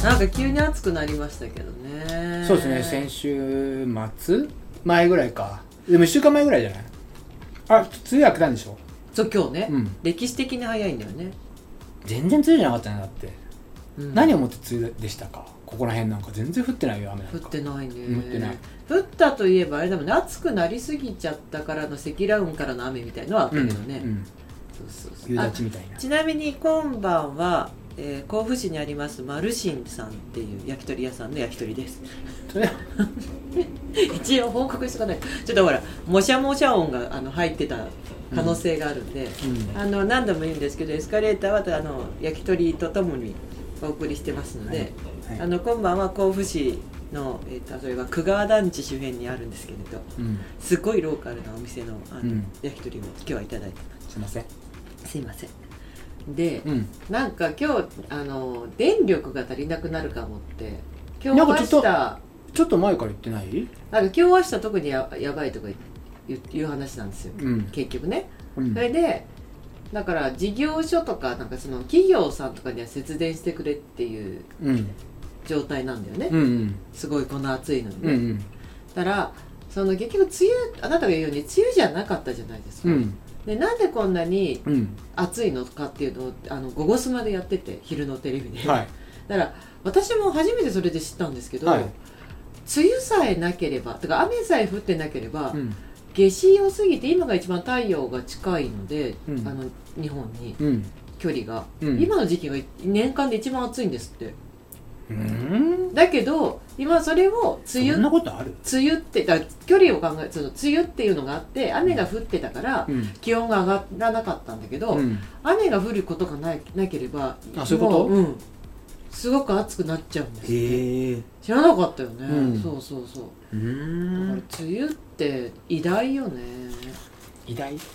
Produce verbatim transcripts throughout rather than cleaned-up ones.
なんか急に暑くなりましたけどね。 そうですね、先週末前ぐらいか。でもいっしゅうかんまえぐらいじゃない？あ、梅雨明けたんでしょ？ そう今日ね、 うん、歴史的に早いんだよね。 全然梅雨じゃなかったね。だって、うん、何をもって梅雨でしたか？ここら辺なんか全然降ってないよ。雨なんか降ってないね。 降ってない。 降ったといえばあれだもんね、暑くなりすぎちゃったからの積乱雲からの雨みたいのはあったけどね、うんうん、そうそうそう、夕立みたいな。ちなみに今晩は、えー、甲府市にありますマルシンさんっていう焼き鳥屋さんの焼き鳥です一応報告しておかないと、ちょっとほらもしゃもしゃ音があの入ってた可能性があるんで、うんうん、あの何度も言うんですけど、エスカレーターはあの焼き鳥とともにお送りしてますので、はいはい、あの今晩は甲府市の、えー、例えば久川団地周辺にあるんですけれど、うん、すごいローカルなお店の、あの、うん、焼き鳥を今日はいただいてます。 すいませんすいませんで、うん、なんか今日あの電力が足りなくなるかもって今日明日ちょっとちょっと前から言ってない？ なんか今日明日特に や, やばいとかいういう話なんですよ、うん、結局ね、うん、それでだから事業所とかなんかその企業さんとかには節電してくれっていう状態なんだよね、うんうん、すごいこの暑いのにね、うんうん、だからその結局梅雨、あなたが言うように梅雨じゃなかったじゃないですか、うん、でなんでこんなに暑いのかっていうのをあのゴゴスマでやってて、昼のテレビで、はい、だから私も初めてそれで知ったんですけど、はい、梅雨さえなければとか雨さえ降ってなければ、うん、夏至を過ぎて今が一番太陽が近いので、うん、あの日本に、うん、距離が、うん、今の時期が年間で一番暑いんですって。うーんだけど今それを梅雨、 そんなことある？ 梅雨ってだ距離を考えその梅雨っていうのがあって雨が降ってたから、うん、気温が上がらなかったんだけど、うん、雨が降ることがななければ、 あ、そういうこと？ うん、すごく暑くなっちゃうんですって。知らなかったよね、うん、そうそうそう。うーんだから梅雨って偉大よね。 偉大？うん 、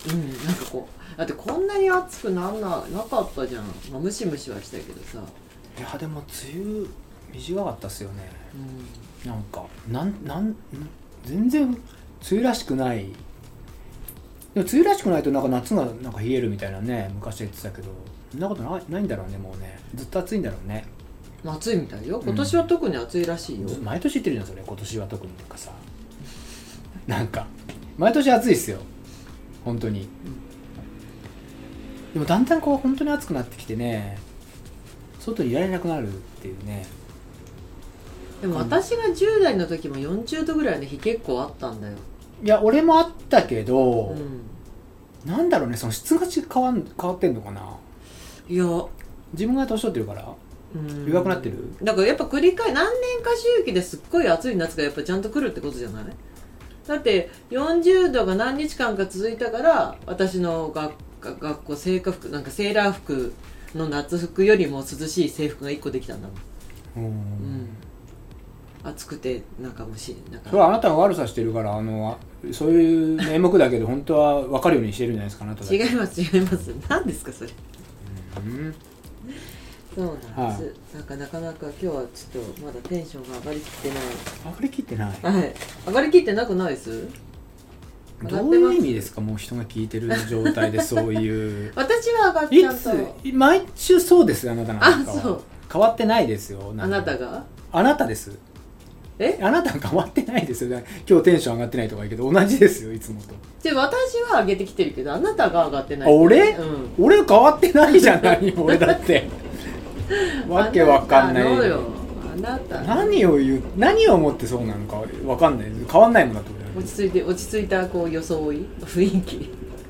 なんかこうだってこんなに暑くなんななかったじゃん、まあ、ムシムシはしたけどさ。 いやでも梅雨短かったっすよね、うん、なんかなんなん全然梅雨らしくない。でも梅雨らしくないとなんか夏がなんか冷えるみたいなね、昔言ってたけどそんなことない、ないんだろうね。もうねずっと暑いんだろうね。 暑いみたいよ。今年は特に暑いらしいよ、 うん、毎年言ってるじゃんそれ。今年は特にとかさなんか毎年暑いっすよ本当に、うん、でもだんだんこう本当に暑くなってきてね、外にいられなくなるっていうね。 でも私がじゅう代の時もよんじゅうどぐらいの日結構あったんだよ。 いや俺もあったけど、うん、なんだろうね、その質が変わん変わってんのかな。いや自分が年取ってるから弱くなってる。 だからやっぱ繰り返何年か周期ですっごい暑い夏がやっぱちゃんと来るってことじゃない？だってよんじゅうどが何日間か続いたから私の学学校制服なんかセーラー服の夏服よりも涼しい制服がいっこできたんだもん。うん、暑くてなんかもしなんかそれはあなたが悪さしてるから、あのそういう名目だけど本当は分かるようにしてるんじゃないですか。あなただけ違います違います。何ですかそれ。うん、そうなんです、はい、なんかなかなか今日はちょっとまだテンションが上がりきってない。 上がりきってない、 はい、上がりきってなくないです。 どういう意味ですか？もう人が聞いてる状態でそういう私は上がっちゃうといつ毎週そうですよ。あなたなんかはあそう変わってないですよ。 あなたがあなたです。 えあなた変わってないですよ。今日テンション上がってないとか言うけど同じですよいつもと。 じゃあ私は上げてきてるけどあなたが上がってない。 俺、 うん、 俺変わってないじゃない俺だってわけわかんない。 あなたよあなた何を言う何を思ってそうなのかわかんない。変わんないもんだと。 落ち着いて落ち着いたこう装い雰囲気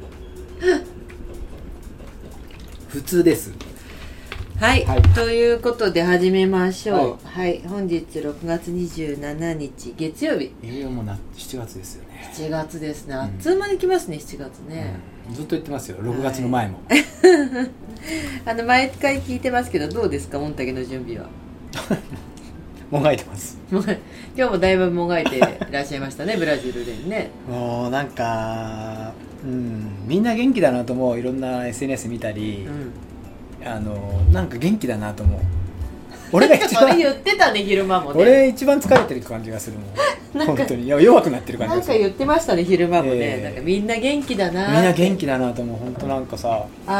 普通です。 はい、はい、ということで始めましょう。はい、はい、本日ろくがつにじゅうしちにち月曜日。 いよいよもうなしちがつですよね。 しちがつですね。あっつう間に来ますね、しちがつね、 うん、ずっと言ってますよろくがつの前も、 はい、あの毎回聞いてますけどどうですかモンタゲの準備は。 もがいてます。 今日もだいぶもがいていらっしゃいましたねブラジルでね。 もうなんか、うん、みんな元気だなと思う。いろんな エスエヌエス 見たり、うん、あのなんか元気だなと思う。俺が一番それ言ってたね昼間もね。 俺一番疲れてる感じがするもん本当に。いや弱くなってる感じがする。 なんか言ってましたね昼間もね、えー、なんかみんな元気だな。 みんな元気だなと思う。本当なんかさあ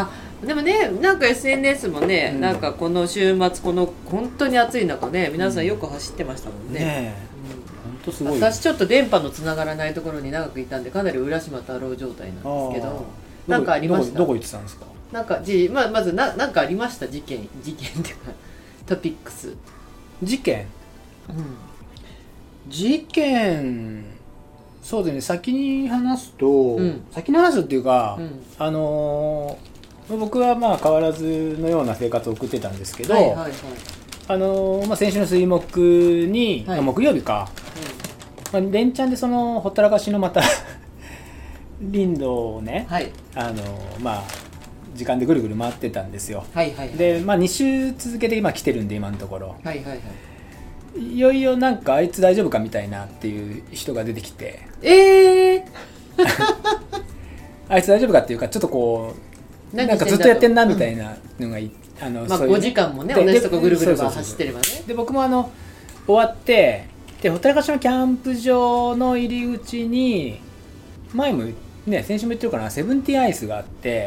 でもね、なんか エスエヌエス もね、うん、なんかこの週末この本当に暑い中ね、皆さんよく走ってましたもんね。うん、ねえ、うん、本当すごい。 私ちょっと電波のつながらないところに長くいたんで、かなり浦島太郎状態なんですけど、なんかありました？ どこ行ってたんですか？ なんかじ、まあ、まずな、なんかありました？事件事件っていうかトピックス。 事件、うん、事件、そうですね、先に話すと、うん、先に話すっていうか、うん、あのー、僕はまあ変わらずのような生活を送ってたんですけど、はいはいはい、あのーまあ、先週の水木に、はい、木曜日か、うん、まあ、連チャンでそのほったらかしのまた林道をね、はい、あのー、まあ時間でぐるぐる回ってたんですよ、はいはいはい、で、まあ、に週続けて今来てるんで今のところ、はいはいはい、いよいよなんかあいつ大丈夫かみたいなっていう人が出てきて、えー、あいつ大丈夫かっていうかちょっとこうなんかずっとやってんなみたいなのがい、うん、あのまあ、ごじかんもね同じとこぐるぐる走ってればね。 で僕もあの終わってでほったらかしのキャンプ場の入り口に前もね先週も言ってるかな、セブンティーンアイスがあって、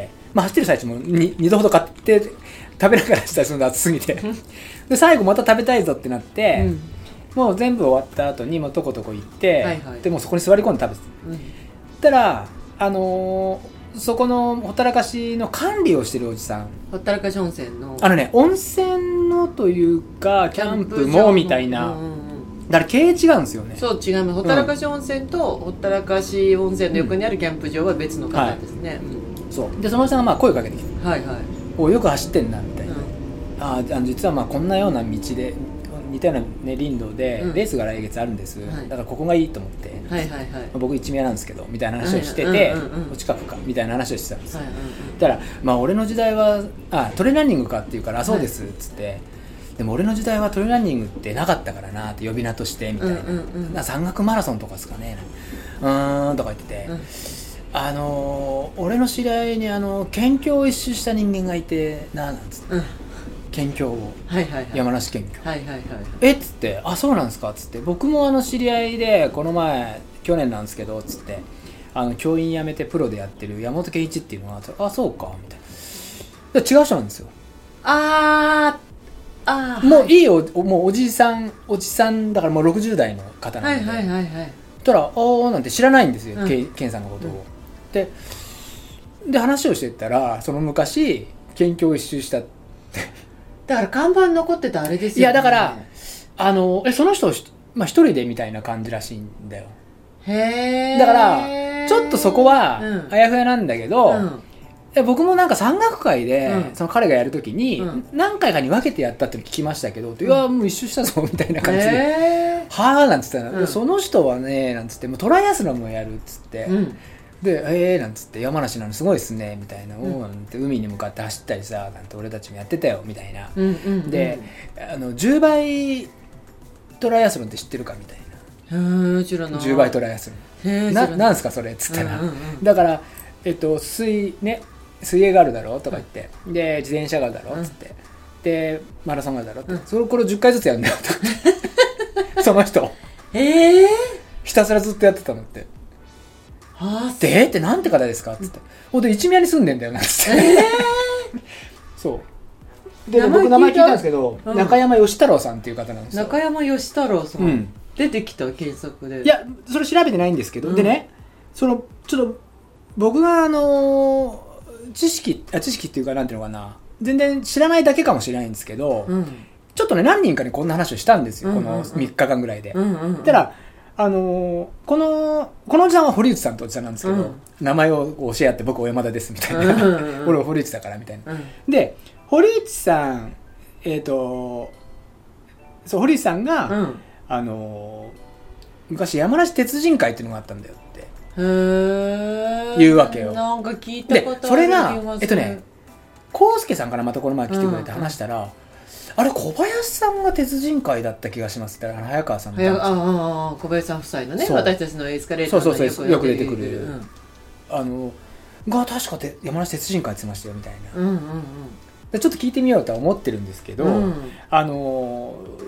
まあ、走ってる最中も 2, 2度ほど買って食べながらしたりするの暑すぎてで最後また食べたいぞってなって、うん、もう全部終わった後にもうとことこ行って、はいはい、でもうそこに座り込んで食べてた、うん、たらあのー、そこのほったらかしの管理をしてるおじさん、 ほったらかし温泉のあのね温泉のというかキャンプもみたいな、うんうんうん、だから経営違うんですよね。 そう違う、ほったらかし温泉と、うん、ほったらかし温泉の横にあるキャンプ場は別の方ですね、うんはいうん、そうでそのおじさんがまあ声かけてきて、はいはい、およく走ってんなみたいな、うん、ああ実はまあこんなような道で似たような、ね、林道でレースが来月あるんです、うん、だからここがいいと思って、はいはいはい、僕一宮なんですけどみたいな話をしてて、はいうんうんうん、お近くかみたいな話をしてたんです、はいうんうん、だからまあ俺の時代はあトレーランニングかって言うからあそうですっつって、はい、でも俺の時代はトレーランニングってなかったからなって呼び名としてみたいな、うんうんうん、山岳マラソンとかですかねうーんとか言ってて、うんあのー、俺の知り合いにあの県境を一周した人間がいてななんつって、うん、県境を、はいはいはい、山梨県境、はいはいはい、えっつってあそうなんですかっつって僕もあの知り合いでこの前去年なんですけどっつってあの教員辞めてプロでやってる山本圭一っていうのがあってあそうかみたいな違う人なんですよ。ああもういいおもうおじさんおじさんだからもうろくじゅう代の方なんで、はいはいはいはい、たらおーなんて知らないんですよ、うん、ケンさんのことを、うんで, で話をしてったらその昔県境を一周したってだから看板残ってたあれですよね。 いやだからあのえその人、まあ、一人でみたいな感じらしいんだよ。へーだからちょっとそこはあやふやなんだけど、うん、いや僕もなんか山岳会で、うん、その彼がやるときに、うん、何回かに分けてやったって聞きましたけど、うん、いやもう一周したぞみたいな感じではあなんつって、うん、その人はねなんつってもうトライアスロンもやるっつって、うんでえーなんつって山梨なのすごいっすねみたいな、うん、なんて海に向かって走ったりさなんて俺たちもやってたよみたいな、うんうんうん、であのじゅうばいトライアスロンって知ってるかみたいな。へ知らない。じゅうばいトライアスロンななんすかそれっつったら、うんうんうん、だからえっと水ね水泳があるだろとか言って、うん、で自転車があるだろっつって、うん、でマラソンがあるだろって、うん、それこれじゅっかいずつやるんだよとその人えー、ひたすらずっとやってたのってはあ、でってなんて方ですかっつって、ほんで一宮に住んでんだよなっつって、えー、そうで僕名前聞いたんですけど、うん、中山義太郎さんっていう方なんですよ。 中山義太郎さん、うん、出てきた検索で。 いやそれ調べてないんですけど、うん、でねそのちょっと僕があの知識あ知識っていうかなんていうのかな全然知らないだけかもしれないんですけど、うん、ちょっとね何人かにこんな話をしたんですよ、うんうんうん、このみっかかんぐらいで、うんうんうん、たらあのー、このこのおじさんは堀内さんとおじさんなんですけど、うん、名前を教え合って僕小山田ですみたいな、うんうんうん、俺は堀内だからみたいな、うん、で堀内さんえっ、ー、とそう堀内さんが、うん、あのー、昔山梨鉄人会っていうのがあったんだよってへー言うわけよ。 なんか聞いたことある。 でそれがえっとね康介さんからまたこの前来てくれて話したら、うんうんあれ小林さんが鉄人会だった気がしますって早川さんのああ小林さん夫妻のね私たちのエスカレーターのよくよく出てくる、うん、あのが確かて山梨鉄人会って言ってましたよみたいな、うんうんうん、でちょっと聞いてみようとは思ってるんですけど、うん、あの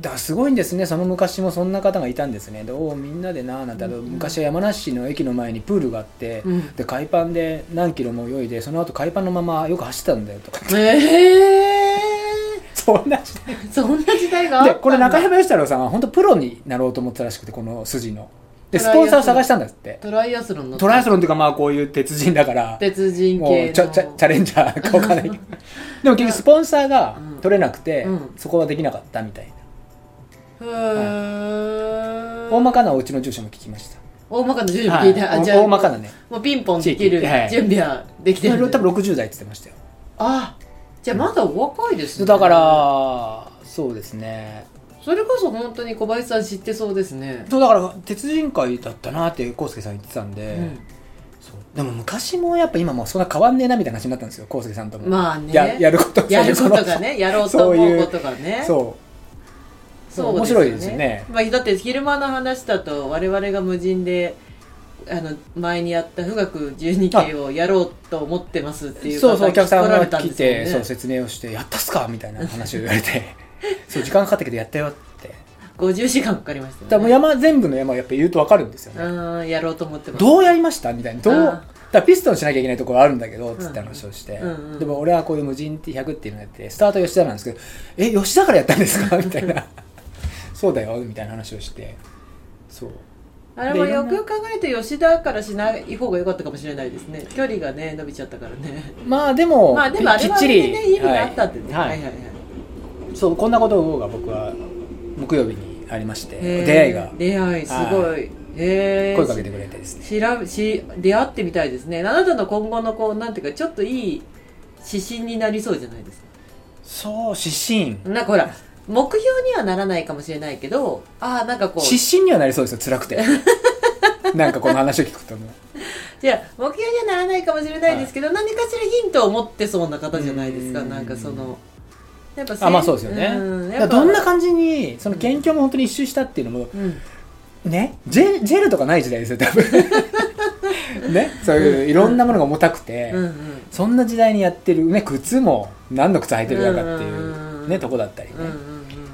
だからすごいんですね。その昔もそんな方がいたんですね。でおみんなでななんて、あの昔は山梨市の駅の前にプールがあって、うん、で海パンで何キロも泳いでその後海パンのままよく走ったんだよとかって、えー、そんな時代そんな時代があったんだ。 でこれ中山義太郎さんは本当プロになろうと思ってたらしくて、この筋のでスポンサーを探したんだって。 トライアスロンのトライアスロンっていうか、まあこういう鉄人だから鉄人系のチャ、チャ、チャレンジャーか分かんないけどでも結局スポンサーが取れなくて、うん、そこはできなかったみたいな。へー、はい、大まかなお家の住所も聞きました。 大まかな住所も聞いて、はい、あじゃあ大まかなね、 もうピンポンできる準備はできてる、 はい、多分ろくじゅう代って言ってましたよ。 あじゃあまだお若いですね。 だからそうですね、 それこそ本当に小林さん知ってそうですね。 そうだから鉄人会だったなって康介さん言ってたんで、うん、そうでも昔もやっぱ今もそんな変わんねえなみたいな話になったんですよ、康介さんとも。まあね、や, やることやることがね、やろうと思うことがね、 そうそう面白いですよね。 まあ、だって昼間の話だと我々が無人であの前にやった富岳じゅうに系をやろうと思ってますっていうそうそう、お客さんが来て、そう説明をしてやったっすかみたいな話を言われてそう時間かかったけどやったよってごじゅうじかんかかりましたよね。 だからもう山全部の山をやっぱ言うと分かるんですよね。 うんやろうと思ってます。 どうやりましたみたいな、どうだからピストンしなきゃいけないところあるんだけどつって話をして、うんうんうん、でも俺はこういう無人 ティーひゃく っていうのやってスタート吉田なんですけど、え吉田からやったんですかみたいなそうだよみたいな話をして、そうあれもよくよく考えると吉田からしない方が良かったかもしれないですね。距離がね伸びちゃったからね。 まあでも、 まあ、でもあれはね意味があったってね、はいはいはいはい、 そうこんなことが僕は木曜日にありまして、出会いが出会いすごい、へ声かけてくれてですね、 しらし出会ってみたいですね。あなたの今後のこうなんていうかちょっといい指針になりそうじゃないですか。 そう指針なんかほら目標にはならないかもしれないけど、ああなんかこう指針にはなりそうですよ、辛くてなんかこの話を聞くともじゃあ目標にはならないかもしれないですけど、はい、何かしらヒントを持ってそうな方じゃないですか。なんかそのやっぱあまあそうですよね、うん、だどんな感じにその県境も本当に一周したっていうのも、うん、ねジェ、ジェルとかない時代ですよ多分ね、そういういろんなものが重たくて、うんうん、そんな時代にやってる、ね、靴も何の靴履いてるだかっていう、うんうん、ね、とこだったりね、うんうんうん、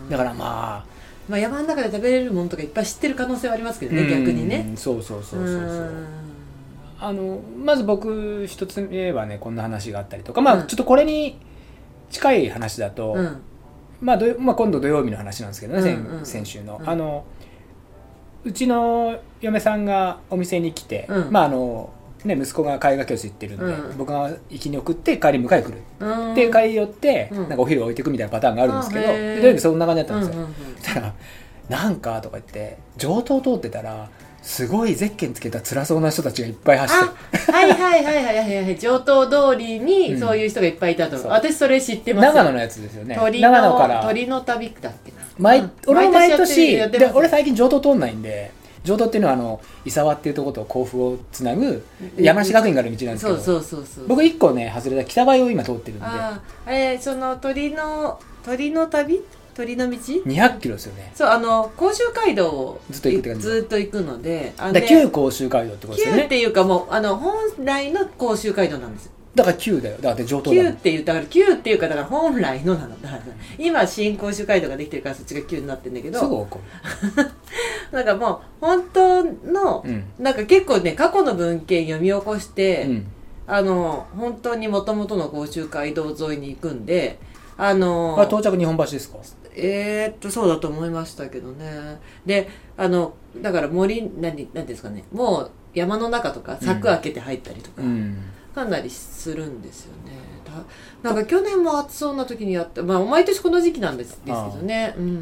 だからまあまあ、山の中で食べれるものとかいっぱい知ってる可能性はありますけどね、逆にね。 そうそうそうそうそう。あのまず僕一つ目はねこんな話があったりとか、まあちょっとこれに近い話だと、うんまあどまあ、今度土曜日の話なんですけどね、うんうん、先週の、うん、あのうちの嫁さんがお店に来て、うん、まああのね、息子が絵画教室行ってるんで、うん、僕が行きに送って帰り迎え来る、うん、で帰り寄って、うん、なんかお昼置いていくみたいなパターンがあるんですけど、で土曜日そんな感じだったんですよ、うんうんうん、そしたらなんかとか言って上等通ってたらすごいゼッケンつけた辛そうな人たちがいっぱい走ってはいはいはいはいはいはい上等通りにそういう人がいっぱいいたと、うん、私それ知ってます。 長野のやつですよね。 鳥の長野から鳥の旅だっけな、 毎、うん、俺も毎年で俺最近上等通んないんで、上等っていうのはあの伊沢っていうところと甲府をつなぐ山梨学院がある道なんですけど、そうそうそうそう、僕いっこね外れた北林を今通ってるんで、ああれその鳥の鳥の旅鳥の道にひゃくキロですよね。 そうあの甲州街道をずっと行くって感じ、 ずっと行くので、 あだ旧甲州街道ってことですよね。 旧っていうかもうあの本来の甲州街道なんですよ。 だから旧だよ。だから上等だ。 旧って言ったから旧っていうかだから本来のなのだから今新甲州街道ができてるからそっちが旧になってるんだけど、 すぐ怒るなんかもう本当の、うん、なんか結構ね過去の文献読み起こして、うん、あの本当に元々の甲州街道沿いに行くんで、あのあ到着日本橋ですか。 えー、っとそうだと思いましたけどね。であのだから森何何ですかね、もう山の中とか柵開けて入ったりとか、うん、かなりするんですよね。なんか去年も暑そうな時にやって、まあ毎年この時期なんですですけどね。うんうん、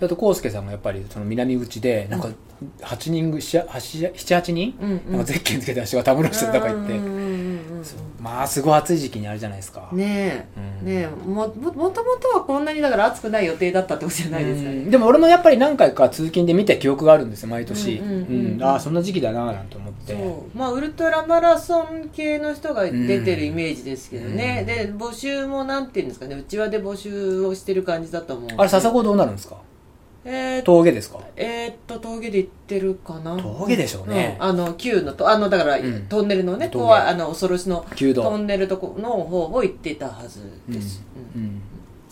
だと康介さんがやっぱりその南口でなんかはちにんぐななはちにん、うんうん、なんかゼッケンつけた人がたむろしてるとか言って、まあすごい暑い時期にあるじゃないですかねえ、うん、ねえ も, も, もともとはこんなにだから暑くない予定だったってことじゃないですかね、うん、 でも俺もやっぱり何回か通勤で見た記憶があるんですよ毎年、うんうんうんうん、ああそんな時期だななんて思って、 そうまあウルトラマラソン系の人が出てるイメージですけどね、うん、で募集もなんていうんですかね、うちわで募集をしてる感じだと思う。 あれ笹子どうなるんですか。 えー、 峠ですか。 えー、っと峠で行ってるかな。 峠でしょうね、 うん、あの旧のとあのだから、うん、トンネルのね怖いあの恐ろしのトンネルとこの方を行ってたはずです、うんうんうん、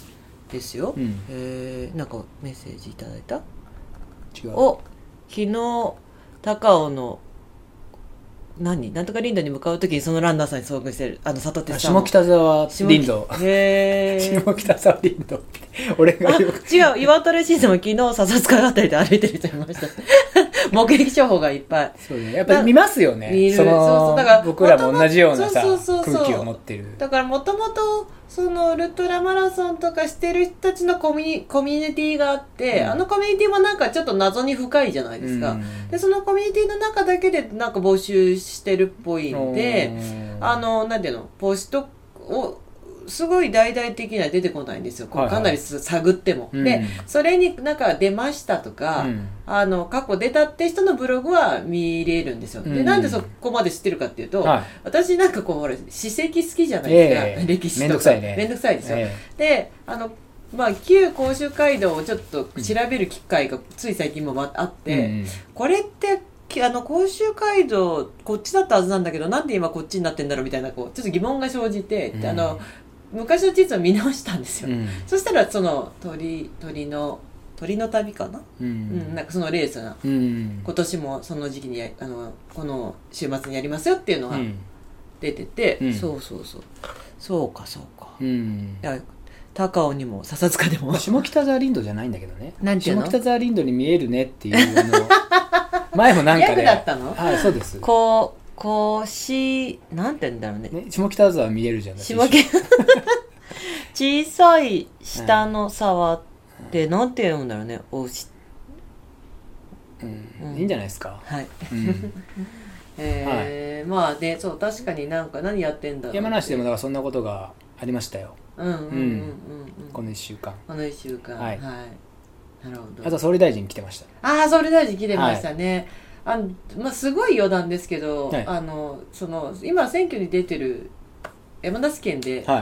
ですよ、 うん、 えー、なんかメッセージいただいた？ 違う。 お、昨日高尾の何なんとか林道に向かうときにそのランナーさんに遭遇してるあの里鉄さん下北沢林道。 へー下北沢林道って俺がよく違う、岩垂新さんも昨日笹塚あたりで歩いてる人いました目撃情報がいっぱい。 そうね、やっぱり見ますよね。 見る。 そのそうそう、だから僕らも同じようなさそうそうそうそう空気を持ってる。 だからもともとそのウルトラマラソンとかしてる人たちのコミュニ、コミュニティがあって、うん、あのコミュニティもなんかちょっと謎に深いじゃないですか、うん、でそのコミュニティの中だけでなんか募集してるっぽいんで、あのなんていうのポストをすごい大々的には出てこないんですよ、こうかなり探っても、はいはい、でそれになんか出ましたとか、うん、あの過去出たって人のブログは見れるんですよ、うん、でなんでそこまで知ってるかっていうと、はい、私なんかこうほら史跡好きじゃないですか、えー、歴史とかめんどくさいね、 めんどくさいですよ、えー、であのまあ、旧甲州街道をちょっと調べる機会がつい最近もあって、うん、これってあの甲州街道こっちだったはずなんだけどなんで今こっちになってんだろうみたいなこうちょっと疑問が生じて、うん、あの昔の地図を見直したんですよ、うん、そしたらその鳥鳥の鳥の旅かな、うんうん、なんかそのレースが、うん、今年もその時期にやあのこの週末にやりますよっていうのが出てて、うん、そうそうそうそうかそうか、うん、高尾にも笹塚でも下北沢林道じゃないんだけどね、 なんていうの下北沢林道に見えるねっていうあの前もなんかねギャグだったの？ はい、そうです。 こうこうしなんて言うんだろうね。 ね、下北沢見えるじゃない。 下北小さい下の沢ってなんて言うんだろうね。おし、 うんうん、いいんじゃないですか。 はい。うんえー、はい、まあね、そう確かになんか何やってんだろう。 山梨でもだからそんなことがありましたよ。 うんうんうんうん、うん、 このいっしゅうかん。 このいっしゅうかん。はい。はい、なるほど。 あと総理大臣来てました。 ああ、総理大臣来てましたね。はい、あのまあ、すごい余談ですけど、はい、あのその今選挙に出てる山梨県で、はい、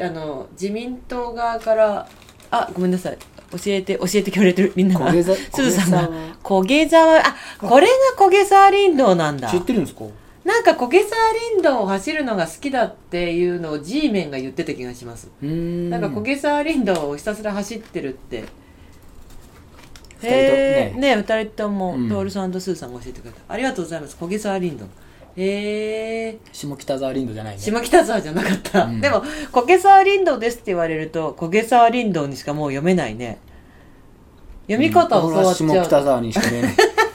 あの自民党側からあごめんなさい教えて教えてくれてるみんながすずさんが焦げ沢あこれが焦げ沢林道なんだ。 知ってるんですか？ なんか焦げ沢林道を走るのが好きだっていうのを G メンが言ってた気がします。うーんなんか焦げ沢林道をひたすら走ってるってふたりとねねふたりとも、うん、トールさんとスーさんが教えてくれた。ありがとうございます。焦げ沢林道へえ下北沢林道じゃないね。 下北沢じゃなかった、うん、でも焦げ沢林道ですって言われると焦げ沢林道にしかもう読めないね。読み方を教わっちゃう、うん、 下北沢にしかね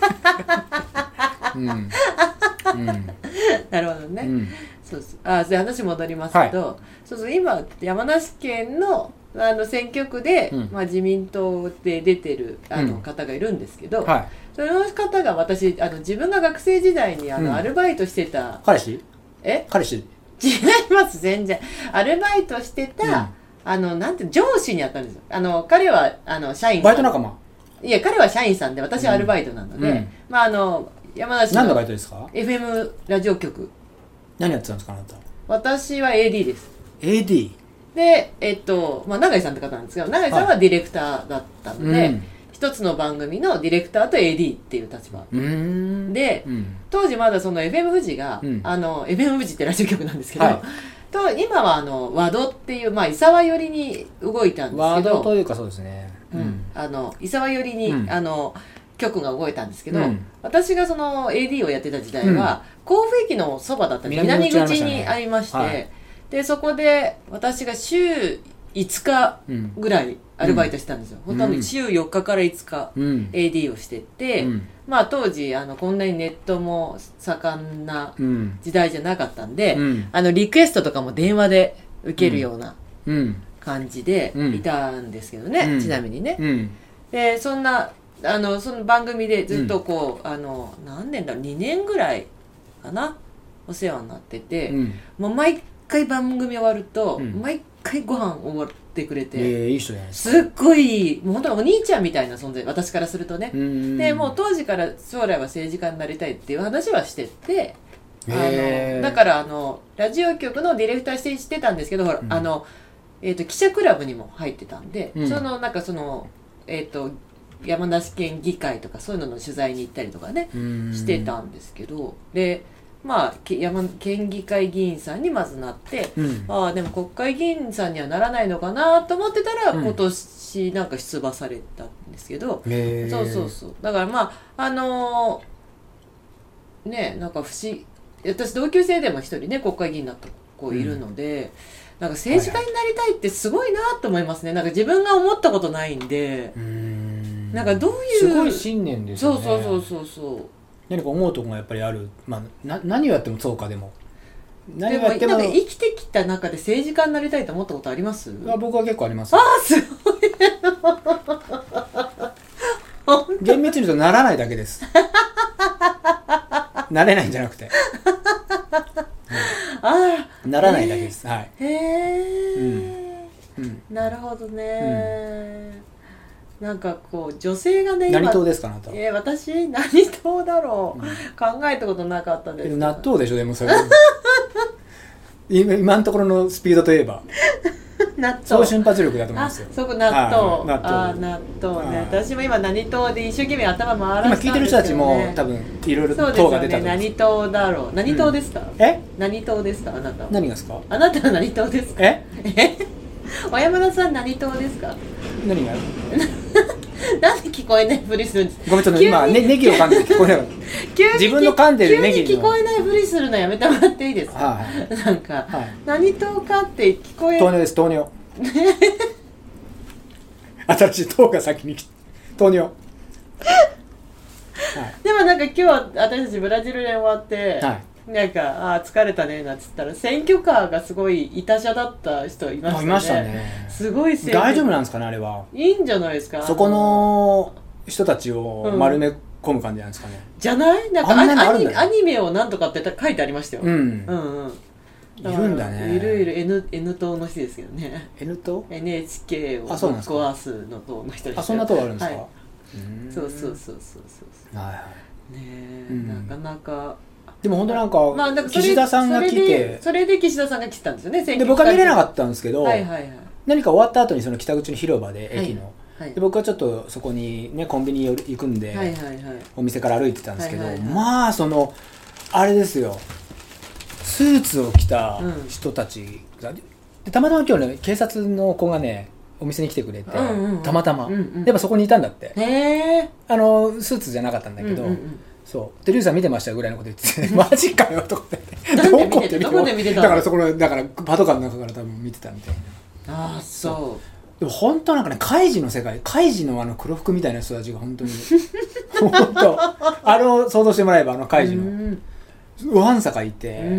うんうんなるほどね、うん、そうそうあじゃあ話戻りますけど、はい、そうそう今山梨県のあの選挙区で、うんまあ、自民党で出てるあの方がいるんですけど、うんはい、その方が私あの自分が学生時代にあの、うん、アルバイトしてた彼氏え彼氏違います全然アルバイトしてた、うん、あのなんて上司にあったんですよ。あの彼はあの社員さんバイト仲間いや彼は社員さんで私はアルバイトなので、うんまあ、あの山梨の何のバイトですか？ エフエム ラジオ局。 何やってたんですかあなた？ 私は エーディー です。 エーディーでえっと、まあ、永井さんって方なんですけど永井さんはディレクターだったので、はいうん、一つの番組のディレクターと エーディー っていう立場で、うん、当時まだその エフエム 富士が、うん、あの エフエム 富士ってラジオ局なんですけど、はい、と今はあの和ドっていう、まあ、伊沢寄りに動いたんですけど和ドというかそうですね、 うん、あの伊沢寄りに、うん、あの局が動いたんですけど、うん、私がその エーディー をやってた時代は、うん、甲府駅のそばだったんで南口にありまして、はい、でそこで私が週いつかぐらいアルバイトしてたんですよ、うん、ほとんど週よっかからいつか エーディー をしてて、うん、まあ当時あのこんなにネットも盛んな時代じゃなかったんで、うん、あのリクエストとかも電話で受けるような感じでいたんですけどね、うん、ちなみにね、うん、でそんなあのその番組でずっとこう、うん、あの何年だろうにねんぐらいかなお世話になってて、うん、もう毎回番組終わると、うん、毎回ご飯終わってくれて、 えー、いい人じゃないですか。すっごいもう本当にお兄ちゃんみたいな存在私からするとね。でもう当時から将来は政治家になりたいっていう話はしてて、あのだからあのラジオ局のディレクターしてしてたんですけど、ほら、うん、あのえーと記者クラブにも入ってたんで、うん、そのなんかそのえっと山梨県議会とかそういうのの取材に行ったりとかねしてたんですけど、でまあ山県議会議員さんにまずなって、うん、ああでも国会議員さんにはならないのかなと思ってたら、うん、今年なんか出馬されたんですけど、そうそうそうだからまああのー、ねなんか不思議私同級生でも一人ね国会議員になった子いるので、うん、なんか政治家になりたいってすごいなと思いますね。なんか自分が思ったことないんで、うーんなんかどういうすごい信念ですよね。 そうそうそうそうそう何か思うところがやっぱりある、まあ、な何をやってもそうかでも何をやってもなんか生きてきた中で政治家になりたいと思ったことあります？ あ僕は結構あります。 ああすごい厳密に言うとならないだけですなれないんじゃなくて、 ああならないだけです、はいへえ、うんうん、なるほどね、うん、なんかこう女性がね何党ですかあなた？ えー、私何党だろう、うん、考えたことなかったですけど納豆でしょでもそれ今, 今のところのスピードといえば納豆総瞬発力だと思いますよ。 あそこ納豆、納豆あ納豆ね。私も今何党で一生懸命頭回らせたんですけど、ね、 今聞いてる人たちも多分いろいろ党が出たと思います。 何党だろう。何党ですか、 うん、え何党ですかあなたは。 何がですかあなたは何党ですか。 ええ小山田さん何党ですか。 何がなんで聞こえないふりするんですか。 ごめんちょっと今、ね、ネギを噛んで聞こえなかった自分の噛んでるネギの急に聞こえないふりするのやめてもらっていいですか、はい、なんか、はい、何党かって聞こえ糖尿です糖尿新しい糖が先に来て糖尿、はい、 でもなんか今日私たちブラジルで終わって、はい、なんかあ疲れたねなんつったら選挙カーがすごいいた車だった人いましたね。 いましたね。 すごい大丈夫なんですかねあれは。 いいんじゃないですか。 そこの人たちを丸め込む感じなんですかね、 うん、じゃないなんかア ニ, ア, ニアニメをなんとかって書いてありましたよ、うん、うんうんいるんだね。 いるいる N, N 党の人ですけどね。 N 党エヌエイチケー をぶっ壊すの党の人です。 あそんな党あるんですか、はい、 うんそうそうそうそうそうはいはいねえ、うん、なかなかでも本当なんか、まあ、なんか岸田さんが来てそれで岸田さんが来たんですよね。 で僕は見れなかったんですけど、 はいはいはい、 何か終わった後にその北口の広場で駅の、はいはい、で僕はちょっとそこにねコンビニ行くんで、はいはいはい、お店から歩いてたんですけど、はいはいはい、まあそのあれですよスーツを着た人たちが、うん、でたまたま今日ね警察の子がねお店に来てくれて、うんうんうん、たまたま、うんうん、やっぱそこにいたんだって。へーあのスーツじゃなかったんだけど、うんうんうん、そうでリュウさん見てましたよぐらいのこと言っててマジかよとかってどこでどこで見てたの。 だからそこのだからパトカーの中から多分見てたみたいな。 ああそうでも本当なんかねカイジの世界カイジのあの黒服みたいな人たちが本当に本当あれを想像してもらえばあのカイジのわんさかいて、うんうんうん、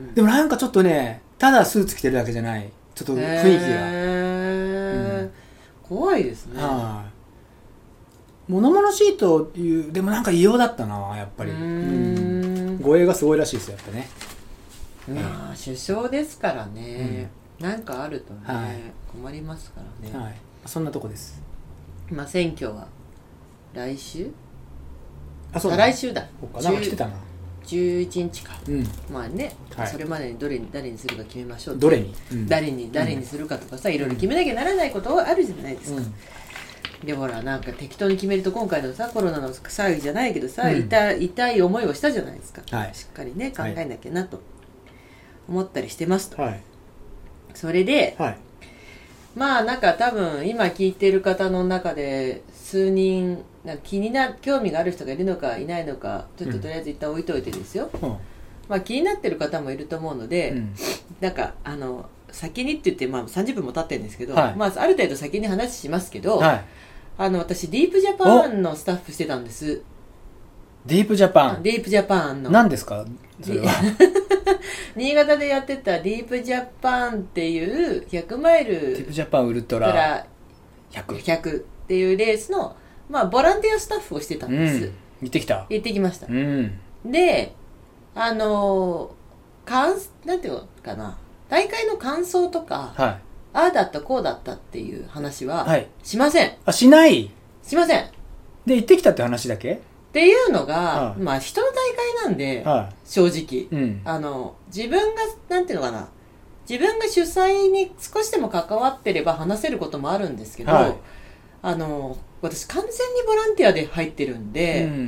でもなんかちょっとねただスーツ着てるだけじゃないちょっと雰囲気が、うん、 怖いですね。 はあ物々しいというでもなんか異様だったなやっぱり。うーん護衛がすごいらしいですよやっぱね。 まあ首相ですからね、うん、なんかあるとね、はい、困りますからね、はい、 そんなとこです。 まあ選挙は来週あそうだ来週だなんか来てたなじゅういちにちか、うん、まあね、はい、それまでにどれに誰にするか決めましょう。 どれに、 うん、誰に誰にするかとかさ、うん、いろいろ決めなきゃならないことあるじゃないですか、うんでほらなんか適当に決めると今回のさコロナの騒ぎじゃないけどさ、うん、痛, 痛い思いをしたじゃないですか、はい、しっかりね考えなきゃなと思ったりしてますと、はい、それで、はい、まあなんか多分今聞いてる方の中で数人なんか気にな興味がある人がいるのかいないのかちょっととりあえず一旦置いといてですよ、うんまあ、気になってる方もいると思うので、うん、なんかあの先にって言って、まあ、さんじゅっぷんも経ってるんですけど、はいまあ、ある程度先に話しますけど、はいあの私ディープジャパンのスタッフしてたんです。 ディープジャパンディープジャパンの何ですかそれは新潟でやってたディープジャパンっていうひゃくマイルディープジャパンウルトラひゃく ひゃくっていうレースの、まあ、ボランティアスタッフをしてたんです、うん、 行ってきた行ってきました、 うん、 であのかんなんていうのかな大会の感想とか、はいああだったこうだったっていう話はしません、はい、 あしないしませんで行ってきたって話だけっていうのが、はい、まあ人の大会なんで、はい、正直、うん、あの自分がなんていうのかな自分が主催に少しでも関わってれば話せることもあるんですけど、はい、あの私完全にボランティアで入ってるんで、うん、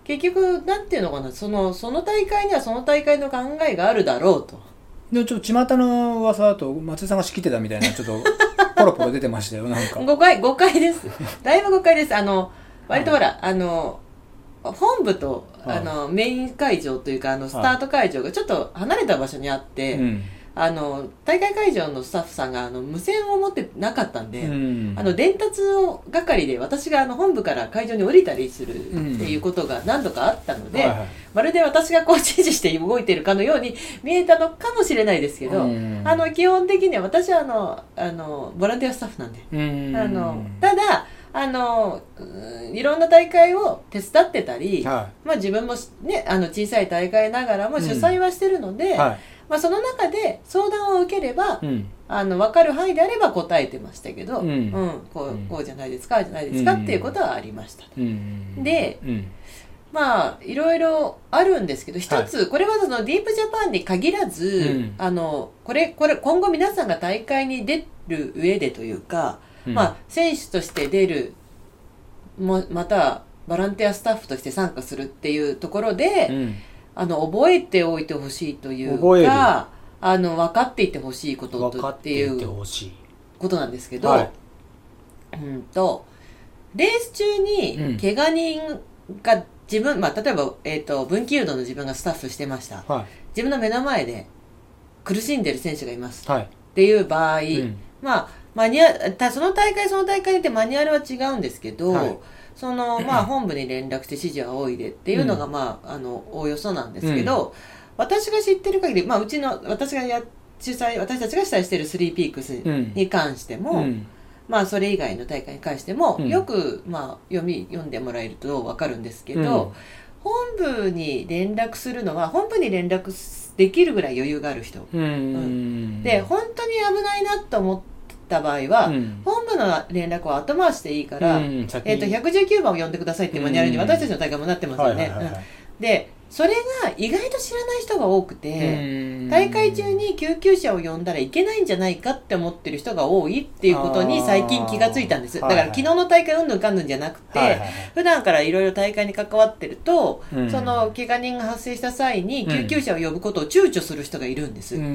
結局なんていうのかな、そのその大会にはその大会の考えがあるだろうと。 でもちょっと巷の噂だと松井さんが仕切ってたみたいなちょっとポロポロ出てましたよなんか誤解誤解です。だいぶ誤解です。あの割とほら、はい、あの本部と、はい、あのメイン会場というかあのスタート会場がちょっと離れた場所にあって、はい、うんあの大会会場のスタッフさんがあの無線を持ってなかったんで、うん、あの伝達を係で私があの本部から会場に降りたりするっていうことが何度かあったので、うんはいはい、まるで私がこう指示して動いてるかのように見えたのかもしれないですけど、うん、あの基本的には私はあのあのボランティアスタッフなんで、うん、あのただあのいろんな大会を手伝ってたり、はい、まあ、自分も、ね、あの小さい大会ながらも主催はしてるので、うんはいまあ、その中で相談を受ければ、うん、あの分かる範囲であれば答えてましたけど、うんうん、こう、こうじゃないですかじゃないですか、うん、っていうことはありました、うん、で、うん、まあいろいろあるんですけど一つ、はい、これはそのディープジャパンに限らず、うん、あのこれこれ今後皆さんが大会に出る上でというか、うんまあ、選手として出るもまたはボランティアスタッフとして参加するっていうところで、うんあの覚えておいてほしいというかあの分かっていてほしいこととっていうことなんですけど、はいうんとレース中に怪我人が自分、まあ、例えば、えーと、分岐誘導の自分がスタッフしてました、はい、自分の目の前で苦しんでる選手がいます、はい、っていう場合、うん、まあマニュアその大会その大会によってマニュアルは違うんですけど、はいそのまあ、本部に連絡して指示は仰いでっていうのが、まあ、あのおおよそなんですけど、うん、私が知ってる限り、まあ、うちの私がや主催私たちが主催しているスリーピークスに関しても、うんまあ、それ以外の大会に関しても、うん、よく、まあ、読み読んでもらえると分かるんですけど、うん、本部に連絡するのは本部に連絡できるぐらい余裕がある人、うんうん、で本当に危ないなと思ってた場合は、うん、本部の連絡は後回しでいいから、うんえー、とひゃくじゅうきゅうばんを呼んでくださいってマニュアルに私たちの大会もなってますよね。でそれが意外と知らない人が多くて大会中に救急車を呼んだらいけないんじゃないかって思ってる人が多いっていうことに最近気がついたんです。だから昨日の大会うんぬんかんぬんじゃなくて、はいはい、普段からいろいろ大会に関わってると、うん、その怪我人が発生した際に救急車を呼ぶことを躊躇する人がいるんです、うん、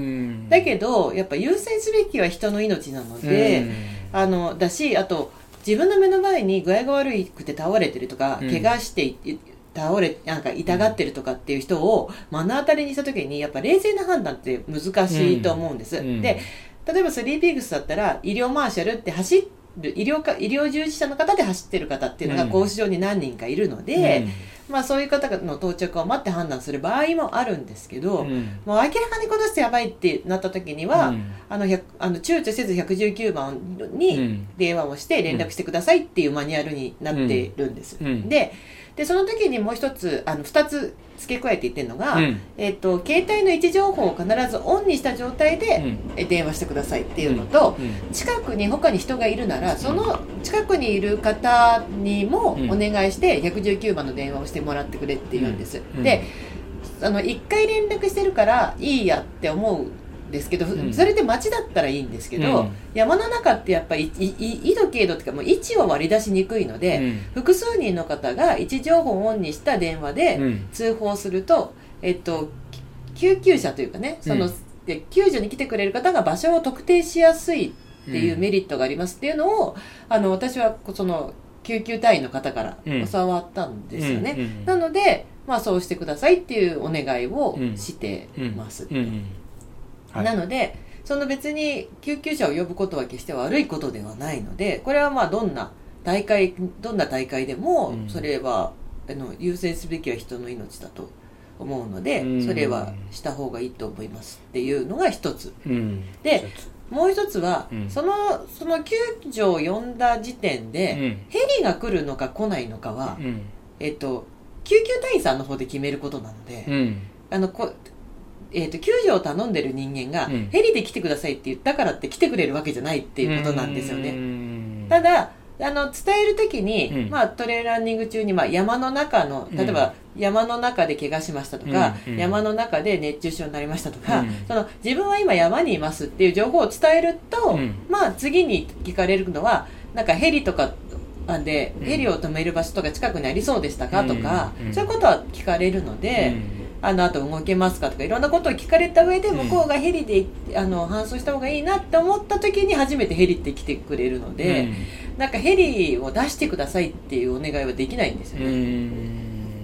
だけどやっぱ優先すべきは人の命なので、うん、あのだしあと自分の目の前に具合が悪くて倒れてるとか、うん、怪我して倒れなんか痛がってるとかっていう人を目の当たりにした時にやっぱ冷静な判断って難しいと思うんです、うん、で例えばスリーピーグスだったら医療マーシャルって走る医療か医療従事者の方で走ってる方っていうのがコース上に何人かいるので、うんまあ、そういう方の到着を待って判断する場合もあるんですけど、うん、もう明らかにこの人やばいってなった時には、うん、あのあの躊躇せずひゃくじゅうきゅうばんに電話をして連絡してくださいっていうマニュアルになっているんです、うん、ででその時にもう一つあの二つ付け加えて言ってるのが、うんえー、と携帯の位置情報を必ずオンにした状態で、うん、電話してくださいっていうのと、うんうん、近くに他に人がいるならその近くにいる方にもお願いしてひゃくじゅうきゅうばんの電話をしてもらってくれって言うんです、うんうん、であのいっかい連絡してるからいいやって思うですけど、うん、それで街だったらいいんですけど、うん、山の中ってやっぱり緯度経度というかもう位置を割り出しにくいので、うん、複数人の方が位置情報をオンにした電話で通報すると、うんえっと、救急車というかねその、うん、で救助に来てくれる方が場所を特定しやすいっていうメリットがありますっていうのを、うん、あの私はその救急隊員の方から教わったんですよね、うんうんうん、なので、まあ、そうしてくださいっていうお願いをしてます、うんうんうんはい、なのでその別に救急車を呼ぶことは決して悪いことではないのでこれはまあどんな大会どんな大会でもそれは、うん、あの優先すべきは人の命だと思うので、うん、それはした方がいいと思いますっていうのが一つ、うん、でもう一つは、うん、そのその救助を呼んだ時点で、うん、ヘリが来るのか来ないのかは、うんえっと、救急隊員さんの方で決めることなので、うん、あのこえー、と救助を頼んでる人間が、うん、ヘリで来てくださいって言ったからって来てくれるわけじゃないっていうことなんですよね。ただあの伝えるときに、うんまあ、トレーランニング中に、まあ、山の中の例えば、うん、山の中で怪我しましたとか、うん、山の中で熱中症になりましたとか、うん、その自分は今山にいますっていう情報を伝えると、うんまあ、次に聞かれるのはなんかヘリとか般でヘリを止める場所とか近くにありそうでしたかとか、 うん、 そういうことは聞かれるので、うん、あのあと動けますかとかいろんなことを聞かれた上で向こうがヘリであの搬送した方がいいなって思った時に初めてヘリって来てくれるので、うん、なんかヘリを出してくださいっていうお願いはできないんですよね、うん、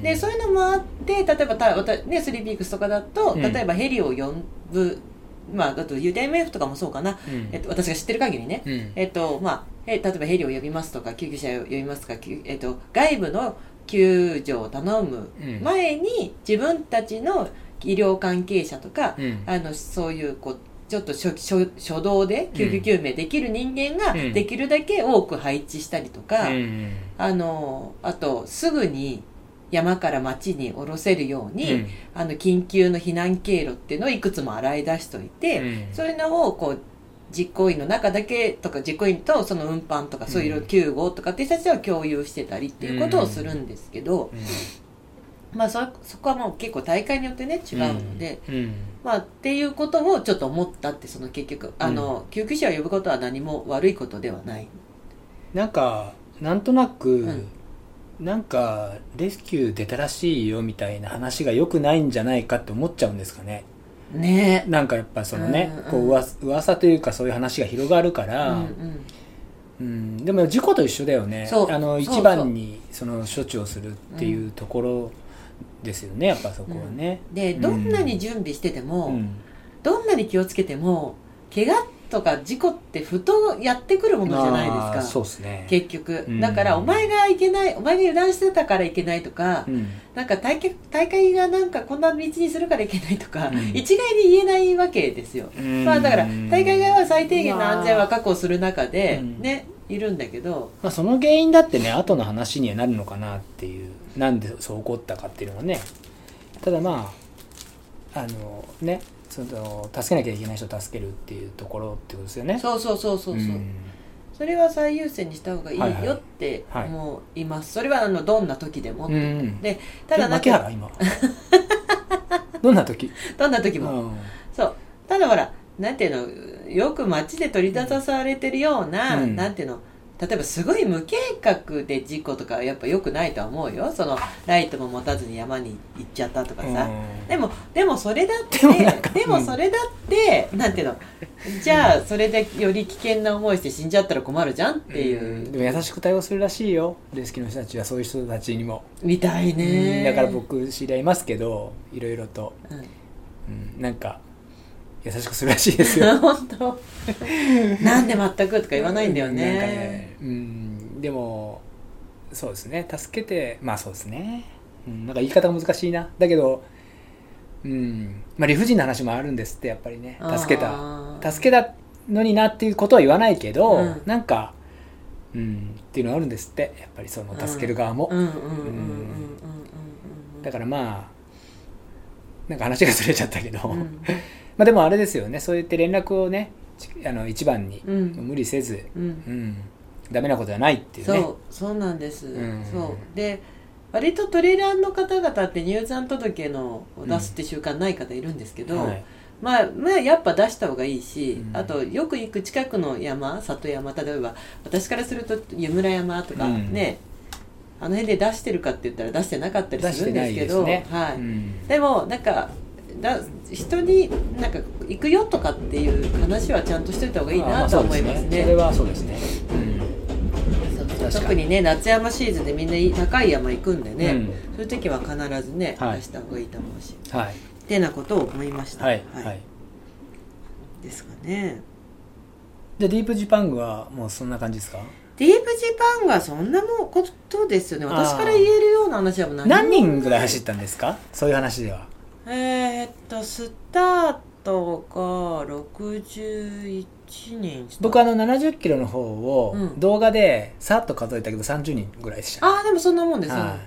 でそういうのもあって例えばた、ね、スリーピークスとかだと、うん、例えばヘリを呼ぶまあ、だと ユーティーエムエフ とかもそうかな、うんえっと、私が知ってる限りね、うんえっとまあ、え例えばヘリを呼びますとか救急車を呼びますとか、えっと、外部の救助を頼む前に自分たちの医療関係者とか、うん、あのそういうこうちょっと 初, 初, 初動で救急救命できる人間ができるだけ多く配置したりとか、うん、あのあとすぐに山から町に下ろせるように、うん、あの緊急の避難経路っていうのをいくつも洗い出しておいて、うん、そういうのをこう実行委員の中だけとか実行委員とその運搬とかそういう救護とかっていう人たちは共有してたりっていうことをするんですけど、うんうん、まあ そ, そこはもう結構大会によってね違うので、うんうん、まあっていうことをちょっと思ったってその結局あの、救急車を呼ぶことは何も悪いことではない。 なんかなんとなく、うんなんかレスキュー出たらしいよみたいな話が良くないんじゃないかって思っちゃうんですかね。 ねなんかやっぱそのね、うんうん、こう 噂, 噂というかそういう話が広がるから、うんうんうん、でも事故と一緒だよね。あの一番にその処置をするっていうところですよね、やっぱそこはね、 うん、でどんなに準備してても、うん、どんなに気をつけても怪我とか事故ってふとやってくるものじゃないですか。 そうですね、結局、うん、だからお前がいけないお前が油断してたからいけないとか、うん、なんか 大, 大会がなんかこんな道にするからいけないとか、うん、一概に言えないわけですよ、うんまあ、だから大会側は最低限の安全は確保する中で、まあ、ねいるんだけど、 まあ、その原因だってね後の話にはなるのかなっていう、なんでそう起こったかっていうのはね。ただまああのねその助けなきゃいけない人を助けるっていうところってことですよね。 そうそうそうそうそう、うん、それは最優先にした方がいいよって思います、はいはい、それはあのどんな時でもって、うん、でただなんか原今どんな時どんな時も、うん、そうただほらなんていうのよく街で取り沙汰されてるような、うん、なんていうの例えばすごい無計画で事故とかはやっぱ良くないとは思うよ。そのライトも持たずに山に行っちゃったとかさ、でもでもそれだってでもそれだってなんていうのじゃあそれでより危険な思いして死んじゃったら困るじゃんっていう、うん、 でも優しく対応するらしいよレスキューの人たちは。そういう人たちにもみたいね、 うん、だから僕知り合いますけどいろいろと、うんうん、なんか優しくするらしいですよ本当なんで全くとか言わないんだよね。なんかね、 うん、でもそうですね助けてまあそうですね、うん、なんか言い方が難しいな。だけど、うんまあ、理不尽な話もあるんですってやっぱりね。助けた助けたのになっていうことは言わないけど、うん、なんか、うん、っていうのがあるんですってやっぱりその助ける側も。だからまあなんか話がずれちゃったけど、うんまあ、でもあれですよね、そう言って連絡をねあの一番に無理せず、うんうん、ダメなことはないっていうね。 そうそうなんです、うん、そうで割とトレーラーの方々って入山届のを出すって習慣ない方いるんですけど、うんはいまあ、まあやっぱ出した方がいいし、うん、あとよく行く近くの山里山例えば私からすると湯村山とかね、うん、あの辺で出してるかって言ったら出してなかったりするんですけど、 ねはいうん、 でもなんかだ人になんか行くよとかっていう話はちゃんとしといた方がいいなと思いますね。 それはそうですね、 うん、特にね夏山シーズンでみんな高い山行くんでね、うん、そういう時は必ずね、はい、出した方がいいと思うし、はい、ってなことを思いました。 はい、はいはい、 ですかね。 じゃあディープジパングはもうそんな感じですか？ ディープジパングはそんなもんことですよね。私から言えるような話はもう何何人ぐらい走ったんですか？そういう話では。 えー、っとスタートがろくじゅういちにん。 僕あのななじゅっキロの方を動画でさっと数えたけどさんじゅうにんぐらいでした、 ね、ああでもそんなもんです、はい、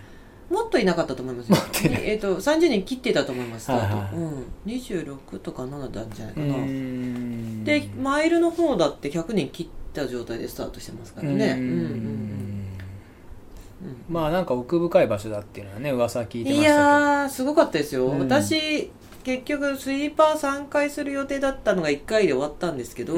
もっといなかったと思いますよ。えー、っとさんじゅうにん切ってたと思います、はいはいうん、にじゅうろくとかななだんじゃないかな。でマイルの方だってひゃくにん切った状態でスタートしてますからね。うんうんうんまあなんか奥深い場所だっていうのはね噂聞いてましたけど、 いやーすごかったですよ、うん、私結局スイーパーさんかいする予定だったのがいっかいで終わったんですけど、うん、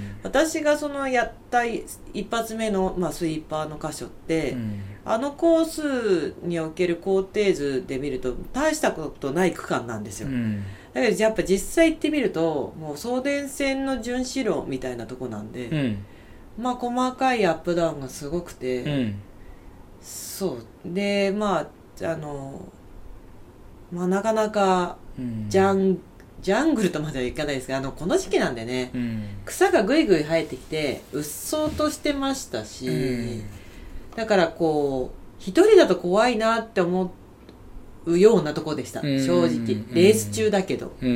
私がそのやった一発目の、まあ、スイーパーの箇所って、うん、あのコースにおける工程図で見ると大したことない区間なんですよ、うん、だけどやっぱ実際行ってみるともう送電線の順子路みたいなとこなんで、うん、まあ細かいアップダウンがすごくて、うん、そうでまああのまあなかなかジャン、ジャングルとまではいかないですが、あのこの時期なんでね、うん、草がぐいぐい生えてきてうっそうとしてましたし、うん、だからこう一人だと怖いなって思うようなところでした、うん、正直、うん、レース中だけど、うんうん、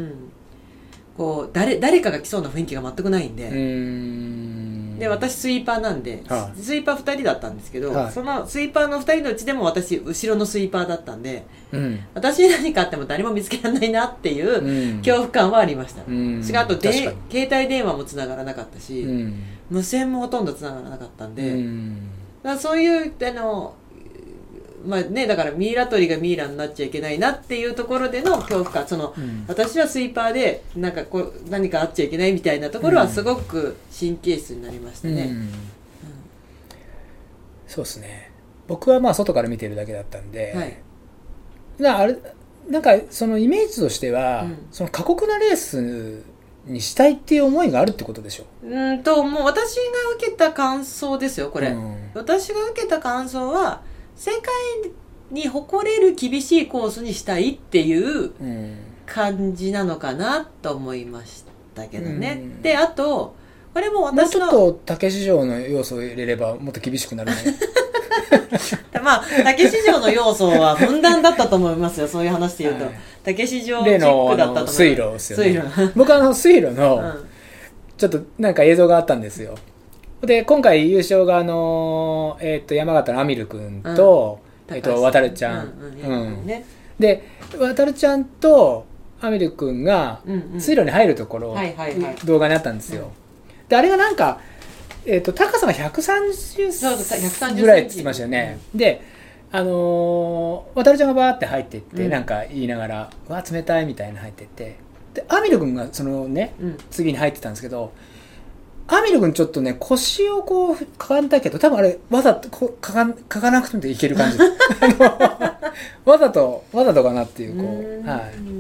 こう 誰, 誰かが来そうな雰囲気が全くないんで、うんで私スイーパーなんで、はあ、スイーパーふたりだったんですけど、はあ、そのスイーパーのふたりのうちでも私後ろのスイーパーだったんで、うん、私に何かあっても誰も見つけられないなっていう恐怖感はありました、うん、しかもあとで携帯電話もつながらなかったし、うん、無線もほとんどつながらなかったんで、うん、だからそういうあのまあね、だからミイラ取りがミイラになっちゃいけないなっていうところでの恐怖感、その、うん、私はスイーパーでなんかこう何かあっちゃいけないみたいなところはすごく神経質になりましたね、うんうん、 そうですね。僕はまあ外から見てるだけだったんで、はい、なあれなんかそのイメージとしては、うん、その過酷なレースにしたいっていう思いがあるってことでしょう。 うんともう私が受けた感想ですよこれ、うん、私が受けた感想は世界に誇れる厳しいコースにしたいっていう感じなのかなと思いましたけどね、うん、であとこれも私のもうちょっと竹市場の要素を入れればもっと厳しくなるねまあ竹市場の要素はふんだんだったと思いますよそういう話で言うと、はい、竹市場チックだったと思います。 水路ですよね僕あの水路の、うん、ちょっとなんか映像があったんですよ。で今回優勝があの、えー、と山形のアミル君と、うんえー、と渡るちゃん、うんうんうんね、で渡るちゃんとアミル君が水路に入るところ、うんうん、動画にあったんですよ。であれがなんか、えー、と高さがひゃくさんじゅっぐらいって言ってましたよね、うん、であのー、渡るちゃんがバーって入っていって、うん、なんか言いながらうわ冷たいみたいな入っていってでアミル君がそのね、うん、次に入ってたんですけどアミル君ちょっとね腰をこうかかんだけど多分あれわざとこうかかんかかなくてもいける感じわざとわざとかなっていうこう、はい、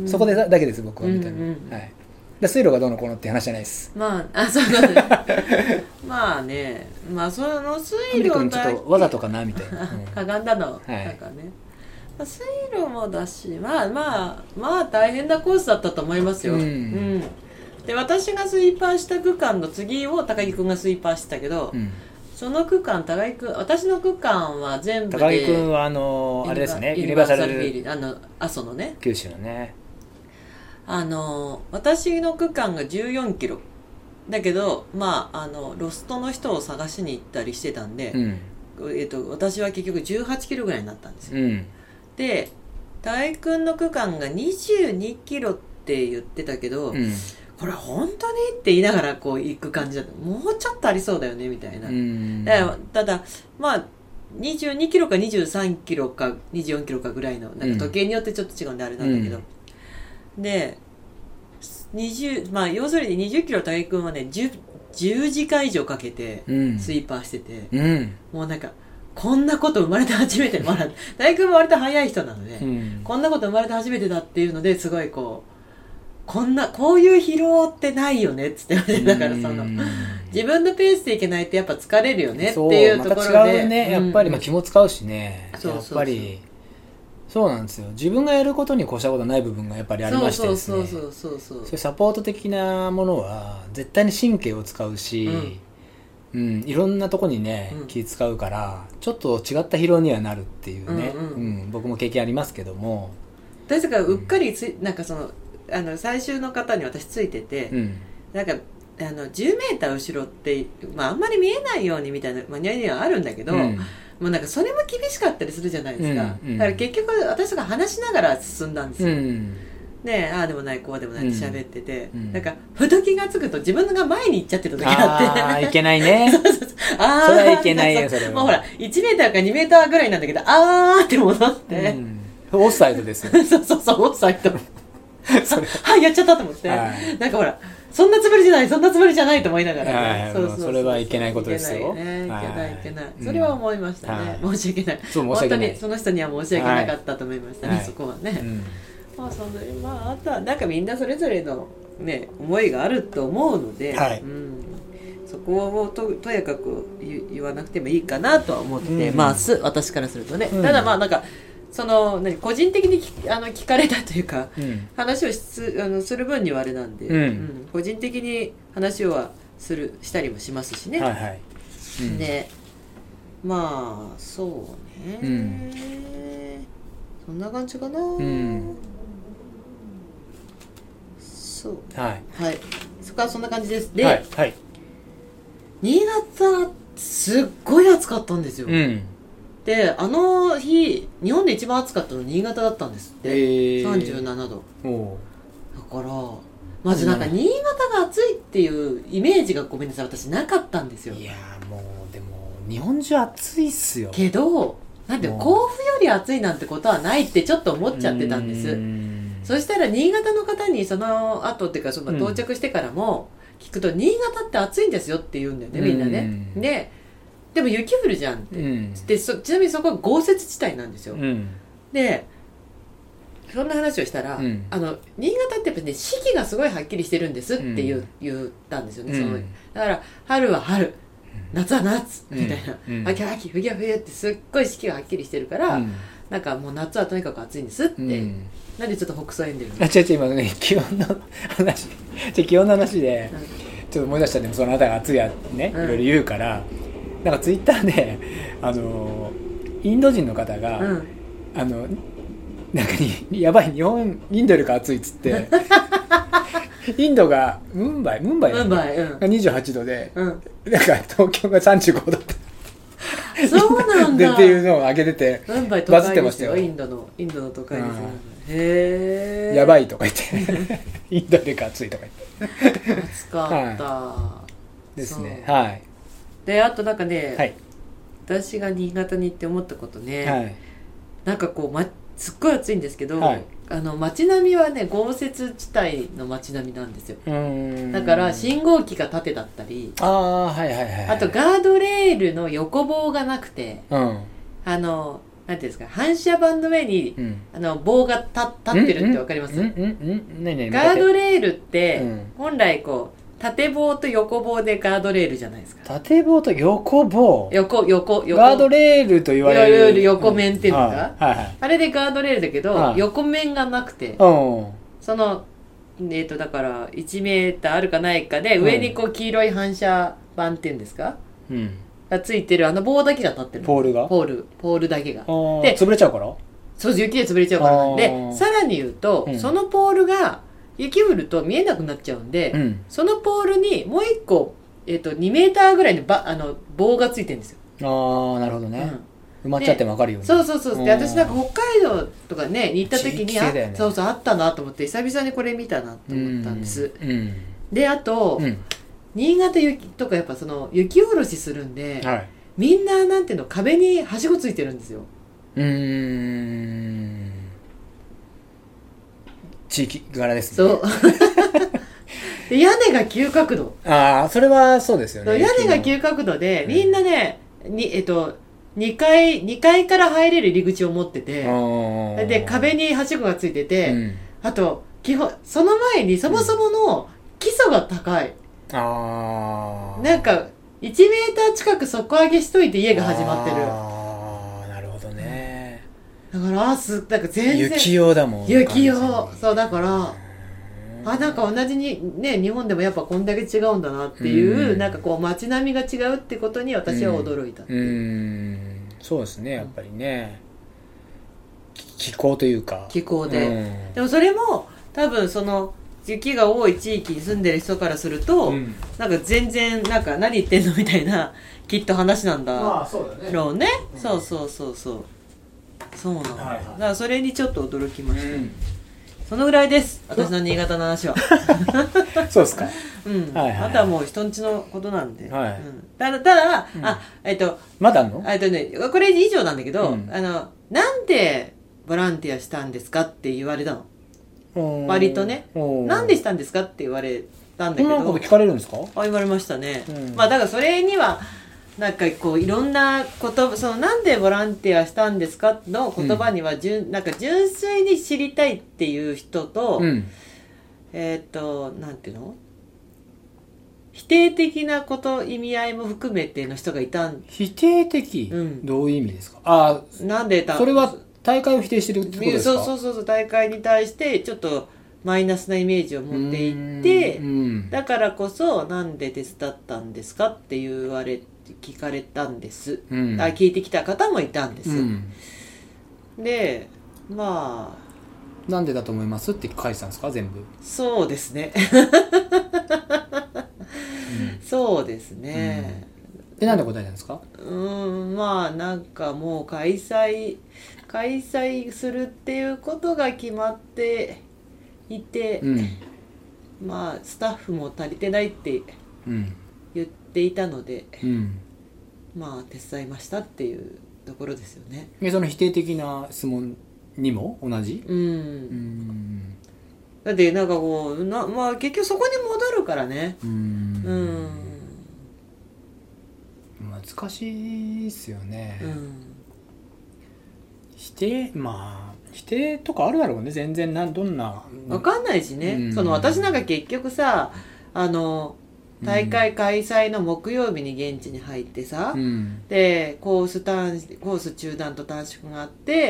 そこでだけです僕はみたいな、はい、で水路がどうのこうのって話じゃないです。 まああそうなんですまあねまあその水路がちょっとわざとかなみたいな、 うん、かがんだの、はい、なんかね水路もだしまあまあまあ大変なコースだったと思いますよ、うん、うんで私がスイーパーした区間の次を高木君がスイーパーしてたけど、うん、その区間高木君私の区間は全部で高木君はあのあれですねユニバーサルフィールドあの阿蘇のね九州のねあの私の区間がじゅうよんキロだけどまああのロストの人を探しに行ったりしてたんで、うんえっと、私は結局じゅうはちキロぐらいになったんですよ、うん、で高木君の区間がにじゅうにキロって言ってたけど、うんこれ本当にって言いながらこう行く感じだった。もうちょっとありそうだよねみたいな。だからただまあにじゅうにキロかにじゅうさんキロかにじゅうよんキロかぐらいのなんか時計によってちょっと違うんであれなんだけど、うん、でにじゅうまあ要するににじゅっキロ高木君はね 10, じゅうじかん以上かけてスイーパーしてて、うん、もうなんかこんなこと生まれて初めてまだ高木君は割と早い人なので、うん、こんなこと生まれて初めてだっていうのですごいこうこんなこういう疲労ってないよねっつってだからその自分のペースでいけないとやっぱ疲れるよねっていうところで、 また違うねやっぱり、うん、まあ気も使うしねやっぱりそうなんですよ。自分がやることに越したことない部分がやっぱりありましてですね、そういうサポート的なものは絶対に神経を使うし、うんうん、いろんなとこにね、うん、気使うからちょっと違った疲労にはなるっていうね、うんうんうん、僕も経験ありますけども確かうっかりつ、うん、なんかそのあの最終の方に私ついてて、うん、なんかあのじゅうメーター後ろって、まあ、あんまり見えないようにみたいなマニュアルにはあるんだけど、うん、もうなんかそれも厳しかったりするじゃないですか、うんうん、だから結局私が話しながら進んだんですよ、うんね、ああでもないこうでもないって喋ってて、うん、なんかふと気がつくと自分が前に行っちゃってた時があってああいけないねそうそうそうあそれはいけないよそれはもうほらいちメーターかにメーターぐらいなんだけどあーって戻って、 うん、オフサイドですよそうそうそうオフサイドはいやっちゃったと思って、はい、なんかほらそんなつもりじゃないそんなつもりじゃないと思いながら、ね、 はい、そうそうそうそれはいけないことですよ。 いけないねいけないいけない、それは思いましたね、はい、申し訳ないそう申し訳ない本当にその人には申し訳なかったと思いましたね、はい、そこはね、うん、まあそのまああとはなんかみんなそれぞれのね思いがあると思うので、はい、うん、そこを と, とやかく言わなくてもいいかなとは思って、うん、まあ私からするとね、うん、ただまあなんかその何個人的にあの聞かれたというか、うん、話をしあのする分にはあれなんで、うんうん、個人的に話をはするしたりもしますしね、はいはい、うん、でまあそうね、うん、そんな感じかな、うん、そうはい、はい、そこはそんな感じです。で、はいはい、新潟すっごい暑かったんですよ、うん、であの日日本で一番暑かったの新潟だったんですって、えー、さんじゅうななどだからまずなんか新潟が暑いっていうイメージがごめんなさい私なかったんですよ。 いやもうでも日本中暑いっすよけどなんて甲府より暑いなんてことはないってちょっと思っちゃってたんです。そしたら新潟の方にその後っていうかその到着してからも聞くと、うん、新潟って暑いんですよって言うんだよねみんなね。ででも雪降るじゃんって、うん、でそちなみにそこは豪雪地帯なんですよ、うん、でそんな話をしたら、うん、あの新潟ってやっぱね四季がすごいはっきりしてるんですって言う、うん、言ったんですよね、そのだから春は春夏は夏みたいな、うん、秋は秋冬は冬ってすっごい四季がはっきりしてるから、うん、なんかもう夏はとにかく暑いんですって、うん、なんでちょっと北斎んでるの。 あ違う違う今ね気温の話気温の話で、うん、ちょっと思い出したんでそのあたりが暑いやね、うん、いろいろ言うからなんかツイッターであのインド人の方が、うん、あのなんかにやばい日本インドよりか暑いっつってインドがムンバイムンバイムンバイ、うん、 がにじゅうはちどで、うん、なんか東京がさんじゅうごどってそうなんだでっていうのを上げててムンバイ都会ですよインドのインドの都会ですよ、うん、へえやばいとか言ってインドよりか暑いとか言って暑かった、はい、ですねはいであとなんかね、はい、私が新潟に行って思ったことね、はい、なんかこう、ま、すっごい暑いんですけど、はい、あの街並みはね豪雪地帯の街並みなんですよ。だから信号機が縦だったりあ,、はいはいはい、 あとガードレールの横棒がなくて、うん、あのなんていうんですか反射板の上に、うん、あの棒が立ってるって分かります？ガードレールって、うん、本来こう縦棒と横棒でガードレールじゃないですか。 縦棒と横棒横横横ガードレールと言われる横面っていうのか、うんはいはい、あれでガードレールだけど、はい、横面がなくて、うん、そのえっとだからいちメーターあるかないかで、うん、上にこう黄色い反射板っていうんですか、うん、がついてるあの棒だけが立ってる。 ポールがポールポールだけがで潰れちゃうからそう雪で潰れちゃうからでさらに言うと、うん、そのポールが雪降ると見えなくなっちゃうんで、うん、そのポールにもう一個、えー、とにメーターぐらいのばあの棒がついてるんですよ。 ああなるほどね、うん、埋まっちゃっても分かるように。 そうそうそうで私なんか北海道とかねに行った時に、ね、あそうそうあったなと思って久々にこれ見たなと思ったんです、うんうん、であと、うん、新潟雪とかやっぱその雪下ろしするんで、はい、みんななんていうの壁にはしごついてるんですよ。 うーん地域柄ですね。 そうで屋根が急角度。 ああそれはそうですよね。 屋根が急角度で、うん、みんなねにえっとにかいにかいから入れる入り口を持ってて、で壁にはしごがついてて、うん、あと基本その前にそもそもの基礎が高い、うん、あなんかいちメーター近く底上げしといて家が始まってる。 ああなるほどね。 だからあすなんか全然雪用だもん。 雪用そうだからあなんか同じにね日本でもやっぱこんだけ違うんだなっていう、うん、なんかこう街並みが違うってことに私は驚いたっていう、うん、 そうですねやっぱりね、うん、気候というか気候で、うん、でもそれも多分その雪が多い地域に住んでる人からすると、うん、なんか全然なんか何言ってんのみたいなきっと話なんだろうね、まあそうだね、うん、そうそうそうそうそうなんだ、はいはい、だからそれにちょっと驚きました、うん、そのぐらいです私の新潟の話はそうですか、 うんはいはい、あとはもう人んちのことなんで、はいうん、ただただ、うん、あえっとまだあんのえっとねこれ以上なんだけど、うん、あのなんでボランティアしたんですかって言われたの。 割とね。なんでしたんですかって言われたんだけど。 そんなこと聞かれるんですか？ あ、言われましたね。まあだからそれにはなんかこういろんな言葉、そのなんでボランティアしたんですかの言葉には、じゅん、なんか純粋に知りたいっていう人と、うん、えっとなんていうの、否定的なこと意味合いも含めての人がいたん。 否定的、うん、どういう意味ですか？あ、 なんでたそれは大会を否定してるってことですか？ そうそうそう、大会に対してちょっとマイナスなイメージを持っていって、うん、だからこそなんで手伝ったんですかって言われ聞かれたんです、うん、あ、聞いてきた方もいたんです、うん、でまあなんでだと思いますって書いてたんですか？全部。 そうですね、うん、そうですね、 うん、でなんで答えたんですか？ うん、まあなんかもう開催開催するっていうことが決まっていて、うん、まあスタッフも足りてないって言っていたので、うん、まあ手伝いましたっていうところですよね。 でその否定的な質問にも同じ？うん、うん、 だってなんかこうな、まあ結局そこに戻るからね。うん、うん、 難しいですよね、うん、否定、まあ否定とかあるだろうね。全然なんどんな分かんないしね、うん、その私なんか結局さ、あの大会開催の木曜日に現地に入ってさ、うん、でコース短コース中断と短縮があって、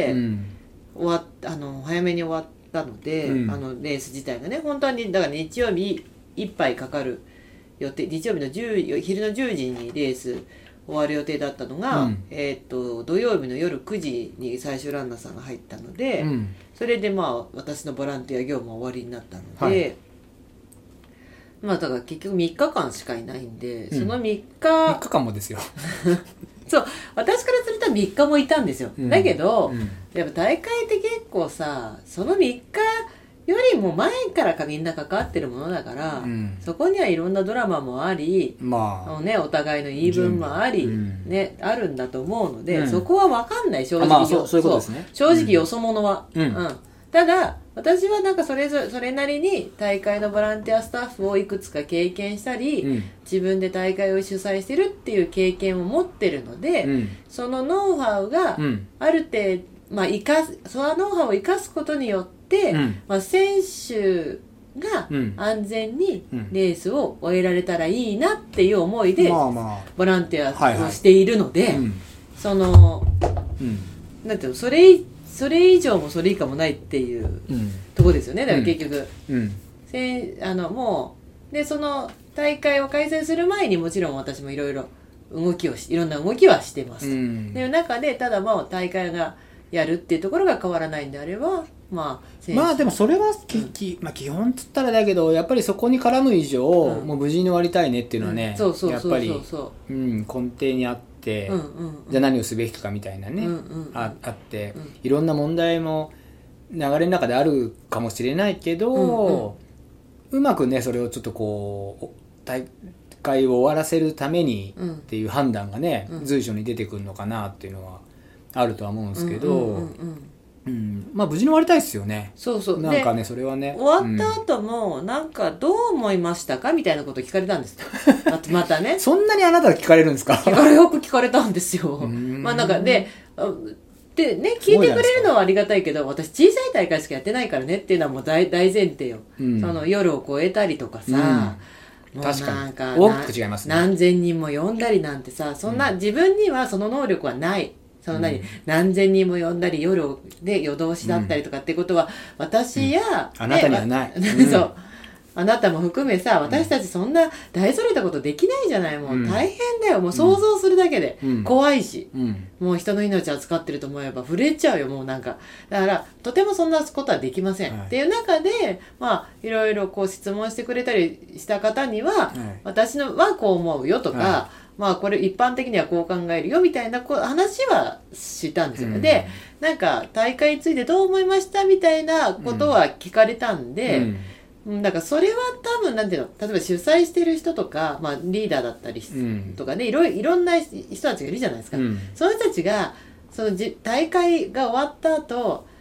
うん、終わっあの早めに終わったので、うん、あのレース自体がね本当にだから日曜日いっぱいかかる予定、日曜日のじゅう昼のじゅうじにレース終わる予定だったのが、うん、えー、と土曜日の夜くじに最終ランナーさんが入ったので、うん、それでまあ私のボランティア業務は終わりになったので、はい、まあだから結局みっかかんしかいないんで、うん、そのみっかみっかかんもですよそう私からするとみっかもいたんですよ、うん、だけど、うん、やっぱ大会って結構さそのみっかよりも前からかみんな関わってるものだから、うん、そこにはいろんなドラマもあり、まあね、お互いの言い分もあり、うんね、あるんだと思うので、うん、そこは分かんない正直、 まあ、そう、そういうことですね、 正直よそ者は、うんうん、ただ私はなんかそれぞれそれなりに大会のボランティアスタッフをいくつか経験したり、うん、自分で大会を主催してるっていう経験を持ってるので、うん、そのノウハウがある程度、まあ、生かすそのノウハウを生かすことによってで、うんまあ、選手が安全にレースを終えられたらいいなっていう思いでボランティアをしているので、その、うん、なんていうの、それそれ以上もそれ以下もないっていうところですよね。だから結局、うん、せあのもうでその大会を開催する前にもちろん私もいろいろ動きをしいろんな動きはしてます。うん、で中でただまあ大会がやるっていうところが変わらないんであれば。まあ、 まあでもそれはき、うんきまあ、基本っつったらだけどやっぱりそこに絡む以上、うん、もう無事に終わりたいねっていうのはね、うん、やっぱり、うん、根底にあって、うんうんうん、じゃあ何をすべきかみたいなね、うんうんうん、あ, あって、うん、いろんな問題も流れの中であるかもしれないけど、うんうん、うまくねそれをちょっとこう大会を終わらせるためにっていう判断がね、うん、随所に出てくるのかなっていうのはあるとは思うんですけど、うんうんうんうんうん、まあ無事に終わりたいですよね。 そうそう。 なんかねそれはね。 終わった後も、うん、なんかどう思いましたかみたいなこと聞かれたんです。またね。 そんなにあなたが聞かれるんですか？ 聞かれよく聞かれたんですよ。まあなんかで、でね聞いてくれるのはありがたいけど、私小さい大会しかやってないからねっていうのはもう 大, 大前提よ、うん。その夜を超えたりとかさ。うん、もうなんか大きく違いますね。 何千人も呼んだりなんてさ、そんな、うん、自分にはその能力はない。その何、うん、何千人も呼んだり夜で夜通しだったりとかってことは、うん、私や、 うん、あなたにはない、 うん、そうあなたも含めさ私たちそんな大それたことできないじゃない。もう大変だよ。もう想像するだけで怖いし、うん、もう人の命扱ってると思えば震えちゃうよ。もうなんかだからとてもそんなことはできません、はい、っていう中でまあいろいろこう質問してくれたりした方には、はい、私のはこう思うよとか、はいまあこれ一般的にはこう考えるよみたいな話はしたんですよね、うん、でなんか大会についてどう思いましたみたいなことは聞かれたんで、うん、だからそれは多分なんていうの例えば主催してる人とか、まあ、リーダーだったりとかね、うん、いろいろんな人たちがいるじゃないですか、うん、その人たちがそのじ大会が終わった後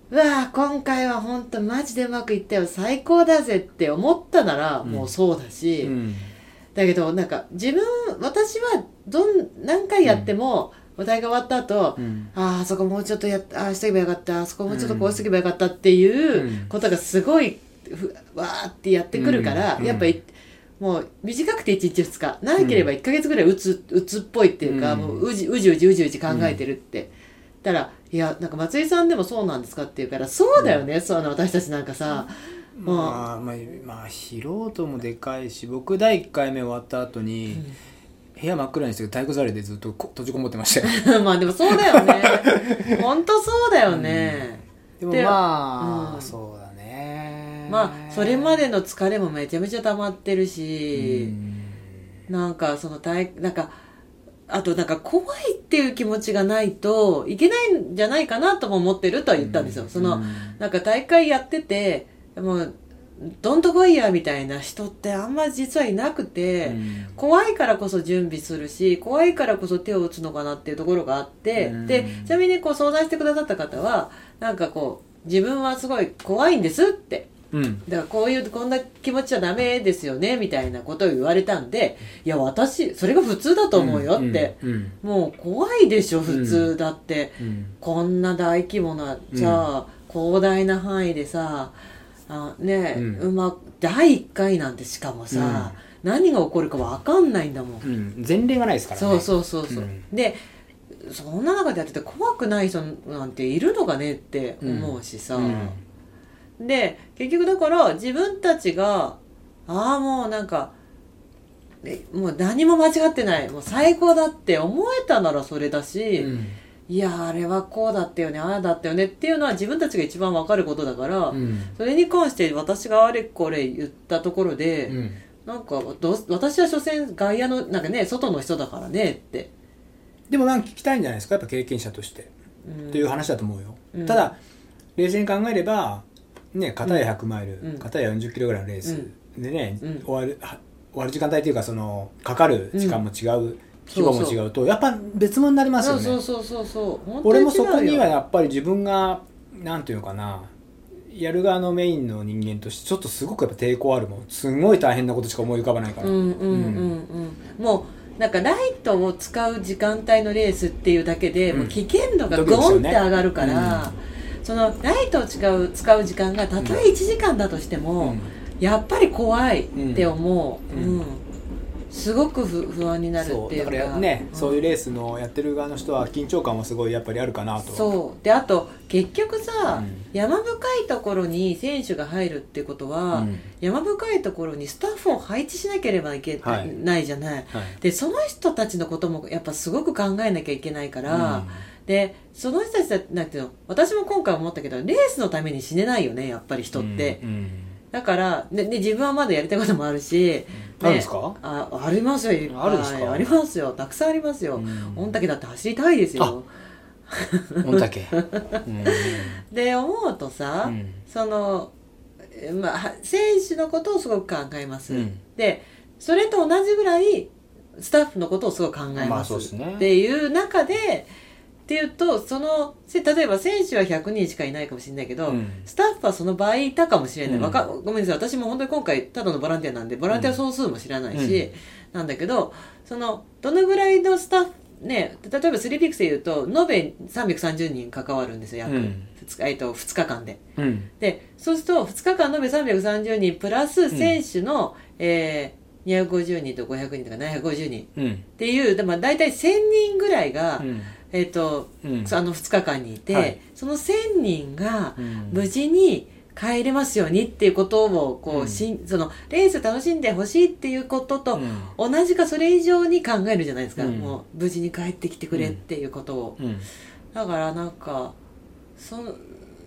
うわー今回は本当マジでうまくいったよ最高だぜって思ったならもうそうだし、うん、だけどなんか自分私はどん何回やっても、うん、お題が終わった後、うん、ああそこもうちょっとやああしとけばよかったあそこもうちょっとこうしとけばよかったっていうことがすごいふわーってやってくるから、うん、やっぱりもう短くていちにちふつか長ければいっかげつぐらい打つ、うつっぽいっていうか、うん、もううじうじうじうじうじ考えてるって、うん、だからいやなんか松井さんでもそうなんですかって言うからそうだよね、うん、そうあの私たちなんかさ、 うん、まあまあ、まあ、素人もでかいし僕だいいっかいめ終わった後に、うん部屋真っ暗にして体育座りでずっと閉じこもってましたよまあでもそうだよね本当そうだよね、 うん、でもまあ、うん、そうだねまあそれまでの疲れもめちゃめちゃ溜まってるし、うん、なんかその体なんかあとなんか怖いっていう気持ちがないといけないんじゃないかなとも思ってるとは言ったんですよ、うん、そのなんか大会やっててもうどんとこいやみたいな人ってあんま実はいなくて、うん、怖いからこそ準備するし怖いからこそ手を打つのかなっていうところがあって、うん、でちなみにこう相談してくださった方はなんかこう自分はすごい怖いんですって、うん、だからこういうこんな気持ちはダメですよねみたいなことを言われたんでいや私それが普通だと思うよって、うんうんうん、もう怖いでしょ普通だって、うん、こんな大規模なじゃあ、広大な範囲でさあねえ、うん、まだいいっかいなんてしかもさ、うん、何が起こるか分かんないんだもん、 うん、前例がないですからねそうそうそうそう、うん、でそんな中でやってて怖くない人なんているのかねって思うしさ、うんうん、で結局だから自分たちがああもうなんかもう何も間違ってないもう最高だって思えたならそれだし、うんいやあれはこうだったよねああだったよねっていうのは自分たちが一番分かることだから、うん、それに関して私があれこれ言ったところで、うん、なんかど私は所詮外野のなんかね外の人だからねってでもなんか聞きたいんじゃないですかやっぱ経験者として、うん、っていう話だと思うよ、うん、ただ冷静に考えればね片やひゃくマイル、うん、片やよんじゅっキロぐらいのレース、うん、でね、うん、終わる終わる時間帯っていうかそのかかる時間も違う、うん規模も違うとやっぱ別物になりますよねそうそうそうそう俺もそこにはやっぱり自分がなんていうのかなやる側のメインの人間としてちょっとすごくやっぱ抵抗あるもんすごい大変なことしか思い浮かばないから、うんうんうんうん、もうなんかライトを使う時間帯のレースっていうだけで、うん、もう危険度がゴンって上がるから、うん、そのライトを使う、使う時間がたとえいちじかんだとしても、うん、やっぱり怖いって思う、うんうんすごく不, 不安になるっていうかそうだからね、うん、そういうレースのやってる側の人は緊張感はすごいやっぱりあるかなとそうであと結局さ、うん、山深いところに選手が入るってことは、うん、山深いところにスタッフを配置しなければいけない、はい、じゃない、はい、でその人たちのこともやっぱすごく考えなきゃいけないから、うん、でその人たちだなんていうの私も今回思ったけどレースのために死ねないよねやっぱり人って、うんうんだからでで自分はまだやりたいこともあるし、ね、 あるんですかあ, ありますよいっぱいあるんですかありますよたくさんありますよ、うん、御嶽だって走りたいですよ御嶽、うん、 で思うとさ、うん、その、まあ、選手のことをすごく考えます、うん、でそれと同じぐらいスタッフのことをすごく考えます、まあそうですね、っていう中でっていうとその例えば選手はひゃくにんしかいないかもしれないけど、うん、スタッフはその倍いたかもしれない、うん、わかごめんなさい私も本当に今回ただのボランティアなんでボランティア総数も知らないし、うん、なんだけどそのどのぐらいのスタッフね例えばスリーピックスでいうと延べさんびゃくさんじゅうにん関わるんですよ約、うん、ふつか、えっと、ふつかかんで、うん、でそうするとふつかかん延べさんびゃくさんじゅうにんプラス選手の、うんえー、にひゃくごじゅうにんとごひゃくにんとかななひゃくごじゅうにん、うん、っていうまあ大体せんにんぐらいが、うんえーとうん、あのふつかかんにいて、はい、そのせんにんが無事に帰れますようにっていうことをこう、うん、しそのレース楽しんでほしいっていうことと同じかそれ以上に考えるじゃないですか、うん、もう無事に帰ってきてくれっていうことを、うん、だからなんかその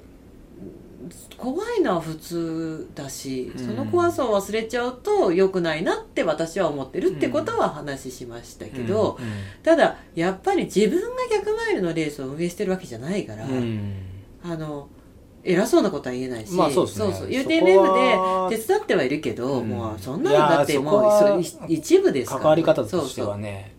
怖いのは普通だし、その怖さを忘れちゃうと良くないなって私は思ってるってことは話しましたけど、うんうん、ただやっぱり自分がひゃくマイルのレースを運営してるわけじゃないから、うん、あの偉そうなことは言えないし、 まあそうですね、 そうそう ユーティーエヌエム で手伝ってはいるけど、うん、もうそんなのだってもう一部ですから、 関わり方としてはね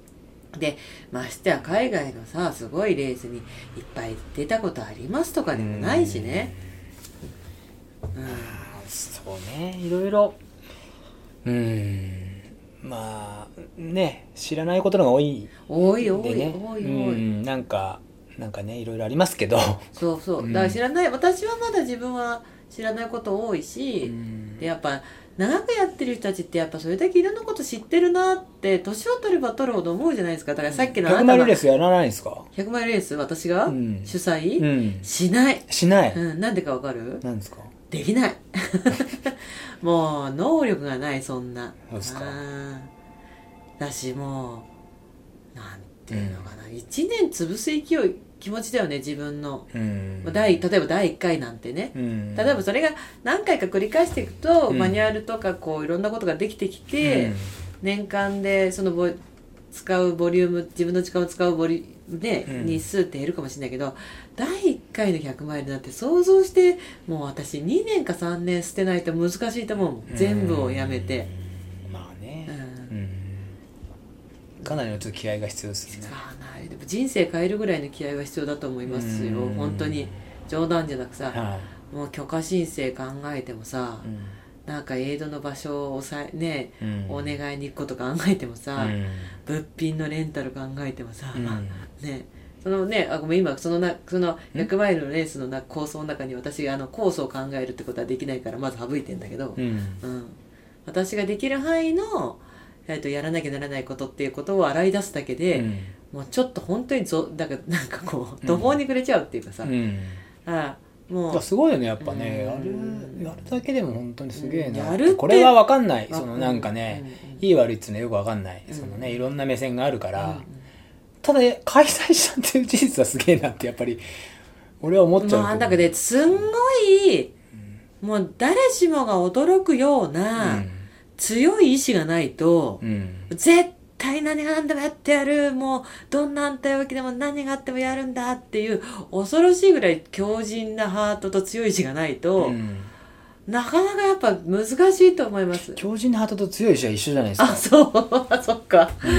でましてや海外のさすごいレースにいっぱい出たことありますとかでもないしね。 うん、うん、そうね、いろいろうーんまあね知らないことのが多いんで、ね、 多い多い多い多い、 うん、なんかなんかねいろいろありますけど、 そうそう、だから知らない、うん、私はまだ自分は知らないこと多いし、うん、でやっぱ長くやってる人たちってやっぱそれだけいろんなこと知ってるなって年を取れば取るほど思うじゃないですか。だからさっきのあなたのひゃくマイルレースやらないんですか？ ひゃくマイルレース私が、うん、主催、うん、しないしない、 うん、なんでかわかる？ なんですか？ できないもう能力がない、そんな。 そうですか。 だしもうなんていうのかな、うん、いちねん潰す勢い気持ちだよね自分の、うん、第例えばだいいっかいなんてね、うん、例えばそれが何回か繰り返していくと、うん、マニュアルとかこういろんなことができてきて、うん、年間でそのボ使うボリューム自分の時間を使うボリュームで、うん、日数って減るかもしれないけどだいいっかいのひゃくマイルなんて想像してもう私にねんかさんねん捨てないと難しいと思うもん、うん、全部をやめて、 まあね、うんうん、かなりのちょっと気合が必要ですね。 でも人生変えるぐらいの気合が必要だと思いますよ、本当に冗談じゃなくさ、はい、もう許可申請考えてもさ、うん、なんかエイドの場所をさ、ねうん、お願いに行くこと考えてもさ、うん、物品のレンタル考えてもさ、うん、ねそのねあごめん今そのなそのひゃくマイルのレースのな構想の中に私があのコースを考えるってことはできないからまず省いてんだけど、うんうん、私ができる範囲のえー、とやらなきゃならないことっていうことを洗い出すだけで、うん、もうちょっと本当にぞだからなんかこう途方に暮れちゃうっていうかさ、うん、あもうすごいよねやっぱね、うん、やるやるだけでも本当にすげえな、やるってこれは分かんないそのなんかね、うん、いい悪いっつうのはよく分かんない、うん、そのねいろんな目線があるから、うん、ただ開催したっていう事実はすげえなってやっぱり俺は思っちゃう。 まあだからねすんごい、うん、もう誰しもが驚くような、うん強い意志がないと、うん、絶対何が何でもやってやる、もうどんな安泰わけでも何があってもやるんだっていう恐ろしいぐらい強靭なハートと強い意志がないと、うん、なかなかやっぱ難しいと思います。 強靭なハートと強い意志は一緒じゃないですか。 あ、そうそっか、うん、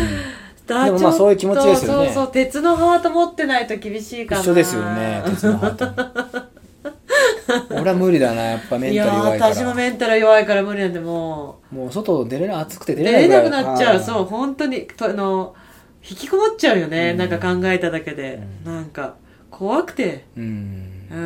でもまあそういう気持ちですよね。 そうそう鉄のハート持ってないと厳しいかな。 一緒ですよね鉄のハート俺は無理だなやっぱメンタル弱いから。いや私もメンタル弱いから無理なんでもうもう外出れない暑くて出れないぐらい出れなくなっちゃう。そう本当にとあの引きこもっちゃうよね、うん、なんか考えただけで、うん、なんか怖くてうん、うん、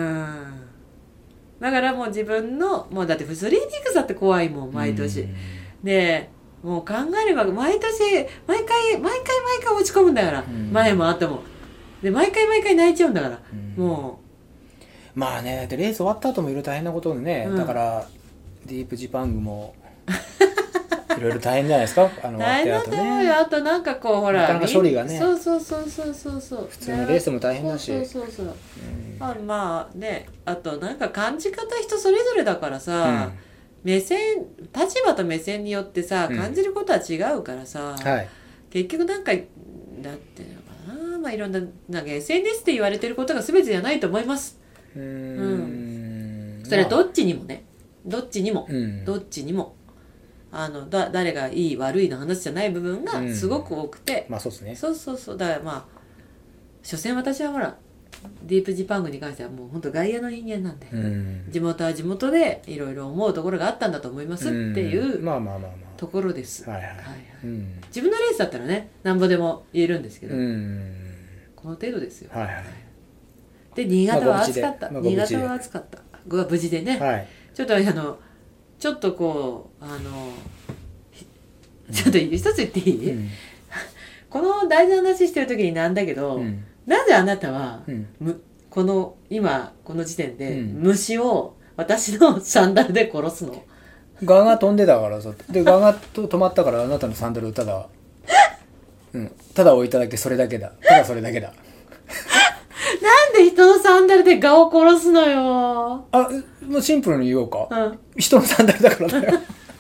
だからもう自分のもうだってスリーピークスだって怖いもん毎年、うん、でもう考えれば毎年毎回毎回毎回落ち込むんだから、うん、前も後もで毎回毎回泣いちゃうんだから、うん、もうまあね、でレース終わった後もいろいろ大変なことでね、うん、だからディープジパングもいろいろ大変じゃないですかあの大変だと思うよ。あとなんかこうほらなかなか処理がねそうそうそうそうそうそう普通のレースも大変だしそうそうそうそう、うん、あまあねあとなんか感じ方人それぞれだからさ、うん、目線立場と目線によってさ感じることは違うからさ、うんはい、結局なんかだっていうのかなまあいろんななんか エスエヌエス で言われてることが全てじゃないと思います。うん、それはどっちにもねどっちにも、うん、どっちにもあのだ誰がいい悪いの話じゃない部分がすごく多くて、 うん、まあそうですねそうそうそうだからまあ所詮私はほらディープジパングに関してはもう本当外野の人間なんで、うん、地元は地元でいろいろ思うところがあったんだと思いますっていうところです、はいはいはいはいうん、自分のレースだったらねなんぼでも言えるんですけど、うん、この程度ですよ、はいはいで新潟は暑かった、まあ、新潟は暑かった無事でね、はい、ちょっとあのちょっとこうあのちょっと一つ言っていい、うん、この大事な話してる時になんだけど、うん、なぜあなたは、うん、むこの今この時点で、うん、虫を私のサンダルで殺すのガが飛んでたからさでガがと止まったからあなたのサンダルただ、うん、ただ置いただけそれだけだただそれだけだなんで人のサンダルでガを殺すのよ。 あ、もうシンプルに言おうか、うん、人のサンダルだからだよ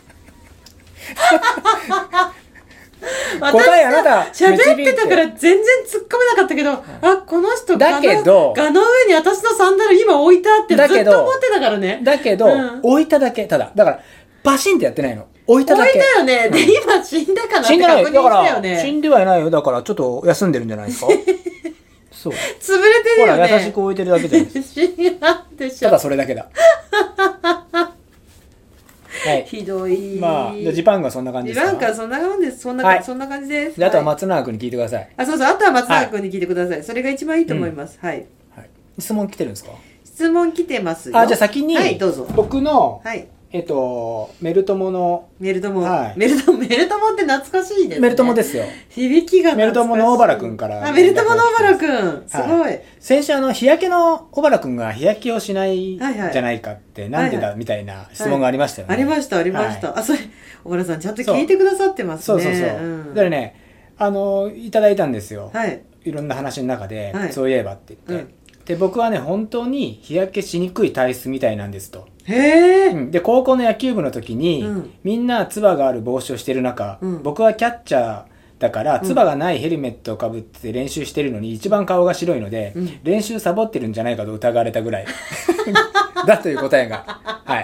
答えあなた喋ってたから全然突っ込めなかったけど、うん、あこの人だけどガの上に私のサンダル今置いたってずっと思ってたからね。 だけど、うん、置いただけただだからバシンってやってないの。置いただけ。 置いたよね。で、今死んだかなって死んでない。 確認したよだから、 ね。 死んではいないよ。だから、ちょっと休んでるんじゃないですか。そう。 潰れてるよね。 ほら、優しく置いてるだけじゃないですか。 死んだでしょ。 ただそれだけだ。はい。 ひどい。 まあ、じゃあジパングはそんな感じですか。 ジパングはそんな感じです。そんな、 はい、 そんな感じです。 であとは松永君に聞いてください。 あ、そうそう。あとは松永君に聞いてください。はい、それが一番いいと思います。うん、はい。 はい。質問来てるんですか。 質問来てますよ。 あ、じゃあ先に、はい、 どうぞ。 僕の、 はい。 えっと、メルトモの。 メルトモ。 はい。 メルトモ、メルトモって懐かしいですね。 メルトモですよ。 響きが懐かしい。 メルトモの小原くんから。 あ、メルトモの小原くん。すごい。はい、 先週あの、日焼けの小原くんが日焼けをしないじゃないかって、はいはい、なんでだみたいな質問がありましたよね。 はいはい、ありました、ありました。はい、あ、それ、小原さんちゃんと聞いてくださってますね。 そうそうそう。うん、だからね、あの、いただいたんですよ。 はい。 いろんな話の中で、 はい、 そういえばって言って。うん、で、僕はね、本当に日焼けしにくい体質みたいなんですと。 へー、 うん、で高校の野球部の時に、うん、みんなつばがある帽子をしてる中、うん、僕はキャッチャーだからつばがないヘルメットをかぶって練習してるのに一番顔が白いので、うん、練習サボってるんじゃないかと疑われたぐらいだという答えがはい、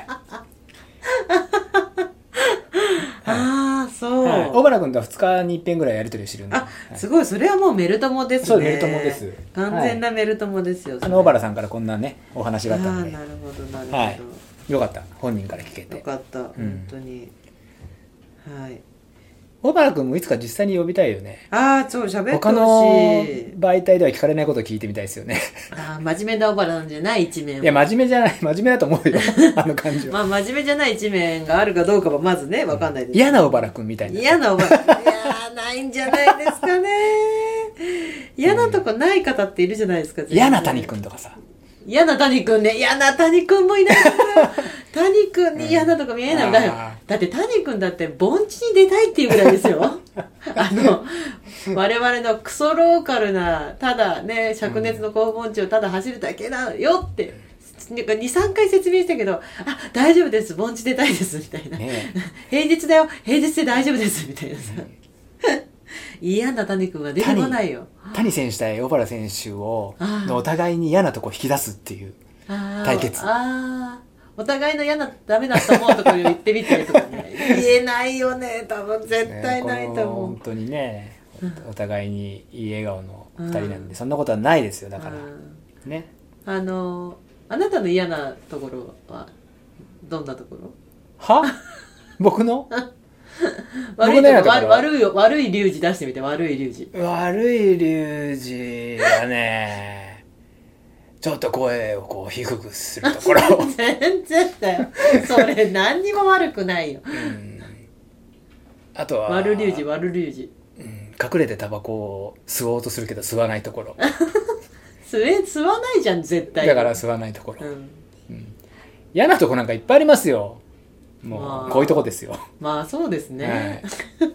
ああそう、 はい、小原君とはふつかにいっぺんぐらいやり取りしてるんで、 あ、はい、すごい、それはもうメルトモですね。 そう、メルトモです。 完全なメルトモですよ、はい、 あの小原さんからこんなねお話があったんで。 あ、なるほどなるほど、はい、 よかった、本人から聞けて。 よかった、うん、本当に。はい。 小原君もいつか実際に呼びたいよね。 ああ、そう、喋ってほしい。 他の媒体では聞かれないことを聞いてみたいですよね。 ああ、真面目な小原なんじゃない一面は。 いや、真面目じゃない、真面目だと思うよ。あの感じは。 まあ、真面目じゃない一面があるかどうかはまずね、わかんないです、 嫌な小原君みたいな。 嫌な小原君。いやー、ないんじゃないですかね。嫌なとこない方っているじゃないですか。 嫌な谷君とかさ。 嫌な谷君ね。嫌な谷君もいない谷君に嫌なとこ見えない、うん、だよ。だって谷君だって盆地に出たいっていうぐらいですよ。あの我々のクソローカルなただね灼熱の高盆地をただ走るだけだよって、うん、にさんかい説明したけど、あ、大丈夫です盆地出たいですみたいな、ね、平日だよ平日で大丈夫ですみたいなさ、ね、嫌な谷君は出てこないよ。 谷選手対小原選手をのお互いに嫌なとこ引き出すっていう対決。 ああ、お互いの嫌なダメだと思うところを言ってみてとかね言えないよね、多分絶対ないと思う、ね、 本当にね、お互いにいい笑顔のふたりなんで、うん、そんなことはないですよ。だから、うん、ね、 あのあなたの嫌なところはどんなところ？ は僕の悪いところ、悪い悪いリュウジ出してみて。悪いリュウジ悪いリュウジはねちょっと声をこう低くするところ全然だよそれ何にも悪くないよ、うん、 あとは悪リュウジ悪リュウジ、 うん、隠れてタバコを吸おうとするけど吸わないところ吸え吸わないじゃん絶対。 だから吸わないところ、うんうん、嫌なとこなんかいっぱいありますよ。もう、まあ、こういうとこですよ。 まあそうですね、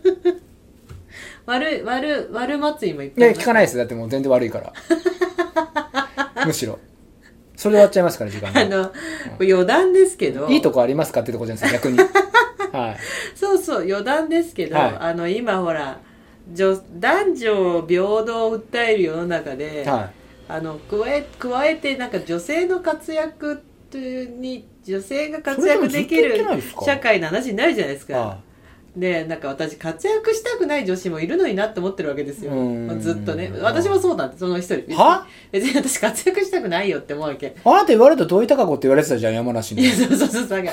はい、悪い悪悪祭りもいっぱい。 いや聞かないです。だってもう全然悪いからむしろそれで終わっちゃいますから時間が。 あの、うん、余談ですけど、 いいとこありますかってとこじゃないですか逆に、はい、 そうそう余談ですけど、はい、あの今ほら女男女平等を訴える世の中で、はい、あの加え加えてなんか女性の活躍に女性が活躍できる社会の話になるじゃないですか。ああでなんか私活躍したくない女子もいるのになって思ってるわけですよ。ずっとね。私もそうなんでその一人。 は？ 別に私活躍したくないよって思うわけ。 あなた言われたら土井孝子って言われてたじゃん山梨に。 いやそうそうそうそう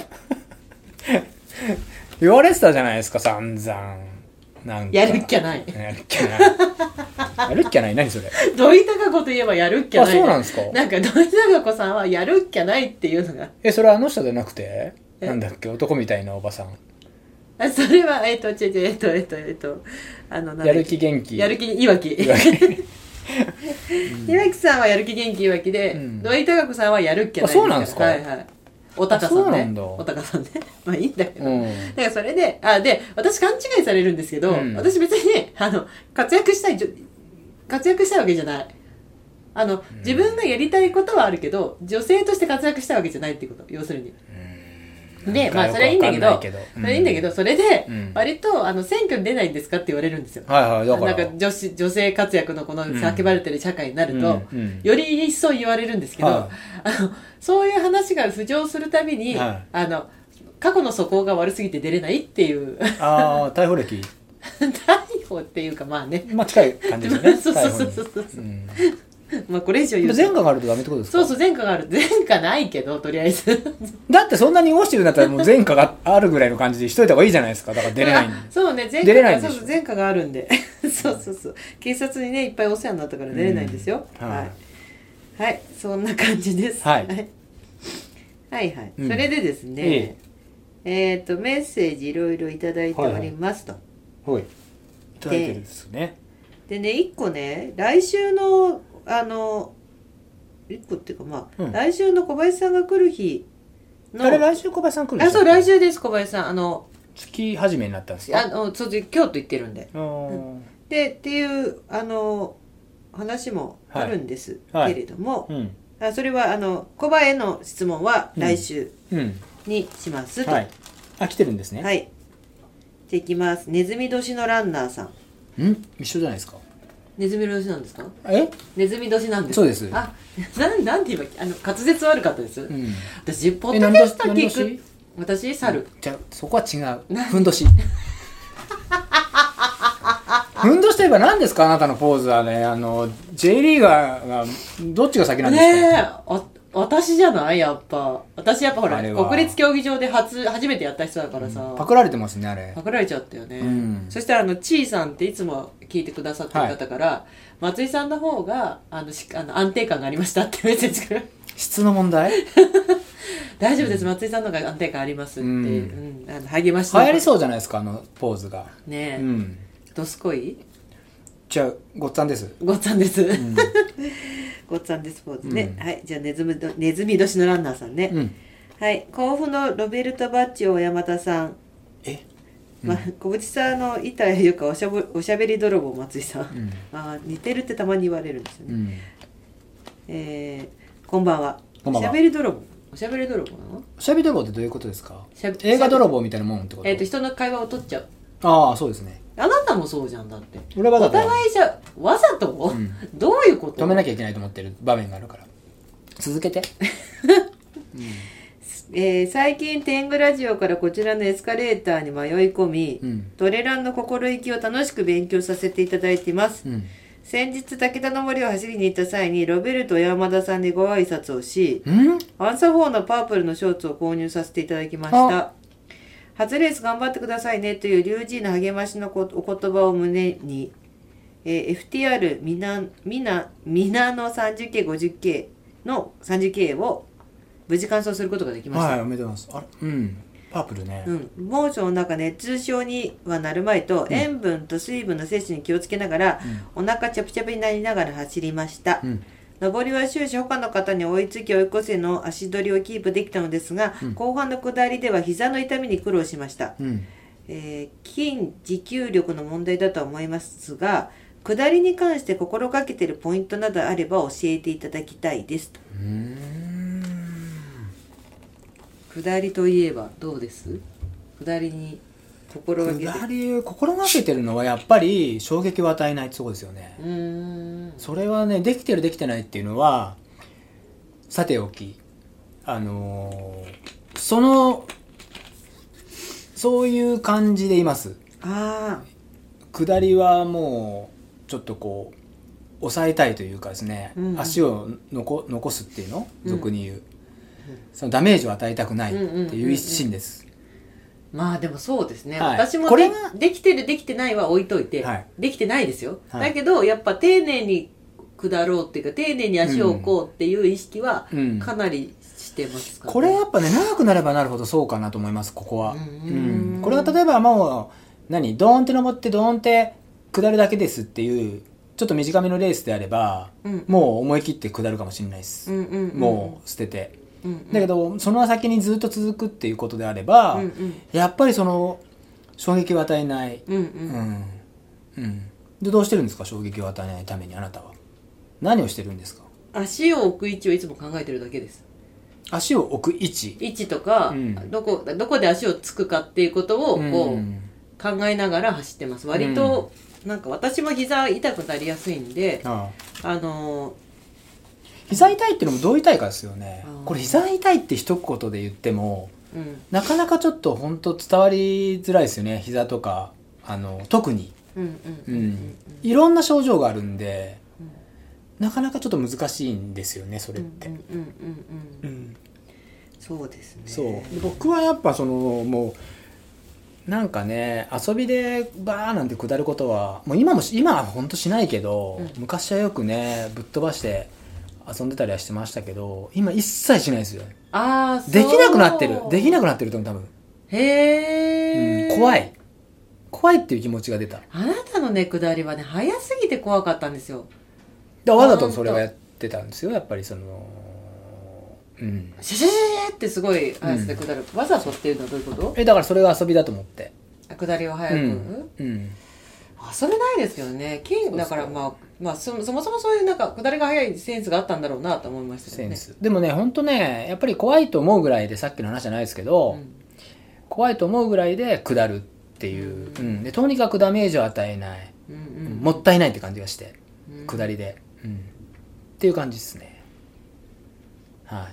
言われてたじゃないですか散々。なんかやるっきゃない。 やるっきゃない。やるっきゃない何それ。 土井孝子といえばやるっきゃない。 あそうなんですか。 なんか土井孝子さんはやるっきゃないっていうのが。 えそれはあの人じゃなくてなんだっけ男みたいなおばさん。 あそれはえっ、ー、と違う違うえっ、ー、とえっ、ー、とえっ、とあのやる気元気やる気いわきいわきさんはやる気元気いわきで、うん、土井孝子さんはやるっきゃない。 あそうなんですか。 はいはいおたかさんね。おたかさんね。まあいいんだけど。うん、だからそれで、あ、で、私勘違いされるんですけど、うん、私別にね、あの、活躍したい、活躍したいわけじゃない。あの、自分がやりたいことはあるけど、女性として活躍したいわけじゃないっていうこと。要するに。で、まあそれはいいんだけど、それはいいんだけど、それで、割と、あの、選挙に出ないんですかって言われるんですよ。 はいはい、だから。 なんか女子、女性活躍のこの叫ばれてる社会になると、より一層言われるんですけど、あの、そういう話が浮上するたびに、はい、あの、 過去の素行が悪すぎて出れないっていうああ逮捕歴逮捕っていうかまあねまあ近い感じですよねそうそうそうそうそう、うん、まあこれ以上言うと前科があるとダメってことですか。 そうそう前科がある前科ないけどとりあえずだってそんなに濁してるんだったらもう前科があるぐらいの感じでしといた方がいいじゃないですか。だから出れないんでそうね前科出れないんでしょ。 そう前科があるんでそうそうそう警察にねいっぱいお世話になったから出れないんですよ、うん、はい、はい、そんな感じです、はい、はいはい、うん、それでですねえっ、ー、とメッセージいろいろいただいておりますと、 はいはい、いただいてるんですね。 でねいっこね来週のあのいっこっていうかまあ、うん、来週の小林さんが来る日のあれ来週小林さん来るんですか。 あそう来週です小林さんあの月始めになったんですか。 あのそう京都行ってるんで、うん、でっていうあの話もあるんですけれども、はいはい、うん、あそれはあの小林への質問は来週にしますと、うんうん、はい、 あ来てるんですね。 はいじゃあいきます。ネズミ年のランナーさんん一緒じゃないですか。 ネズミ年なんですか。 えネズミ年なんです。 そうです。 あななんて言えばあの滑舌悪かったです、うん、私ポッドキャスト聞く私猿、うん、 じゃあそこは違うふんどしふんどしといえば何ですかあなたのポーズはね。あの J リーガーがどっちが先なんですかねえあ私じゃないやっぱ私やっぱほら国立競技場で初初めてやった人だからさ、 うん、パクられてますねあれ。 パクられちゃったよね、うん、そしたらあのちーさんっていつも聞いてくださってる方から、はい、松井さんの方があのしあの安定感がありましたってメッセージから質の問題大丈夫です、うん、松井さんの方が安定感ありますって、うんうん、あの励まして流行りそうじゃないですかあのポーズがねえ、うん、どすこいじゃあごっつぁんですごっつぁんです、うんごっつぁんですポーズね、うん、はいじゃあネズミネズミ年のランナーさんね、うん、はい甲府のロベルト・バッチョ山田さんえ、 うんまあ、小渕さんの板谷由香おしゃべおしゃべり泥棒松井さん、うん、あ似てるってたまに言われるんですよね、うんえー、こんばんは。こんばんは。おしゃべり泥棒おしゃべり泥棒なの。 おしゃべり泥棒ってどういうことですか。映画泥棒みたいなもんってこと。 えー、と人の会話を取っちゃう。 ああそうですね。 あなたもそうじゃんだって。 俺はお互いじゃわざと、うん、どういうこと。 止めなきゃいけないと思ってる場面があるから続けて、 うんえー、最近天狗ラジオからこちらのエスカレーターに迷い込み、うん、トレランの心意気を楽しく勉強させていただいています、うん、先日武田の森を走りに行った際にロベルト山田さんにご挨拶をし、アンサーフォーのパープルのショーツを購入させていただきました。初レース頑張ってくださいねというリュウジーの励ましのお言葉を胸に、えー、エフティーアール ミナミナミナの さんじゅっケーごじゅっケー の さんじゅっケー を無事完走することができました。 はい、おめでとうございます。あれ、うん、パープルね。 うん、猛暑の中熱中症にはなるまいと、うん、塩分と水分の摂取に気をつけながら、うん、お腹チャプチャプになりながら走りました。うん上りは終始他の方に追いつき追い越せの足取りをキープできたのですが、うん、後半の下りでは膝の痛みに苦労しました、うんえー、筋持久力の問題だとは思いますが下りに関して心がけているポイントなどあれば教えていただきたいですと。うーん下りといえばどうです？下りに心がけて下り心がけてるのはやっぱり衝撃を与えないってとこですよね。うーんそれはねできてるできてないっていうのはさておきあのー、そのそういう感じでいます。あ下りはもうちょっとこう抑えたいというかですね、うん、足を残、残すっていうの俗に言う、うん、そのダメージを与えたくないっていう一心です、 うんうんうんうん、まあでもそうですね、はい、私もこれができてるできてないは置いといて、はい、できてないですよ、はい、だけどやっぱ丁寧に下ろうっていうか丁寧に足を置こうっていう意識はかなりしてますかね、 うん、これやっぱね長くなればなるほどそうかなと思いますここは、うんうん、これが例えばもう何ドーンって登ってドーンって下るだけですっていうちょっと短めのレースであれば、うん、もう思い切って下るかもしれないです、うんうんうん、もう捨てて、うんうん、だけどその先にずっと続くっていうことであれば、うんうん、やっぱりその衝撃を与えない、うんうんうんうん、でどうしてるんですか衝撃を与えないためにあなたは何をしてるんですか。 足を置く位置をいつも考えてるだけです。 足を置く位置位置とか、うん、どこどこで足をつくかっていうことをこう、うん、考えながら走ってます。割と、うん、なんか私も膝痛くなりやすいんで、ああ、あのー、 膝痛いっていうのもどう痛いかですよね。これ膝痛いって一言で言っても、 うん、 なかなかちょっと本当伝わりづらいですよね、膝とかあの特に、 うんうんうんうん、 いろんな症状があるんで、うん、なかなかちょっと難しいんですよねそれって。 そうですね。 そう僕はやっぱそのもうなんかね遊びでバーなんて下ることはもう今も今は本当しないけど、うん、昔はよくねぶっ飛ばして遊んでたりはしてましたけど今一切しないですよ。 あー、 できなくなってるできなくなってると思う多分。 へー、 うん、怖い怖いっていう気持ちが出た。 あなたのね下りはね早すぎて怖かったんですよ。 だわざとそれはやってたんですよやっぱりそのうん、 シャシャシャシャってすごい速さで下る、うん、わざとっていうのはどういうこと？ えだからそれが遊びだと思って下りを速く、うんうん、遊べないですけどね。だからまあ、まあ、そ, そもそもそういうなんか下りが速いセンスがあったんだろうなと思いましたけどね。センスでもね本当ねやっぱり怖いと思うぐらいでさっきの話じゃないですけど、うん、怖いと思うぐらいで下るっていう、うんうん、でとにかくダメージを与えない、うんうん、もったいないって感じがして、うん、下りで、うん、っていう感じですね。はい。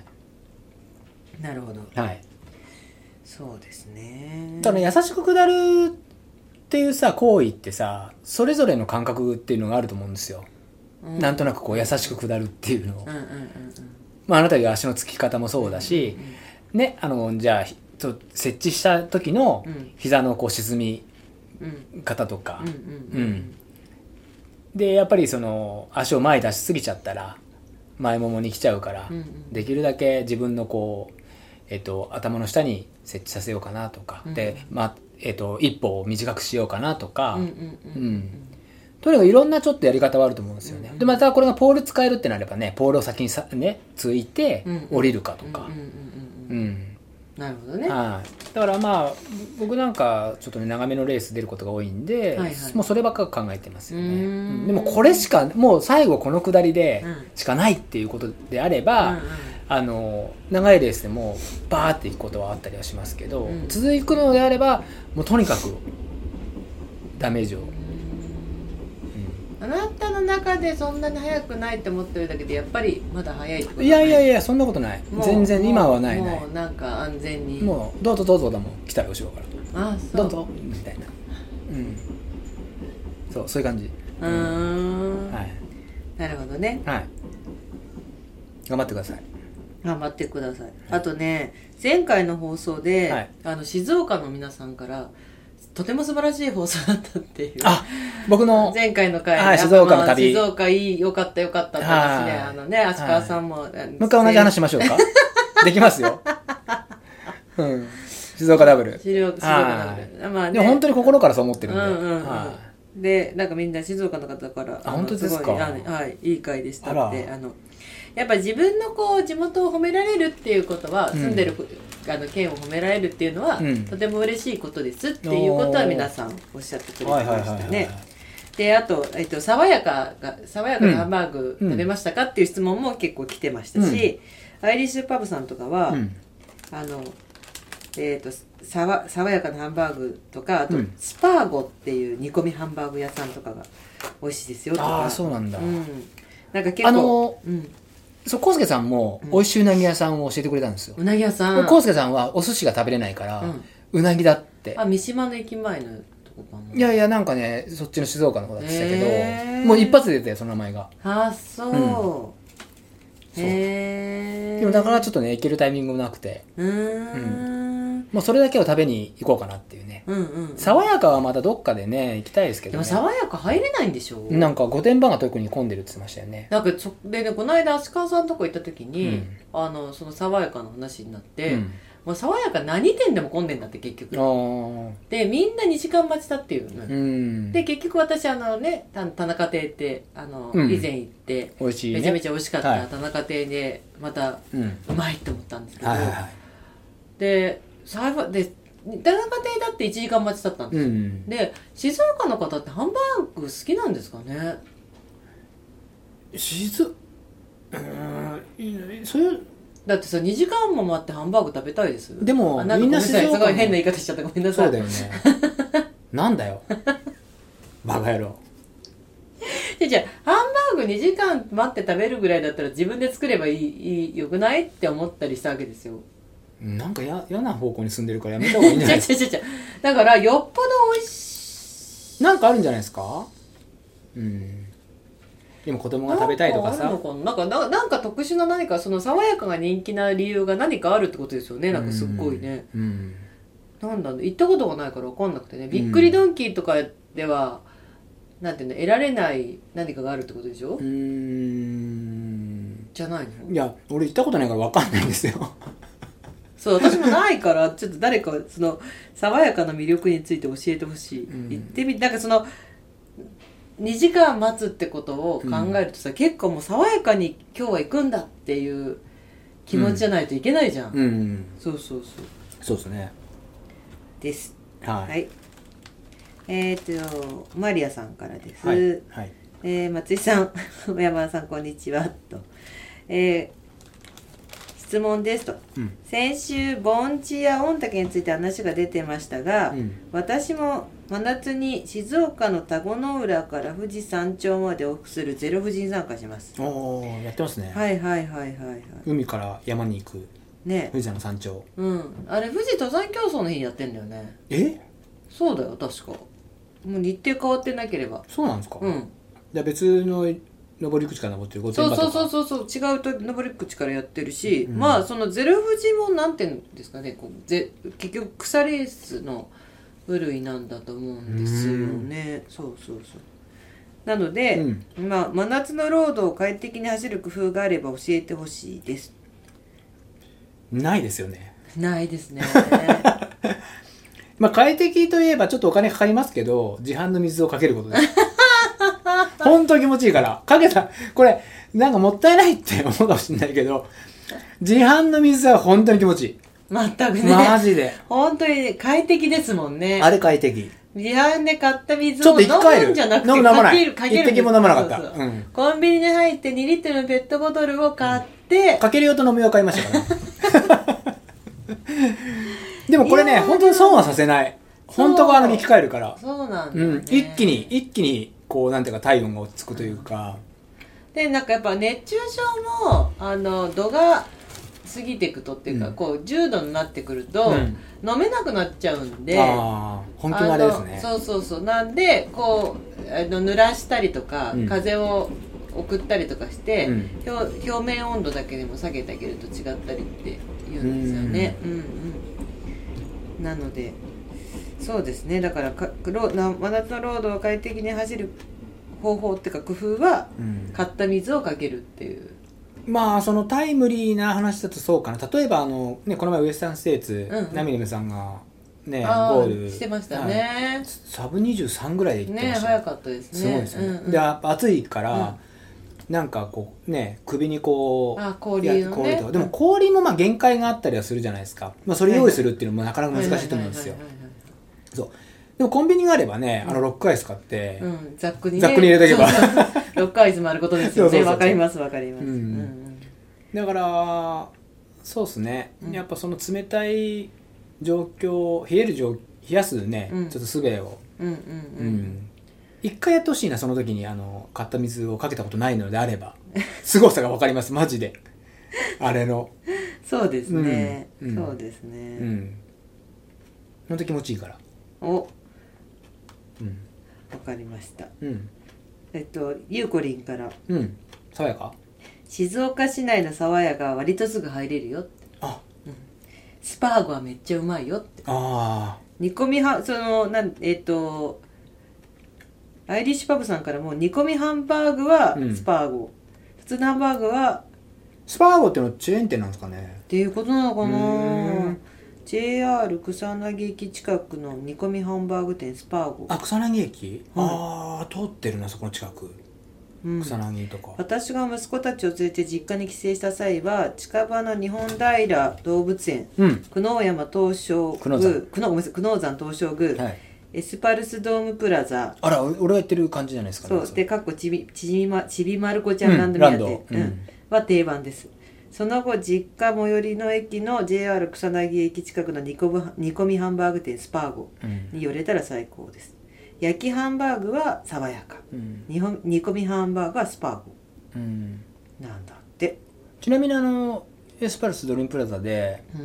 なるほど。 はい。 そうですね。 ただ優しく下るっていうさ行為ってさそれぞれの感覚っていうのがあると思うんですよ、うん、なんとなくこう優しく下るっていうのを、うんうんうんうん、まあ、あなたが足のつき方もそうだし、うんうんうん、ねあのじゃあ設置した時の膝のこう沈み方とか、うんうんうんうん、でやっぱりその足を前に出しすぎちゃったら前ももに来ちゃうから、うんうん、できるだけ自分のこう、えっと、頭の下に設置させようかなとか、うんうん、で、まあえっと、一歩を短くしようかなとか、うんうんうんうん、とにかくいろんなちょっとやり方はあると思うんですよね、うんうん、でまたこれがポール使えるってなればねポールを先にさ、ね、ついて降りるかとか、 なるほどね、 はい、だからまあ僕なんかちょっとね長めのレース出ることが多いんで、はいはい、もうそればっか考えてますよね。うん、でもこれしかもう最後この下りでしかないっていうことであれば、うんうん、あの長いレースでもバーっていくことはあったりはしますけど、うん、続くのであればもうとにかくダメージを、うん、 あなたの中でそんなに速くないって思ってるだけでやっぱりまだ速いってことない？いやいやいやそんなことない全然今はないないもうなんか安全にもうどうぞどうぞだもん来たら後ろからあそうどうぞみたいな、うん、そうそういう感じ。 うーん、はい、なるほどね。 はい頑張ってください。 頑張ってください。あとね前回の放送で、はい、あの静岡の皆さんからとても素晴らしい放送だったっていうあ僕の前回の回、 はい、静岡の旅静岡いいよかったよかったって話で、あのね足川さんも、はい、 もう一回同じ話しましょうかできますよ、うん、静岡ダブル静岡ダブル、まあね、 でも本当に心からそう思ってるんで、うんうんうんはい、でなんかみんな静岡の方からあ本当ですか、 はい、いい回でしたってあのやっぱ自分のこう地元を褒められるっていうことは、うん、住んでるあの県を褒められるっていうのは、うん、とても嬉しいことですっていうことは皆さんおっしゃってくれてましたね。であと、えっと、爽やかが爽やかなハンバーグ食べましたかっていう質問も結構来てましたし、うん、アイリッシュパブさんとかは、うん、あのえっとさわ爽やかなハンバーグとかあと、うん、スパーゴっていう煮込みハンバーグ屋さんとかが美味しいですよとか。 あそうなんだ、うん、 なんか結構あのーうんそう、コウスケさんも美味しいうなぎ屋さんを教えてくれたんですよ。 うなぎ屋さん。 コウスケさんはお寿司が食べれないから、うん、うなぎだって。 あ、三島の駅前のとこかな。 いやいや、なんかね、そっちの静岡の方だって言ったけど、もう一発で出てよ、その名前が。 あ、そう。うん、 そうへー。でもだからちょっとね、行けるタイミングもなくて。うーん。うんもうそれだけを食べに行こうかなっていうね。うんうん、うん。爽やかはまたどっかでね、行きたいですけどね。 でも爽やか入れないんでしょ？ なんか御殿場が特に混んでるって言ってましたよね。 なんかそでね、この間足川さんのとこ行った時に、うん、あの、その爽やかの話になって、うん、もう爽やか何店でも混んでんだって結局。で、みんなにじかん待ちだっていうの。うん、で、結局私あのね、田中亭って、あの、うん、以前行って、 美味しいね、 めちゃめちゃ美味しかった、はい、田中亭で、また、うん、うまいって思ったんですけど、はいはいはい、で、で田中亭だっていちじかん待ちだったんですよ、うん、で静岡の方ってハンバーグ好きなんですかね。 静うんそれだってさにじかんも待ってハンバーグ食べたいです。 でもみんな静岡すごい変な言い方しちゃったごめんなさい。 そうだよねなんだよバカ野郎じゃじゃハンバーグにじかん待って食べるぐらいだったら自分で作ればいいいいよくないって思ったりしたわけですよ。 なんかや嫌な方向に進んでるからやめた方がいいんじゃないですか。 違う違う違う。だからよっぽど美味しい。 なんかあるんじゃないですか。うん。でも子供が食べたいとかさ。 なんかあるのかな。なんかなんか特殊な何かその爽やかが人気な理由が何かあるってことですよね。なんかすっごいね。 うん。うん、 なんだろう、行ったことがないから分かんなくてね。びっくりドンキーとかでは、うん、なんていうの、得られない何かがあるってことでしょ。うーん。じゃないの？ いや、俺行ったことないから分かんないんですよ。 そう、私もないからちょっと誰かその爽やかな魅力について教えてほしい、うん、行ってみて。なんかそのにじかん待つってことを考えるとさ、うん、結構もう爽やかに今日は行くんだっていう気持ちじゃないといけないじゃん、うんうん、そうそうそうそうですねです。 はい、はい、 えっ、ー、とマリアさんからです、 はいはい、 えー、松井さん小山田さんこんにちはと、えー質問ですと、うん、先週盆地や御嶽について話が出てましたが、うん、私も真夏に静岡の田子の浦から富士山頂まで往復するゼロ富士に参加します。 おー、やってますね。 はいはいはいはい、はい、 海から山に行く、ね、富士山の山頂、 うん、あれ富士登山競争の日にやってんだよね。 え、 そうだよ確か。もう日程変わってなければ。 そうなんですか。 うん。 じゃあ別の登り口から登ってる御殿場とか。 そうそうそうそう、違うと登り口からやってるし、うん、まあそのゼロ富士もなんていうんですかね、こうぜ結局草レースの部類なんだと思うんですよね。うそうそうそう。なので、うん、まあ真夏のロードを快適に走る工夫があれば教えてほしいです。 ないですよね。 ないですね。 まあ快適といえばちょっとお金かかりますけど、自販の水をかけることです。本当気持ちいいからかけた。これなんかもったいないって思うかもしれないけど、自販の水は本当に気持ちいい。 全くね、 マジで本当に快適ですもんね。 あれ快適。 自販で買った水を飲むんじゃなくて、 飲む飲まない。 かける一滴も飲まなかった。 そうそう、うん、コンビニに入ってにリットルのペットボトルを買って、うん、 かける用と飲む用買いましたからでもこれね本当に損はさせない。本当があの生き返るから。 そうなんだよね、 うん、一気に一気にこうなんていうか体温が落ち着くというか、 うん、でなんかやっぱ熱中症もあの度が過ぎていくとっていうか、うん、こうじゅうどになってくると、うん、飲めなくなっちゃうんで、 あ本当にあれですね。 そうそうそう、なんでこうあの濡らしたりとか、うん、風を送ったりとかして、うん、表, 表面温度だけでも下げてあげると違ったりって言うんですよね。うん、うんうん、なのでそうですね。だからか真夏のロードを快適に走る方法っていうか工夫は、うん、買った水をかけるっていう。 まあそのタイムリーな話だとそうかな。例えばあの、ね、この前ウエスタンステーツ、うんうん、ナミネムさんが、ね、ゴールしてましたね、 はい、サブにじゅうさんぐらいで行ってましたね。早かったですね。 すごいですね、うんうん、で暑いから、うんなんかこうね首にこうあ氷のね氷とかでも氷もまあ限界があったりはするじゃないですか、まあ、それ用意するっていうのもなかなか難しいと思うんですよ。そうでもコンビニがあればね、あのロックアイス買って、うん、 ざっくり、ね、 ざっくり入れとけばそうそうロックアイスもあることですよね。わかりますわかります、うんうん、 だからそうですね、うん、やっぱその冷たい状況冷える状冷やすね、うん、ちょっと術をうんうんうん、うん一回やってほしいな。その時にあの買った水をかけたことないのであれば凄さが分かりますマジであれのそうですね、うん、そうですね、うん、 本当気持ちいいから。 おうん分かりました、うん、えっとゆうこりんからうん爽やか静岡市内の爽やかは割とすぐ入れるよって。あ、うん、スパーゴはめっちゃうまいよって。ああ煮込みはそのなんえっとアイリッシュパブさんからも煮込みハンバーグはスパーゴ、うん、普通のハンバーグはスパーゴってのはチェーン店なんですかねっていうことなのかな。 ジェイアール 草薙駅近くの煮込みハンバーグ店スパーゴ。 あ草薙駅、うん、ああ通ってるなそこの近く、うん、草薙とか。 私が息子たちを連れて実家に帰省した際は近場の日本平動物園、うん、久能山東照宮久能山東照宮、はいエスパルスドームプラザ。 あら俺が言ってる感じじゃないですかね。そうでかっこちびちびまちびまる子ちゃんランドミア店、うんうん、は定番です。その後実家最寄りの駅の ジェイアール 草薙駅近くの煮込みハンバーグ店スパーゴに寄れたら最高です、うん、焼きハンバーグは爽やか、うん、煮込みハンバーグはスパーゴ、うん、なんだって。 ちなみにあのエスパルスドリームプラザで、うん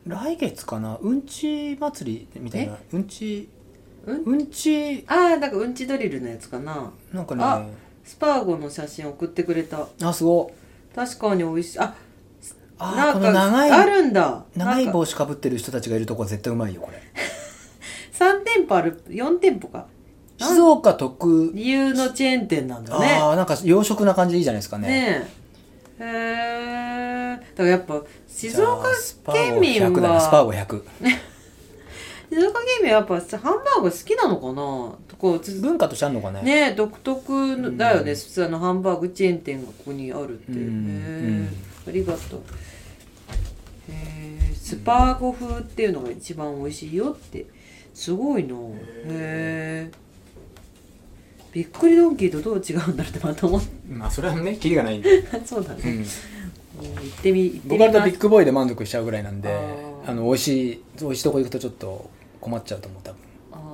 来月かな、うんち祭りみたいな、うんちうん、うんちああ、なんかうんちドリルのやつかな。 なんかね、 あ、スパーゴの写真送ってくれた。 あ、すごい。確かに美味しい。あ、 あ、なんかこの長いあるんだ。 長い帽子かぶってる人たちがいるとこは絶対うまいよこれ。 さん店舗ある、よん店舗か。 静岡特有のチェーン店なんだね。 ああ、なんか洋食な感じでいいじゃないですかね。 ねえ。へえ。だからやっぱ静岡県民はスパーゴひゃく。 静岡県民はやっぱハンバーグ好きなのかな。こう文化としてあるのかね。 ね、独特だよね。普通のハンバーグチェーン店がここにあるって。へえ。ありがとう。へえ。スパーゴ風っていうのが一番美味しいよって。すごいな。へえ。びっくりドンキーとどう違うんだろうってまた思って。 まあそれはね、キリがないんで。 そうだね。うん、行ってみ、行ってみ僕はビッグボーイで満足しちゃうぐらいなんで、あの美味しい美味しいとこ行くとちょっと困っちゃうと思う多分。ああ、うん、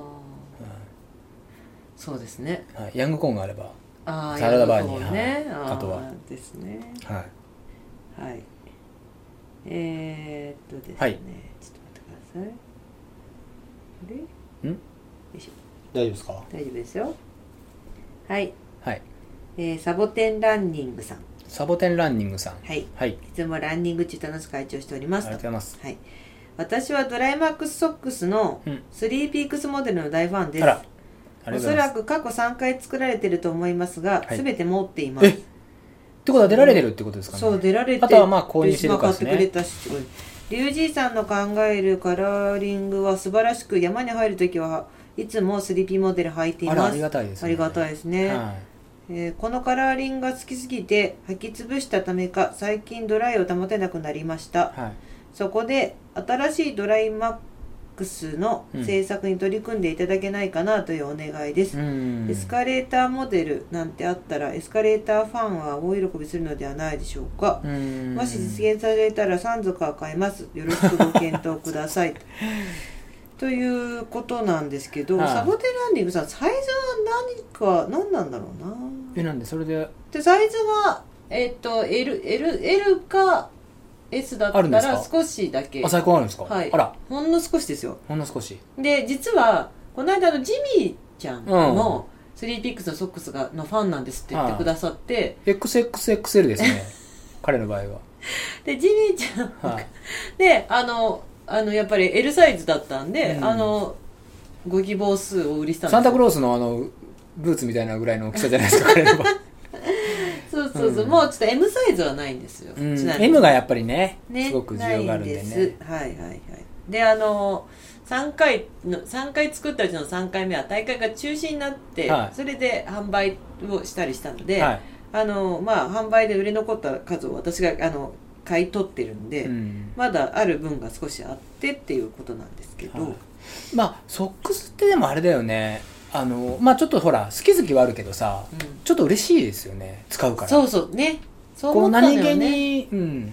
そうですね。 はい、ヤングコーンがあれば、 あサラダバーに、 ね、 はい、あとはですね。 はい。 はい。えー、っとですね、 はい、 ちょっと待ってください。あれ？ん？よいしょ。 大丈夫ですか？ 大丈夫ですよ。はい、 はい、 えー、サボテンランニングさん。 サボテンランニングさん。 はい。 はい。 いつもランニング中楽しく会長しております。 ありがとうございます。 はい。私はドライマックスソックスのスリーピークスモデルの大ファンです。 うん、あら。 おそらく過去さんかい作られていると思いますが、すべ、はい、て持っています。え？ってことは出られてるってことですかね。 そう、出られてる。 あとはまあ購入してるかですね。 買ってくれたし、リュウジーさんの考えるカラーリングは素晴らしく、山に入るときはいつも スリーピー モデル履いています。 あら、ありがたいですね。 ありがたいですね。はい、えー、このカラーリングが好きすぎて履き潰したためか最近ドライを保てなくなりました、はい、そこで新しいドライマックスの制作に取り組んでいただけないかなというお願いです、うん、エスカレーターモデルなんてあったらエスカレーターファンは大喜びするのではないでしょうか、うん、もし実現されたらさん族は買います。よろしくご検討くださいということなんですけど、はあ、サボテンランニングさんサイズは何か何なんだろうな。 え、なんでそれででサイズはえっ、ー、と L, L, L か S だったら少しだけ。 あ、最高あるんですか。 はい、 あら、 ほんの少しですよ。 ほんの少しで、実はこの間のジミーちゃんも、うん、スリーピックスのソックスがのファンなんですって言ってくださって、 はあ、エックスエックスエックスエル ですね彼の場合は。 でジミーちゃん、はあ、であのあのやっぱり L サイズだったんで、うん、あのご希望数を売りしたんですよ。 サンタクロースのあのブーツみたいなぐらいの大きさじゃないですか彼の場合そうそうそう、うん、もうちょっと M サイズはないんですよ、うん、 M がやっぱり ね, ねすごく需要があるんでね。 ないんです。はいはいはい。であのさんかいのさんかい作ったうちのさんかいめは大会が中止になって、はい、それで販売をしたりしたので、はい、あのまあ販売で売れ残った数を私があの買い取ってるんで、うん、まだある分が少しあってっていうことなんですけど、はい、 まあソックスってでもあれだよね、あのまあちょっとほら好き好きはあるけどさ、うん、ちょっと嬉しいですよね、使うから。 そうそうね、そう思ったのよね。 こう何気に、うん、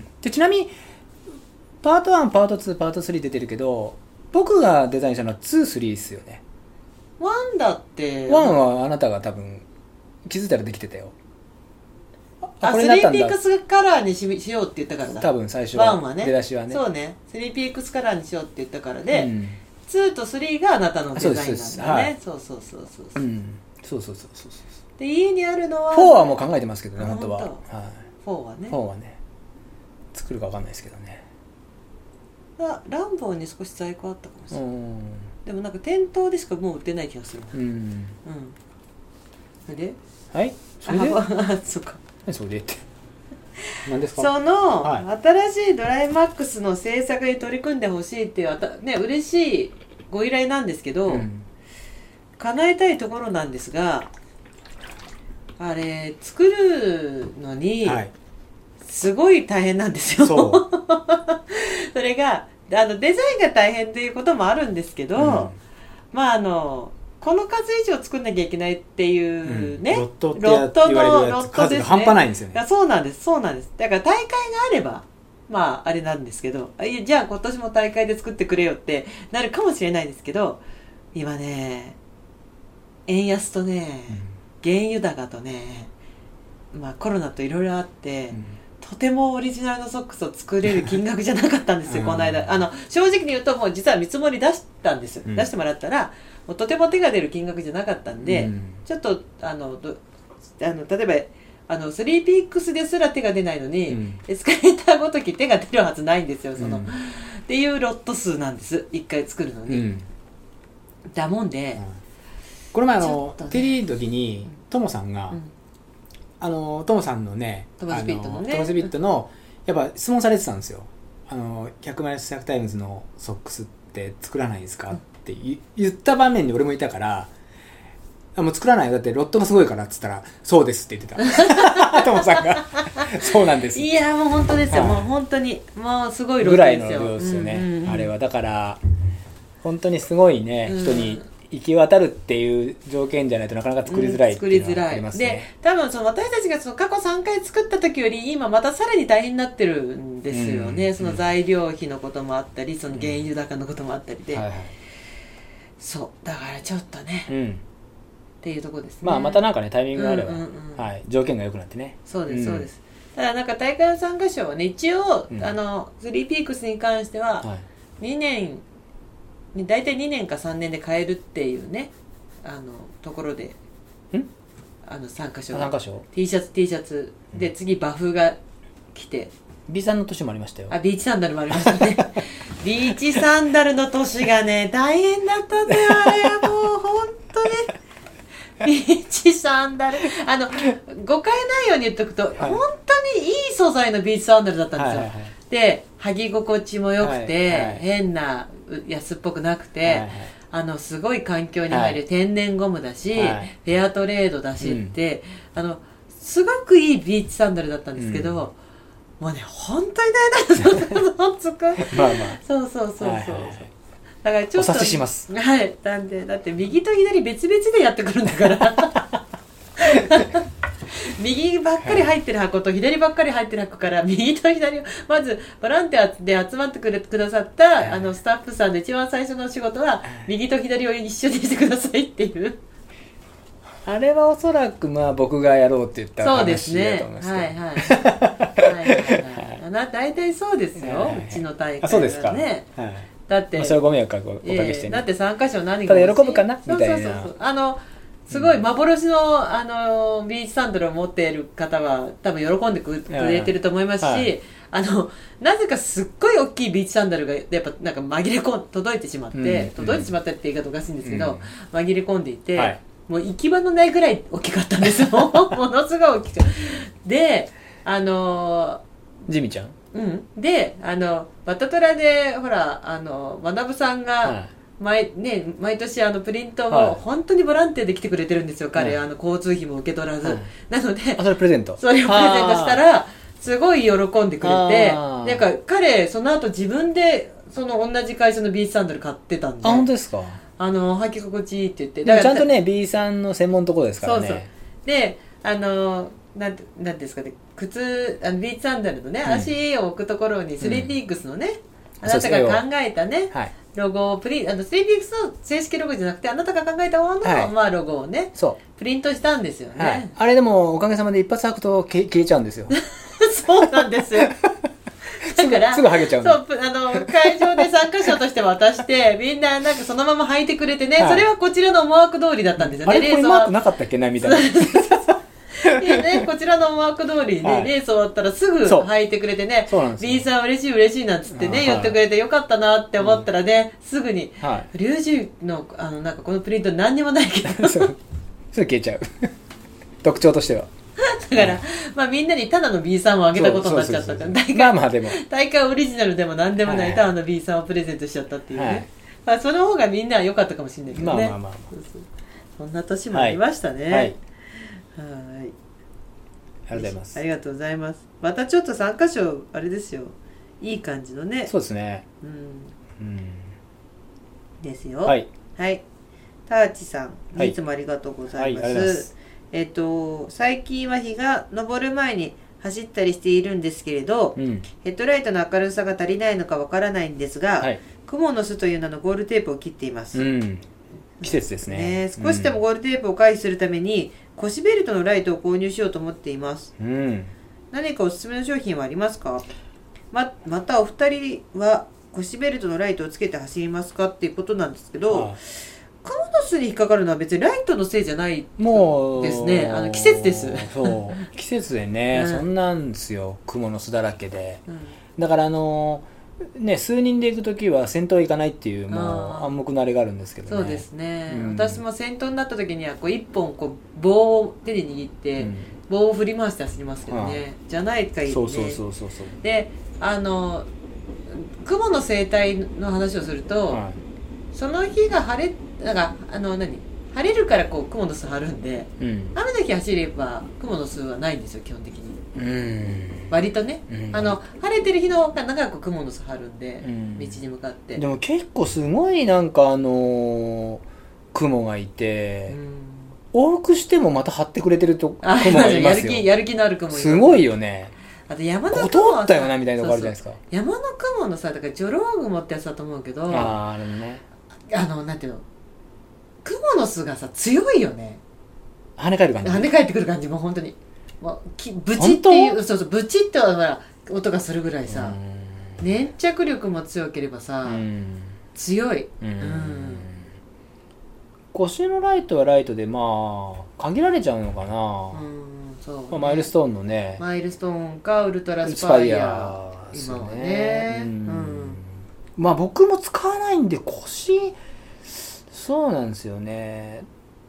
でちなみにパートワン、パートツー、パートスリー出てるけど僕がデザインしたのはツー、スリーですよね。 ワンだってワンはあなたが多分気づいたらできてたよ。 あ、スリーピークスカラーに し, しようって言ったからだ。 多分最初はワンはね、 出だしはね、 そうね、スリーピークスカラーにしようって言ったからで、うん、ツーとスリーがあなたのデザインなんだね。そうそうそうそうそう、うん、そうそうそうそうそう。で家にあるのはフォーはもう考えてますけどね、本当は。はい、 フォーはね、 フォーはね作るか分かんないですけどね。 ランボーに少し在庫あったかもしれない。でもなんか店頭でしかもう売ってない気がするな。うん、うん、それではいそれであそうか、 それでって何ですか。 その、はい、新しいドライマックスの制作に取り組んでほしいっていうあた、ね、嬉しいご依頼なんですけど、うん、叶えたいところなんですが、あれ作るのに、はい、すごい大変なんですよ。そうそれがあのデザインが大変ということもあるんですけど、うん、まああのこの数以上作んなきゃいけないっていうね、うん、ロットってロットのロットですね。 半端ないんですよね。 そうなんですそうなんです。だから大会があればまああれなんですけど、いやじゃあ今年も大会で作ってくれよってなるかもしれないんですけど、今ね円安とね、うん、原油高とね、まあコロナといろいろあって、うん、 とてもオリジナルのソックスを作れる金額じゃなかったんですよ、この間。あの正直に言うともう実は見積もり出したんですよ、うん、出してもらったらもうとても手が出る金額じゃなかったんで、うん、ちょっとあのどあの例えばあのスリーピークスですら手が出ないのに、うん、エスカレーターごとき手が出るはずないんですよその、うん、っていうロット数なんですいっかい作るのに、うん、だもんで、うん、 この前あの、ね、テリーの時にトモさんが、うん、あのトモさんのねトモスピットのねトモスピットのやっぱ質問されてたんですよ。あのひゃくマイナスひゃくタイムズのソックスって作らないですか、うん、って言った場面に俺もいたから、あもう作らないよだってロットがすごいからっつったらそうですって言ってたトモさんがそうなんです。 いやもう本当ですよ、はい、もう本当にもうすごいロットですよぐらいの量ですよね、うんうんうん、あれはだから本当にすごいね、うん、人に行き渡るっていう条件じゃないとなかなか作りづらいっていうのはありますね、うん、 で多分その私たちがその過去さんかい作った時より今またさらに大変になってるんですよね、うん、その材料費のこともあったりその原油高のこともあったりで、うんはいはい、そうだからちょっとね、うん、っていうところですね。 まあまたなんかねタイミングがあれば、うんうんうんはい、条件が良くなってね。 そうですそうです、うん、ただなんか大会の参加賞はね一応、うん、あのスリーピークスに関してはにねんに大体にねんかさんねんで買えるっていうねあのところでんあの参加賞参加賞 T シャツ T シャツで次バフが来て B さんの年もありましたよ。 あビーチサンダルもありましたねビーチサンダルの年がね大変だったんだよあれはもう本当にビーチサンダルあの誤解ないように言っとくと、はい、本当にいい素材のビーチサンダルだったんですよ、はいはいはい、で履き心地も良くて、はいはい、変な安っぽくなくて、はいはい、あのすごい環境に入る天然ゴムだし、はい、フェアトレードだしって、うん、あのすごくいいビーチサンダルだったんですけど、うん、もうね本当に大変だったつくまあまあそうそうそうそう、はいはいはい、だからちょっとお察ししますはいなんでだって右と左別々でやってくるんだから右ばっかり入ってる箱と左ばっかり入ってる箱から右と左をまずボランティアで集まってくれくださったあのスタッフさんで一番最初の仕事は右と左を一緒にしてくださいっていうあれはおそらくまあ僕がやろうって言った話だと思いますけど、 はいはいはいはいはいはい大体そうですよ、はいはい、うちの大会はね。あそうですか、はい、だって、まあ、 それご迷惑をおかけしてね、 えー、だって参加賞何がただ喜ぶかなみたいな。 そうそうそうそうあのすごい幻の、あのビーチサンダルを持っている方は多分喜んでくれてると思いますし、はい、あのなぜかすっごい大きいビーチサンダルがやっぱなんか紛れ込ん届いてしまって、うん、届いてしまったって言い方おかしいんですけど、うん、紛れ込んでいて、はい、もう行き場のないぐらい大きかったんですよものすごい大きくてであのジミちゃんうん、であのバタトラでほらあの学さんが、はい毎, ね、毎年あのプリントを本当にボランティアで来てくれてるんですよ、はい、彼あの交通費も受け取らず、はい、なのであそれプレゼントそれをプレゼントしたらすごい喜んでくれてなんか彼その後自分でその同じ会社のビーチサンダル買ってたんであ本当ですかあの履き心地いいって言ってだからちゃんとね B さんの専門のところですからねそうそうであのなんてなんですかね靴あのビーチサンダルのね、うん、足を置くところにスリーピークスのね、うん、あなたが考えたね、はいロゴプリあのスリーピークスの正式ロゴじゃなくてあなたが考えた方の、はいまあ、ロゴをねそうプリントしたんですよね、はい、 あれでもおかげさまで一発履くと消えちゃうんですよそうなんですよだからすぐ剥げちゃうそうあの会場で参加者として渡してみんななんかそのまま履いてくれてね、はい、それはこちらの思惑通りだったんですよね。 あれこれマークなかったっけなみたいなでね、こちらの思惑通りで、はい、レース終わったらすぐ履いてくれてね B さん嬉しい嬉しいなんつってね、はい、言ってくれてよかったなって思ったらね、うん、すぐに、はい、リュウジのあのなんかこのプリント何にもないけどすぐ消えちゃう特徴としてはだから、まあ、みんなにただの B さんをあげたことになっちゃったから大会、 まあまあでも大会オリジナルでも何でもない、はい、ただの B さんをプレゼントしちゃったっていうね、はいまあ、その方がみんなは良かったかもしれないけどね、まあまあまあ、まあ、そうそうそんな年もありましたね、はいはいはいありがとうございます。 ありがとうございます。またちょっと参加賞あれですよ。いい感じのね。 そうですね。 うん。うん、ですよ。 はい。 はい。ターチさん、はい、いつもありがとうございます。はい、ますえっと最近は日が昇る前に走ったりしているんですけれど、うん、ヘッドライトの明るさが足りないのかわからないんですが、はい、クモの巣という名のゴールテープを切っています。うん、 季節ですね。 ね少しでもゴールテープを回避するために。腰ベルトのライトを購入しようと思っています、うん、 何かおすすめの商品はありますか？ ま, またお二人は腰ベルトのライトをつけて走りますかっていうことなんですけど、ああクモの巣に引っかかるのは別にライトのせいじゃないですね。あの季節です。 そう季節でね、うん、そんなんですよ。クモの巣だらけで、うん、だからあのね数人で行くときは先頭行かないっていうもう暗黙のあれがあるんですけどね。 そうですね、うん、私も先頭になった時にはこう一本こう棒を手に握って、うん、棒を振り回して走りますけどね、うん、じゃないかいいね。 そうそうそうそうそう。 であのクモの生態の話をすると、はい、その日が晴れなんかあの何晴れるからこうクモの巣張るんで、うん、雨の日走ればクモの巣はないんですよ基本的に。うん割とね、うん、あの晴れてる日の方が長くクモの巣張るんで、うん、道に向かって。 でも結構すごいなんかあのー、クモがいて、うん、往復してもまた張ってくれてるとクモがいますよ。やる気、 やる気のあるクモいます。 すごいよね。 あと山の雲はったよなみたいなとこあるじゃないですか。 そうそう山の雲のさだからジョロウグモってやつだと思うけど、 あああれねあのなんていうの雲の巣がさ強いよね。 跳ね返る感じ。 跳ね返ってくる感じもう本当にもうきブチっていうそうそうブチってほら音がするぐらいさ粘着力も強ければさ強い。うんうん腰のライトはライトでまあ限られちゃうのかな。うんそうねまあ、マイルストーンのねマイルストーンかウルトラスパイアですよね。今はね、うんうん、まあ僕も使わないんで腰そうなんですよね。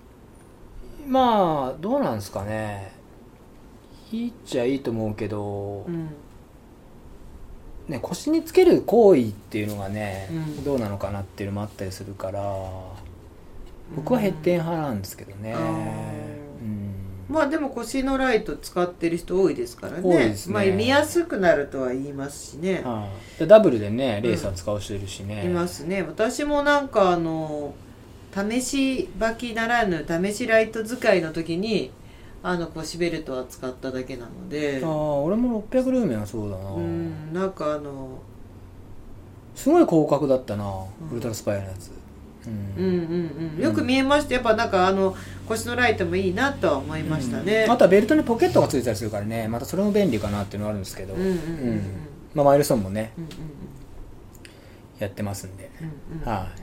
まあどうなんですかね。いいっちゃいいと思うけど、うんね、腰につける行為っていうのがね、うん、どうなのかなっていうのもあったりするから僕は減点派なんですけどね、うんまあでも腰のライト使ってる人多いですからね。多いですね。まあ見やすくなるとは言いますしね。 はあ、ダブルでねレーサー使う人いるしね、 うん、いますね。私もなんかあの試し履きならぬ試しライト使いの時にあの腰ベルトは使っただけなので。 ああ俺もろっぴゃくルーメンはそうだな。 うんなんかあのすごい広角だったな、うん、ウルトラスパイアのやつ。 うんうんうんうん、よく見えました。やっぱなんかあの腰のライトもいいなとは思いましたね、 うん、あとはベルトにポケットがついてたりするからねまたそれも便利かなっていうのがあるんですけど、うんうんうんうん、まあマイルストーンもね、うんうんうん、やってますんで、うんうん、はい、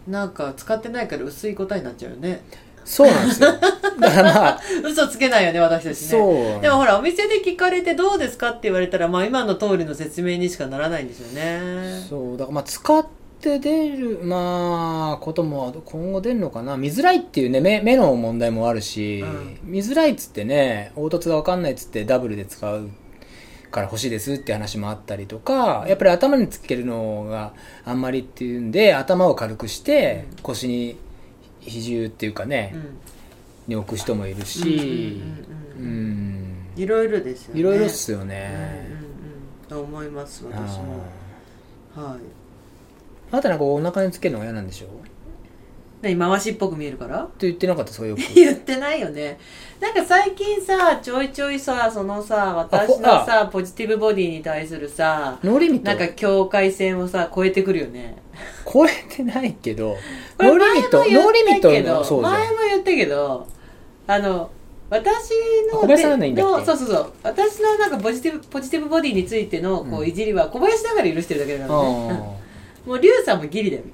なんか使ってないから薄い答えになっちゃうよね。 そうなんですよ。だからまあ嘘つけないよね私たちね。そうでもほらお店で聞かれてどうですかって言われたらまあ今の通りの説明にしかならないんですよね。 そうだからまあ使ってで出るまあことも今後出るのかな。見づらいっていうね 目, 目の問題もあるし、うん、見づらいっつってね凹凸が分かんないっつってダブルで使うから欲しいですって話もあったりとかやっぱり頭につけるのがあんまりっていうんで頭を軽くして腰に比重っていうかね、うん、に置く人もいるしいろいろですよね。 いろいろっすよね、 うんうんうん、と思います私も。はいあなたなんかお腹につけるのが嫌なんでしょ。 何回しっぽく見えるからって言ってなかったそうよく言ってないよね。なんか最近さちょいちょいさそのさ私のさポジティブボディに対するさノーリミットなんか境界線をさ超えてくるよね。 超えてないけどノーリミットノーリミットのそうじゃん。 前も言ったけどあの私の小林さんなんだっけ。 そうそうそう私のなんかポジティブポジティブボディについてのこういじりは小林だから許してるだけだからね。もうリュウさんもギリだよ。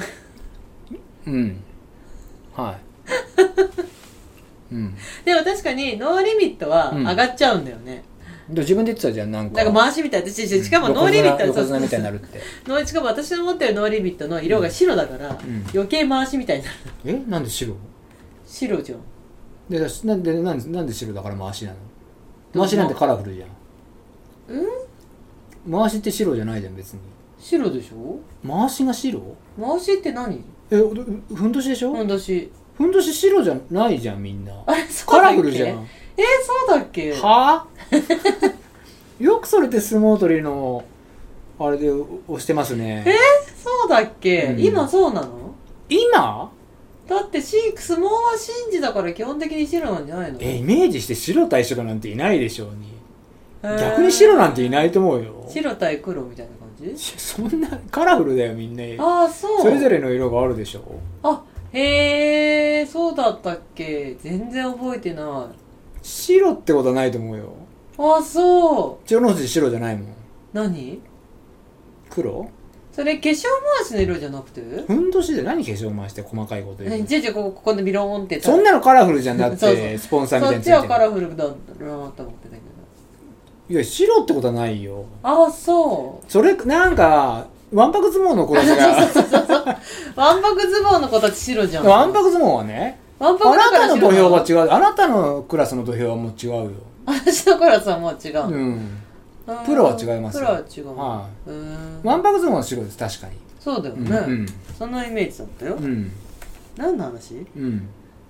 うんはい、うん、 でも確かにノーリミットは上がっちゃうんだよね、 うん、で自分で言ってたじゃんなんかなんか回しみたいなしかもノーリミット横綱みたいになるってしかも私の持ってるノーリミットの色が白だから、うん、余計回しみたいになる。 えなんで白白じゃん。 でなんでなんでなんで白だから回しなの。回しなんてカラフルじゃん。うん回しって白じゃないじゃん別に。 白でしょ。 回しが白。 回しって何。 えふんどしでしょ。 ふんどしふんどし白じゃないじゃんみんな。 あれそうだっけ。カラフルじゃん。えー、そうだっけ。 はぁよくそれって相撲取りのあれで押してますね。 えー、そうだっけ、うん、今そうなの。 今だって相撲は神事だから基本的に白なんじゃないの。 えイメージして白対白なんていないでしょうに。逆に白なんていないと思うよ。 白対黒みたいな感じ。 そんなカラフルだよみんな。 ああそう。 それぞれの色があるでしょ。 あへえそうだったっけ。全然覚えてない。 白ってことはないと思うよ。 あ、そう千代の富士白じゃないもん。 何黒？ それ化粧回しの色じゃなくてふんどしで何化粧回して細かいこと言うの？ じゃじゃここでビローンってそんなのカラフルじゃんだってそうそうスポンサーみたいについてる。 そっちはカラフルだろうなと思ってたけど。 いや白ってことはないよ。 あ、そうそれなんかわんぱく相撲の子たちがわんぱく相撲の子たち白じゃん。 わんぱく相撲はね、 わんぱくあなたの土俵はう。 違う。あなたのクラスの土俵はもう違うよ。 私のクラスはもう違う。 うん。プロは違いますよ。 プロは違う。 はい、 うーん。 わんぱく相撲は白です確かに。 そうだよね。 うんうん、 そんなイメージだったよ。 うん。 何の話？ うん。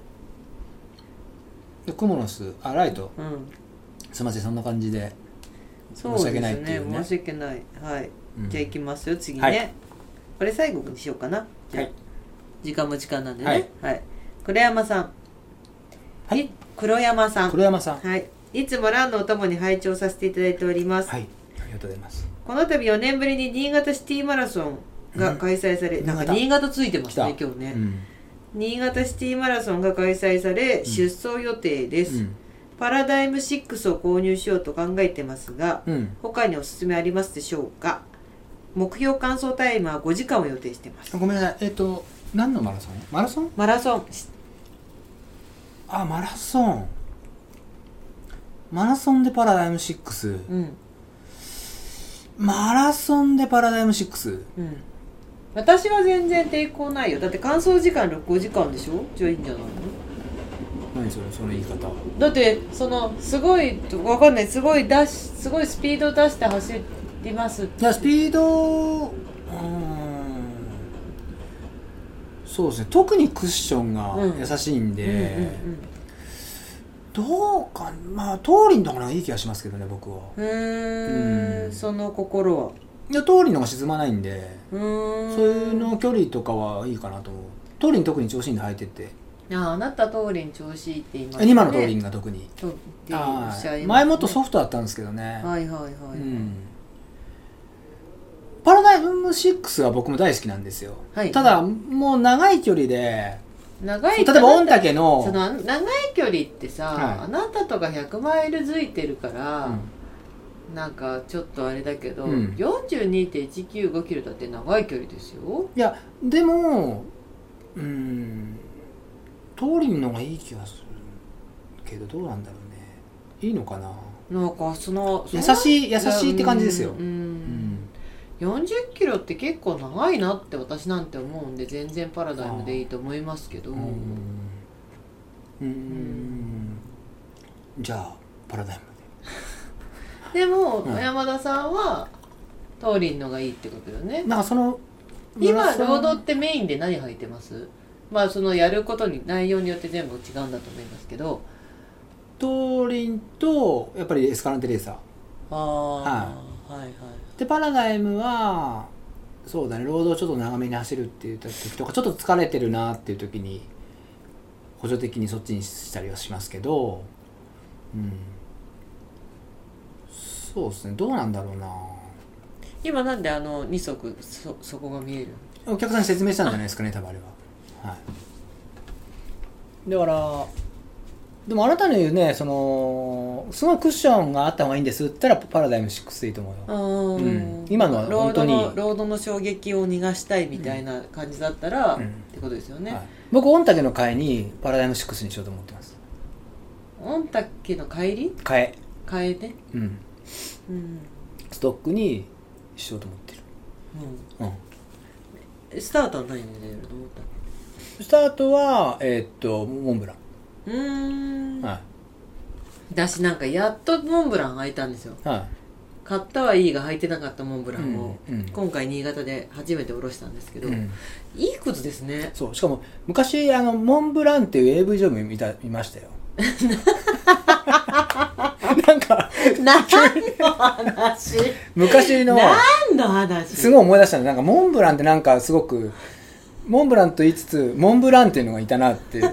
でクモの巣、あライト。 うん。 すみませんそんな感じで。 そうですね。申し訳ないっていうね。申し訳ない。はい。うん、じゃあ行きますよ次ね、はい。これ最後にしようかな。じゃあ、はい、時間も時間なんでね。はい。はい、黒山さん。はい。黒山さん。 黒山さん。 はい。いつもランのお供に拝聴させていただいております。 はい。ありがとうございます。 この度よねんぶりに新潟シティマラソンが開催され、うん、なんか新潟ついてますね今日ね、うん、新潟シティマラソンが開催され、うん、出走予定です、うん、パラダイムシックスを購入しようと考えてますが、うん、他におすすめありますでしょうか。目標完走タイムはごじかんを予定してます。 ごめんなさい、えっと何のマラソン？マラソン？ マラソン。 あ、マラソンマラソンでパラダイムシックス、うん、マラソンでパラダイムシックス、うん、 私は全然抵抗ないよ。だって完走時間ごじかんでしょ。じゃあいいんじゃないの？ 何それ、その言い方。 だってそのすごいわかんない、すごいダッシュ、すごいスピード出して走りますって。 いやスピード、うーん、そうですね、特にクッションが優しいんで、うんうんうんうん、どうかまあ通りの方がいい気がしますけどね僕は。 うーん、うん、その心は。 いや通りの方が沈まないんで、うーん、そういうの距離とかはいいかなと思う。通りに特に調子いいんで履いてて。 ああなた通りに調子いいって言いますね。 今の通りが特に。 あね、前もっとソフトだったんですけどね。 はいはいはい、はい、うん、 パラダイムシックスは僕も大好きなんですよ、はい、ただもう長い距離で長い例えば御嶽のその長い距離ってさ、はい、あなたとかひゃくマイルづいてるから、うん、なんかちょっとあれだけど、うん、よんじゅうにてんいちきゅうごキロだって長い距離ですよ。 いやでもうーん通りの方がいい気がするけどどうなんだろうね。いいのかな。 なんかその優しい優しいって感じですよ。うん、 うんよんじゅっキロって結構長いなって私なんて思うんで全然パラダイムでいいと思いますけど。うんうんうんじゃあパラダイムででも、うん、山田さんは通りのがいいってことよね。 なんかその今ロードってメインで何履いてます？まあそのやることに内容によって全部違うんだと思いますけど、 トーリンとやっぱりエスカランテレーサー。 ああ、はい、はいはい。 でパラダイムはそうだね、ロードをちょっと長めに走るっていう時とかちょっと疲れてるなっていう時に補助的にそっちにしたりはしますけど、うん、そうですね。どうなんだろうな。 今なんであのに足 そ, そこが見える？ お客さんに説明したんじゃないですかね多分あれは。はい、だからでもあなたの言うね、そのすごいクッションがあった方がいいんですって言ったらパラダイムシックスでいいと思うよ。うん、今のは本当にロードの、ロードの衝撃を逃がしたいみたいな感じだったら、うん、ってことですよね。はい、 僕御嶽の替えにパラダイムシックスにしようと思ってます。 御嶽の帰り？ 替え替えて、 うん、うん、ストックにしようと思ってる。うんうん、スタートは何で出ると思った？ スタートはえー、っとモンブラン。 うーん、はい、私なんかやっとモンブラン履いたんですよ。はい、買ったはいいが履いてなかったモンブランを、うんうん、今回新潟で初めて下ろしたんですけど、うん、いい靴ですね。 そうしかも昔あのモンブランっていう エーブイ 女優見た見ましたよ。なんか何の話？ 昔の何の話？ すごい思い出したの。なんかモンブランってなんかすごくモンブランと言いつつモンブランっていうのがいたなって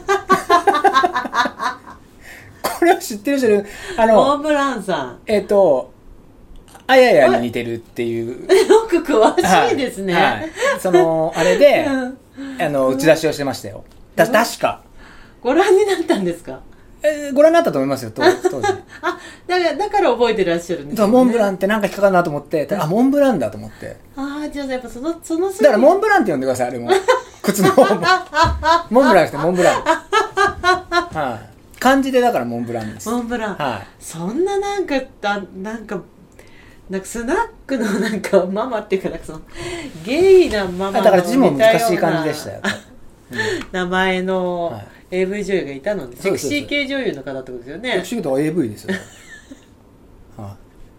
これは知ってる人いる？あのモンブランさんえっ、ー、とあややに似てるっていうよく詳しいですね。はいはい、 そのあれであの打ち出しをしてましたよ。た確かご覧になったんですか？ えー、ご覧になったと思いますよ当当時あだからだから覚えてらっしゃるんですよ、ね、 モンブランってなんか引っかかるなと思って、あモンブランだと思って、 ああじゃあやっぱそのそのだからモンブランって呼んでくださいあれも靴の方もモンブランしてモンブランはい、漢字でだからモンブランです。 モンブラン、はい、そんななんかあなんかなんかスナックのなんかママっていうかなんかそのゲイなママのだから字も難しい感じでしたよ、 うん、名前の エーブイ 女優がいたので、セクシー系女優の方ってことですよね。 セクシーとか エーブイ ですよ、は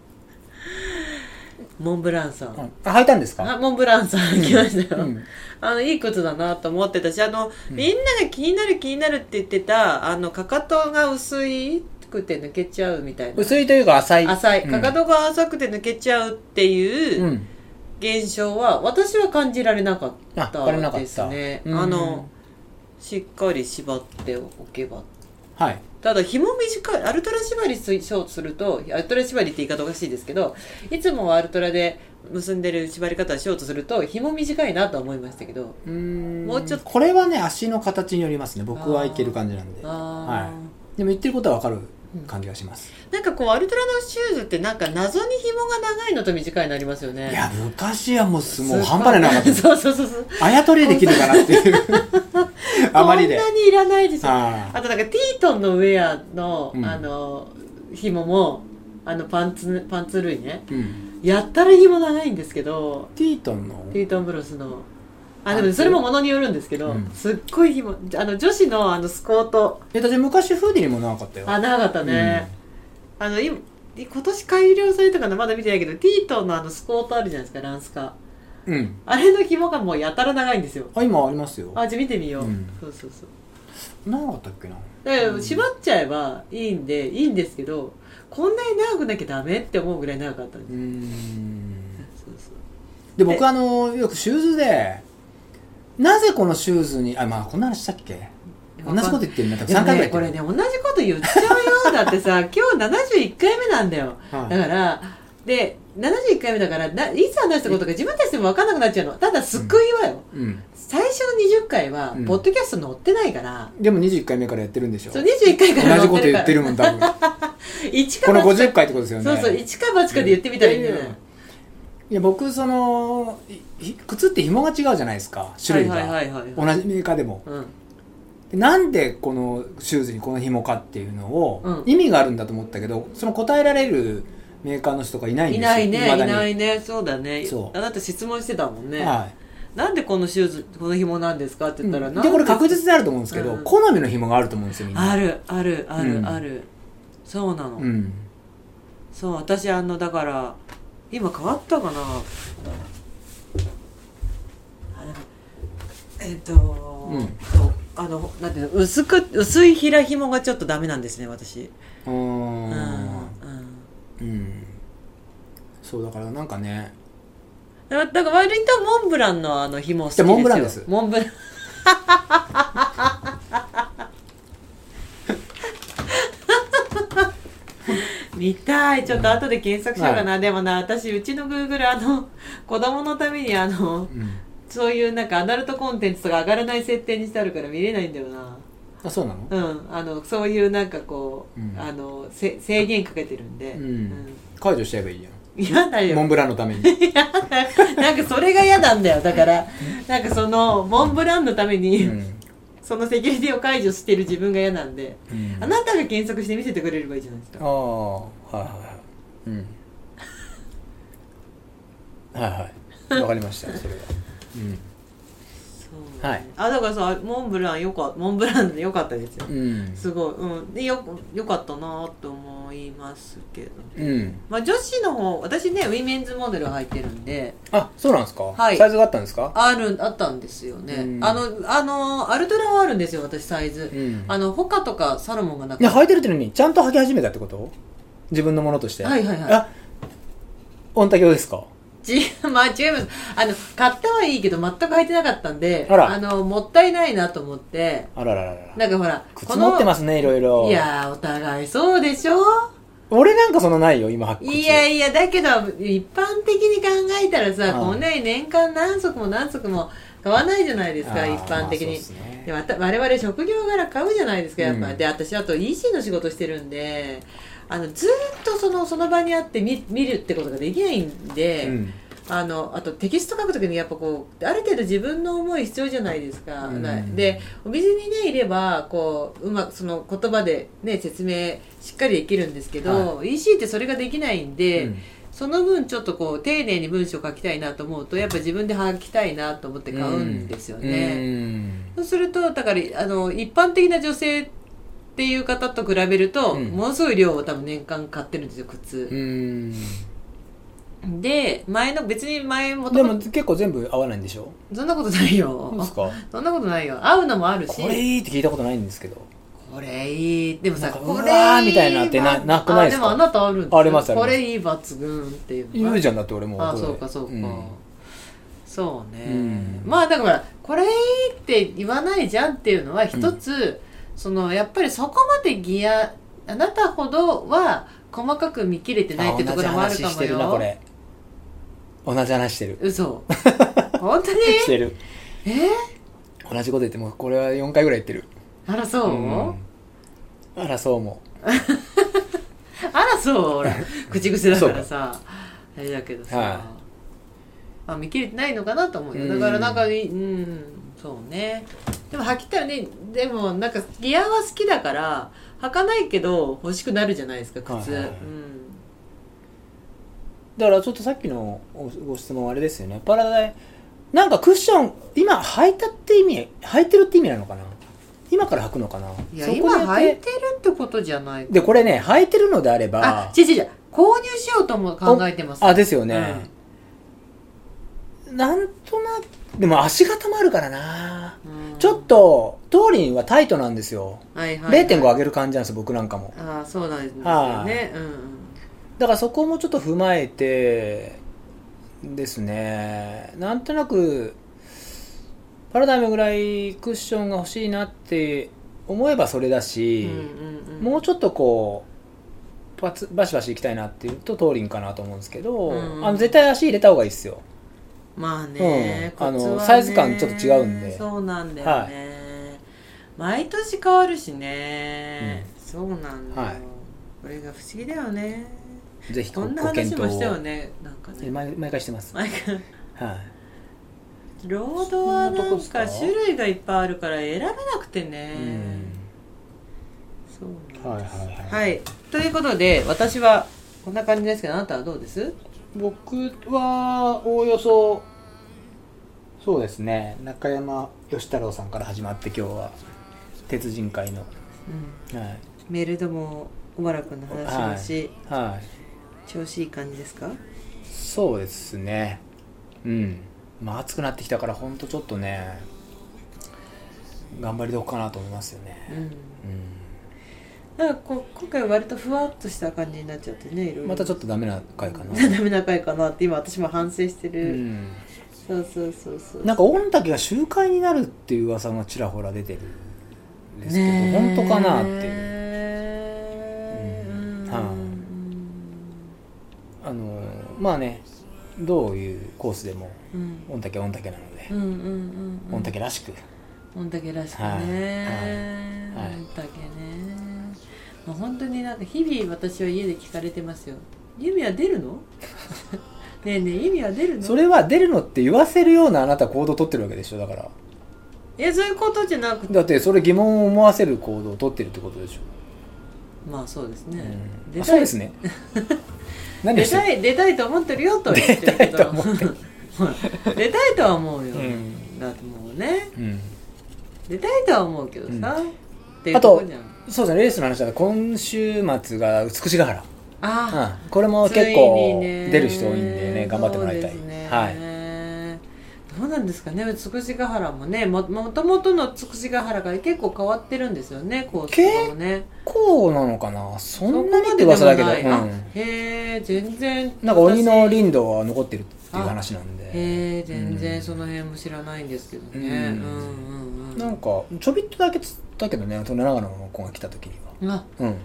モンブランさん、うん、 あ履いたんですか。 あモンブランさん来ましたよ、うん、あのいい靴だなと思ってたし、あの、うん、みんなが気になる気になるって言ってたあのかかとが薄いくて抜けちゃうみたいな、 薄いというか浅い浅い、かかとが浅くて抜けちゃうっていう現象は私は感じられなかったですね。あ, あのしっかり縛っておけば、 はい、 ただ紐短いアルトラ縛りしようとすると、アルトラ縛りって言い方おかしいですけど、いつもはアルトラで結んでる縛り方をしようとすると紐短いなとは思いましたけど、 うーんもうちょっとこれはね足の形によりますね。僕はいける感じなんで、はい、でも言ってることは分かる感じがします、 うん、なんかこうアルトラのシューズってなんか謎に紐が長いのと短いのありますよね。 いや昔はもうもう半端でなかったそうそうそうそうあやとりできるかなっていうあまりでこんなにいらないですよ。 あ, あとなんかティートンのウェア の,、うん、あの紐もあのパンツパンツ類ね、うん、やったら紐長いんですけど、 ティートンのティートンブロスのあでもそれもものによるんですけど、うん、すっごい紐あの女子 の, あのスコートえだって昔フーディーにも長かったよ。 あ長かったね、うん、あの今今年改良されたかなまだ見てないけど、ティートンのあのスコートあるじゃないですか、ランスカ、うん、あれの紐がもうやたら長いんですよ。 あ今ありますよ。 あじゃあ見てみよう、うん、そうそうそう長かったっけな。 だから縛っちゃえばいいんでいいんですけど、こんなに長くなきゃダメって思うぐらい長かったんです。うーんそうそうで僕あのよくシューズでなぜこのシューズにあまあこんな話したっけ、同じこと言ってるんだったらさんかいぐらい言ってる、 ね、これね同じこと言っちゃうよだってさ今日ななじゅういっかいめなんだよ、はい、だからでななじゅういっかいめだからないつ話したことか自分たちでも分かんなくなっちゃうの。ただ救いはよ、うんうん、最初のにじゅっかいはポッドキャスト載ってないから、うん、 でもにじゅういっかいめからやってるんでしょ。 そうにじゅういっかいから同じこと言ってるもん多分このごじゅっかいってことですよね。 そうそう一か八かで言ってみたらいいんだよね。 いや僕その靴って紐が違うじゃないですか、種類が、はいはいはいはい、同じメーカーでも、うん、でなんでこのシューズにこの紐かっていうのを、うん、意味があるんだと思ったけど、その答えられるメーカーの人がいないんですよ。 いないねいないね。そうだね。そうあなた質問してたもんね、はい、なんでこのシューズこの紐なんですかって言ったら、うん、 でこれ確実にあると思うんですけど、うん、好みの紐があると思うんですよみんな。 あるあるある、うん、あるそうなの、うん、そう私あのだから今変わったかなえっと、うん、あのなんていうの薄く薄い平紐がちょっとダメなんですね私。うんうん、うん、 そうだからなんかねだから割とモンブランのあの紐好きですよ。 モンブランです。 モンブラン見たい。ちょっと後で検索しようかな、はい、でもな私うちの Google あの子供のためにあの、うん、そういうなんかアダルトコンテンツとか上がらない設定にしてあるから見れないんだよな。 あそうなの。 うんあのそういうなんかこう、うん、あのせ制限かけてるんで、うんうん、 解除しちゃえばいいじゃん。 嫌だよモンブランのためになんかそれが嫌なんだよ。だからなんかそのモンブランのために、うん、そのセキュリティを解除してる自分が嫌なんで、うん、あなたが検索して見せてくれればいいじゃないですか。ああはいはいはいうんはいはいわかりましたそれはうんはい、あだからさモンブランよかモンブランでよかったですよ、うん、すごい、うん、でよよかったなと思いますけど、うんまあ、女子の方私ねウィメンズモデル入ってるんで。 あそうなんですか、はい、サイズがあったんですか。 あるあったんですよね、うん、あのあのアルトラはあるんですよ私サイズ、うん、あのホカとかサロモンがなくて。 いや履いてるってのにちゃんと履き始めたってこと。自分のものとして。はいはいはい。あ御嶽用ですか。 まあ違います。あの買ったはいいけど全く履いてなかったんで、あらあのもったいないなと思って。 あらららら。 なんかほら靴持ってますねいろいろ。 いやお互いそうでしょ。 俺なんかそんなないよ今履く靴。 いやいやだけど一般的に考えたらさ、うん、こんなに年間何足も何足も買わないじゃないですか、一般的に。 まあね、 で我々職業柄買うじゃないですかやっぱ、うん、で私あと イーシー の仕事してるんで、あのずっとそのその場にあって見、見るってことができないんで、うん、あのあとテキスト書くときにやっぱこうある程度自分の思い必要じゃないですか、うん、でお店にねいればこううまくその言葉で、ね、説明しっかりできるんですけど、はい、イーシー ってそれができないんで、うん、その分ちょっとこう丁寧に文章を書きたいなと思うとやっぱ自分で書きたいなと思って買うんですよね、うん、そうするとだからあの一般的な女性っていう方と比べると、うん、ものすごい量を多分年間買ってるんですよ靴、うんで前の別に前もでも結構全部合わないんでしょ。 そんなことないよ。 そうですか。 そんなことないよ。合うのもあるし。 これいいって聞いたことないんですけど。 これいいでもさこれいいみたいなってななくないですか。 あでもあなたあるんですよ。 ありますあります。 これいい抜群っていう言うじゃんだって俺も。 あそうかそうか、うん、そうね、うん、まあだからこれいいって言わないじゃんっていうのは一つ、うん、そのやっぱりそこまでギアあなたほどは細かく見切れてないってところもあるかもよ。同じ話してるなこれ。同じ話してる。嘘。本当にしてる。 えー、同じこと言ってもこれはよんかいぐらい言ってる。 あらそう、うん、 あらそうもあらそうほら口癖だからさあれだけどさ、はい、あ見切れてないのかなと思うよ。だからなんかうんそうね。でも履きたいね。でもなんかギアは好きだから履かないけど欲しくなるじゃないですか靴、はいはいはい、うんだからちょっとさっきのご質問あれですよね。パラダイなんかクッション今履いたって意味履いてるって意味なのかな。今から履くのかな。 いや今履いてるってことじゃないでこれね履いてるのであればあ違う違う購入しようとも考えてます。 あですよね、うん、なんとなくでも足型もあるからな、うん、ちょっとトーリンはタイトなんですよ、はいはいはい、れいてんご 上げる感じなんですよ僕なんかも。 あそうなんですよね、うんだからそこもちょっと踏まえてですね、なんとなくパラダイムぐらいクッションが欲しいなって思えばそれだし、うんうんうん、もうちょっとこうパツバシバシいきたいなっていうとトーリンかなと思うんですけど、うんうん、あの絶対足入れた方がいいですよ。 まあね、 うん、あのサイズ感ちょっと違うんで。 そうなんだよね、はい、毎年変わるしね、うん、そうなんだよ、はい、これが不思議だよね。 ぜひこんな話もしたよね。なんかね毎, 毎回してます。毎回はい。 ロードはなんか種類がいっぱいあるから選べなくてね。うん、そうなんです。はいはいはい。はい。ということで私はこんな感じですけどあなたはどうです？ 僕はおおよそそうですね。中山義太郎さんから始まって今日は鉄人会の、 うんはい、メールでも小原君の話をし。はい。はい調子いい感じですか？ そうですね。うん。まあ暑くなってきたからほんとちょっとね頑張りどこかなと思いますよね。うん。うん、 なんかこ今回は割とふわっとした感じになっちゃってね。いろいろまたちょっとダメな回かな。 ダメな回かなって今私も反省してる。うん。そうそうそうそう。 なんか御嶽が集会になるっていう噂がちらほら出てるんですけど本当かなっていう。うん。はああのまあねどういうコースでも御嶽は御嶽なので、うんうんうんうん、御嶽らしく御嶽らしくね、はいはいはい、御嶽ね、まあ、本当になんか日々私は家で聞かれてますよ。ユミは出るのねえねえユミは出るの。 それは出るのって言わせるようなあなた行動を取ってるわけでしょ。だからいやそういうことじゃなくてだってそれ疑問を思わせる行動を取ってるってことでしょ。 まあそうですね、 うん、あそうですね何出たい出たいと思ってるよと言ってるけど出たいと思ってる出たいとは思うよ、うん、だってもうね、うん、出たいとは思うけどさ、うん、っていうとこじゃん。あとそうですねレースの話だと今週末が美しが原あ、うん、これも結構出る人多いんでね頑張ってもらいたい、ね、はいどうなんですかね。つくしが原もね も, もともとのつくしが原が結構変わってるんですよねコースとかもね。 結構なのかなそんなにって噂だけど、うん、 へえ全然なんか鬼の林道は残ってるっていう話なんでへえ全然その辺も知らないんですけどね、うんうんうんうん、なんかちょびっとだけつったけどね長野の子が来た時にはあ、うん、へ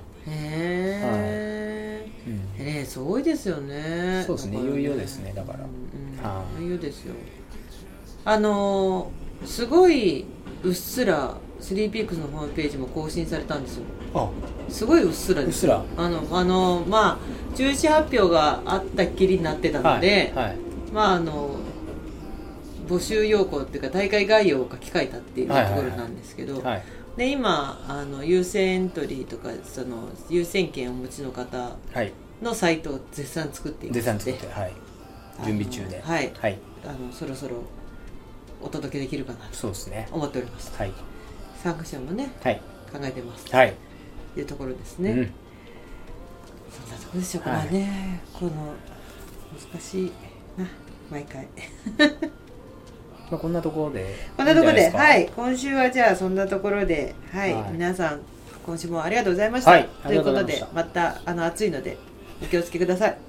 え、はいうん、ねそう多いですよね。 そうですねいよいよですねだから、 うんうん、いよいよですよ。 あのー、すごいうっすらスリーピークスのホームページも更新されたんですよ。 あ、 すごいうっすらです。 うっすら。 あのあのまあ中止発表があったっきりになってたので、はいはい、まああの募集要項っていうか大会概要を書き換えたっていうところなんですけど、はいはいはい、で今あの優先エントリーとかその優先権をお持ちの方のサイトを絶賛作っていまして、絶賛作って、はい、準備中で、はい、はい、あのそろそろお届けできるかなと思っております。はい、参加者もね、はい、考えてますというところですね。うん、そんなところでしょうかね、はい、この難しいな毎回まあこんなところでこんなところで、はい、今週はじゃあそんなところで、はい、はい、皆さん今週もありがとうございました、はい、ということでまたあの暑いのでお気をつけください。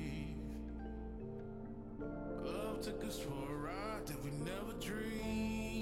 はい。Took us for a ride that we never dreamed.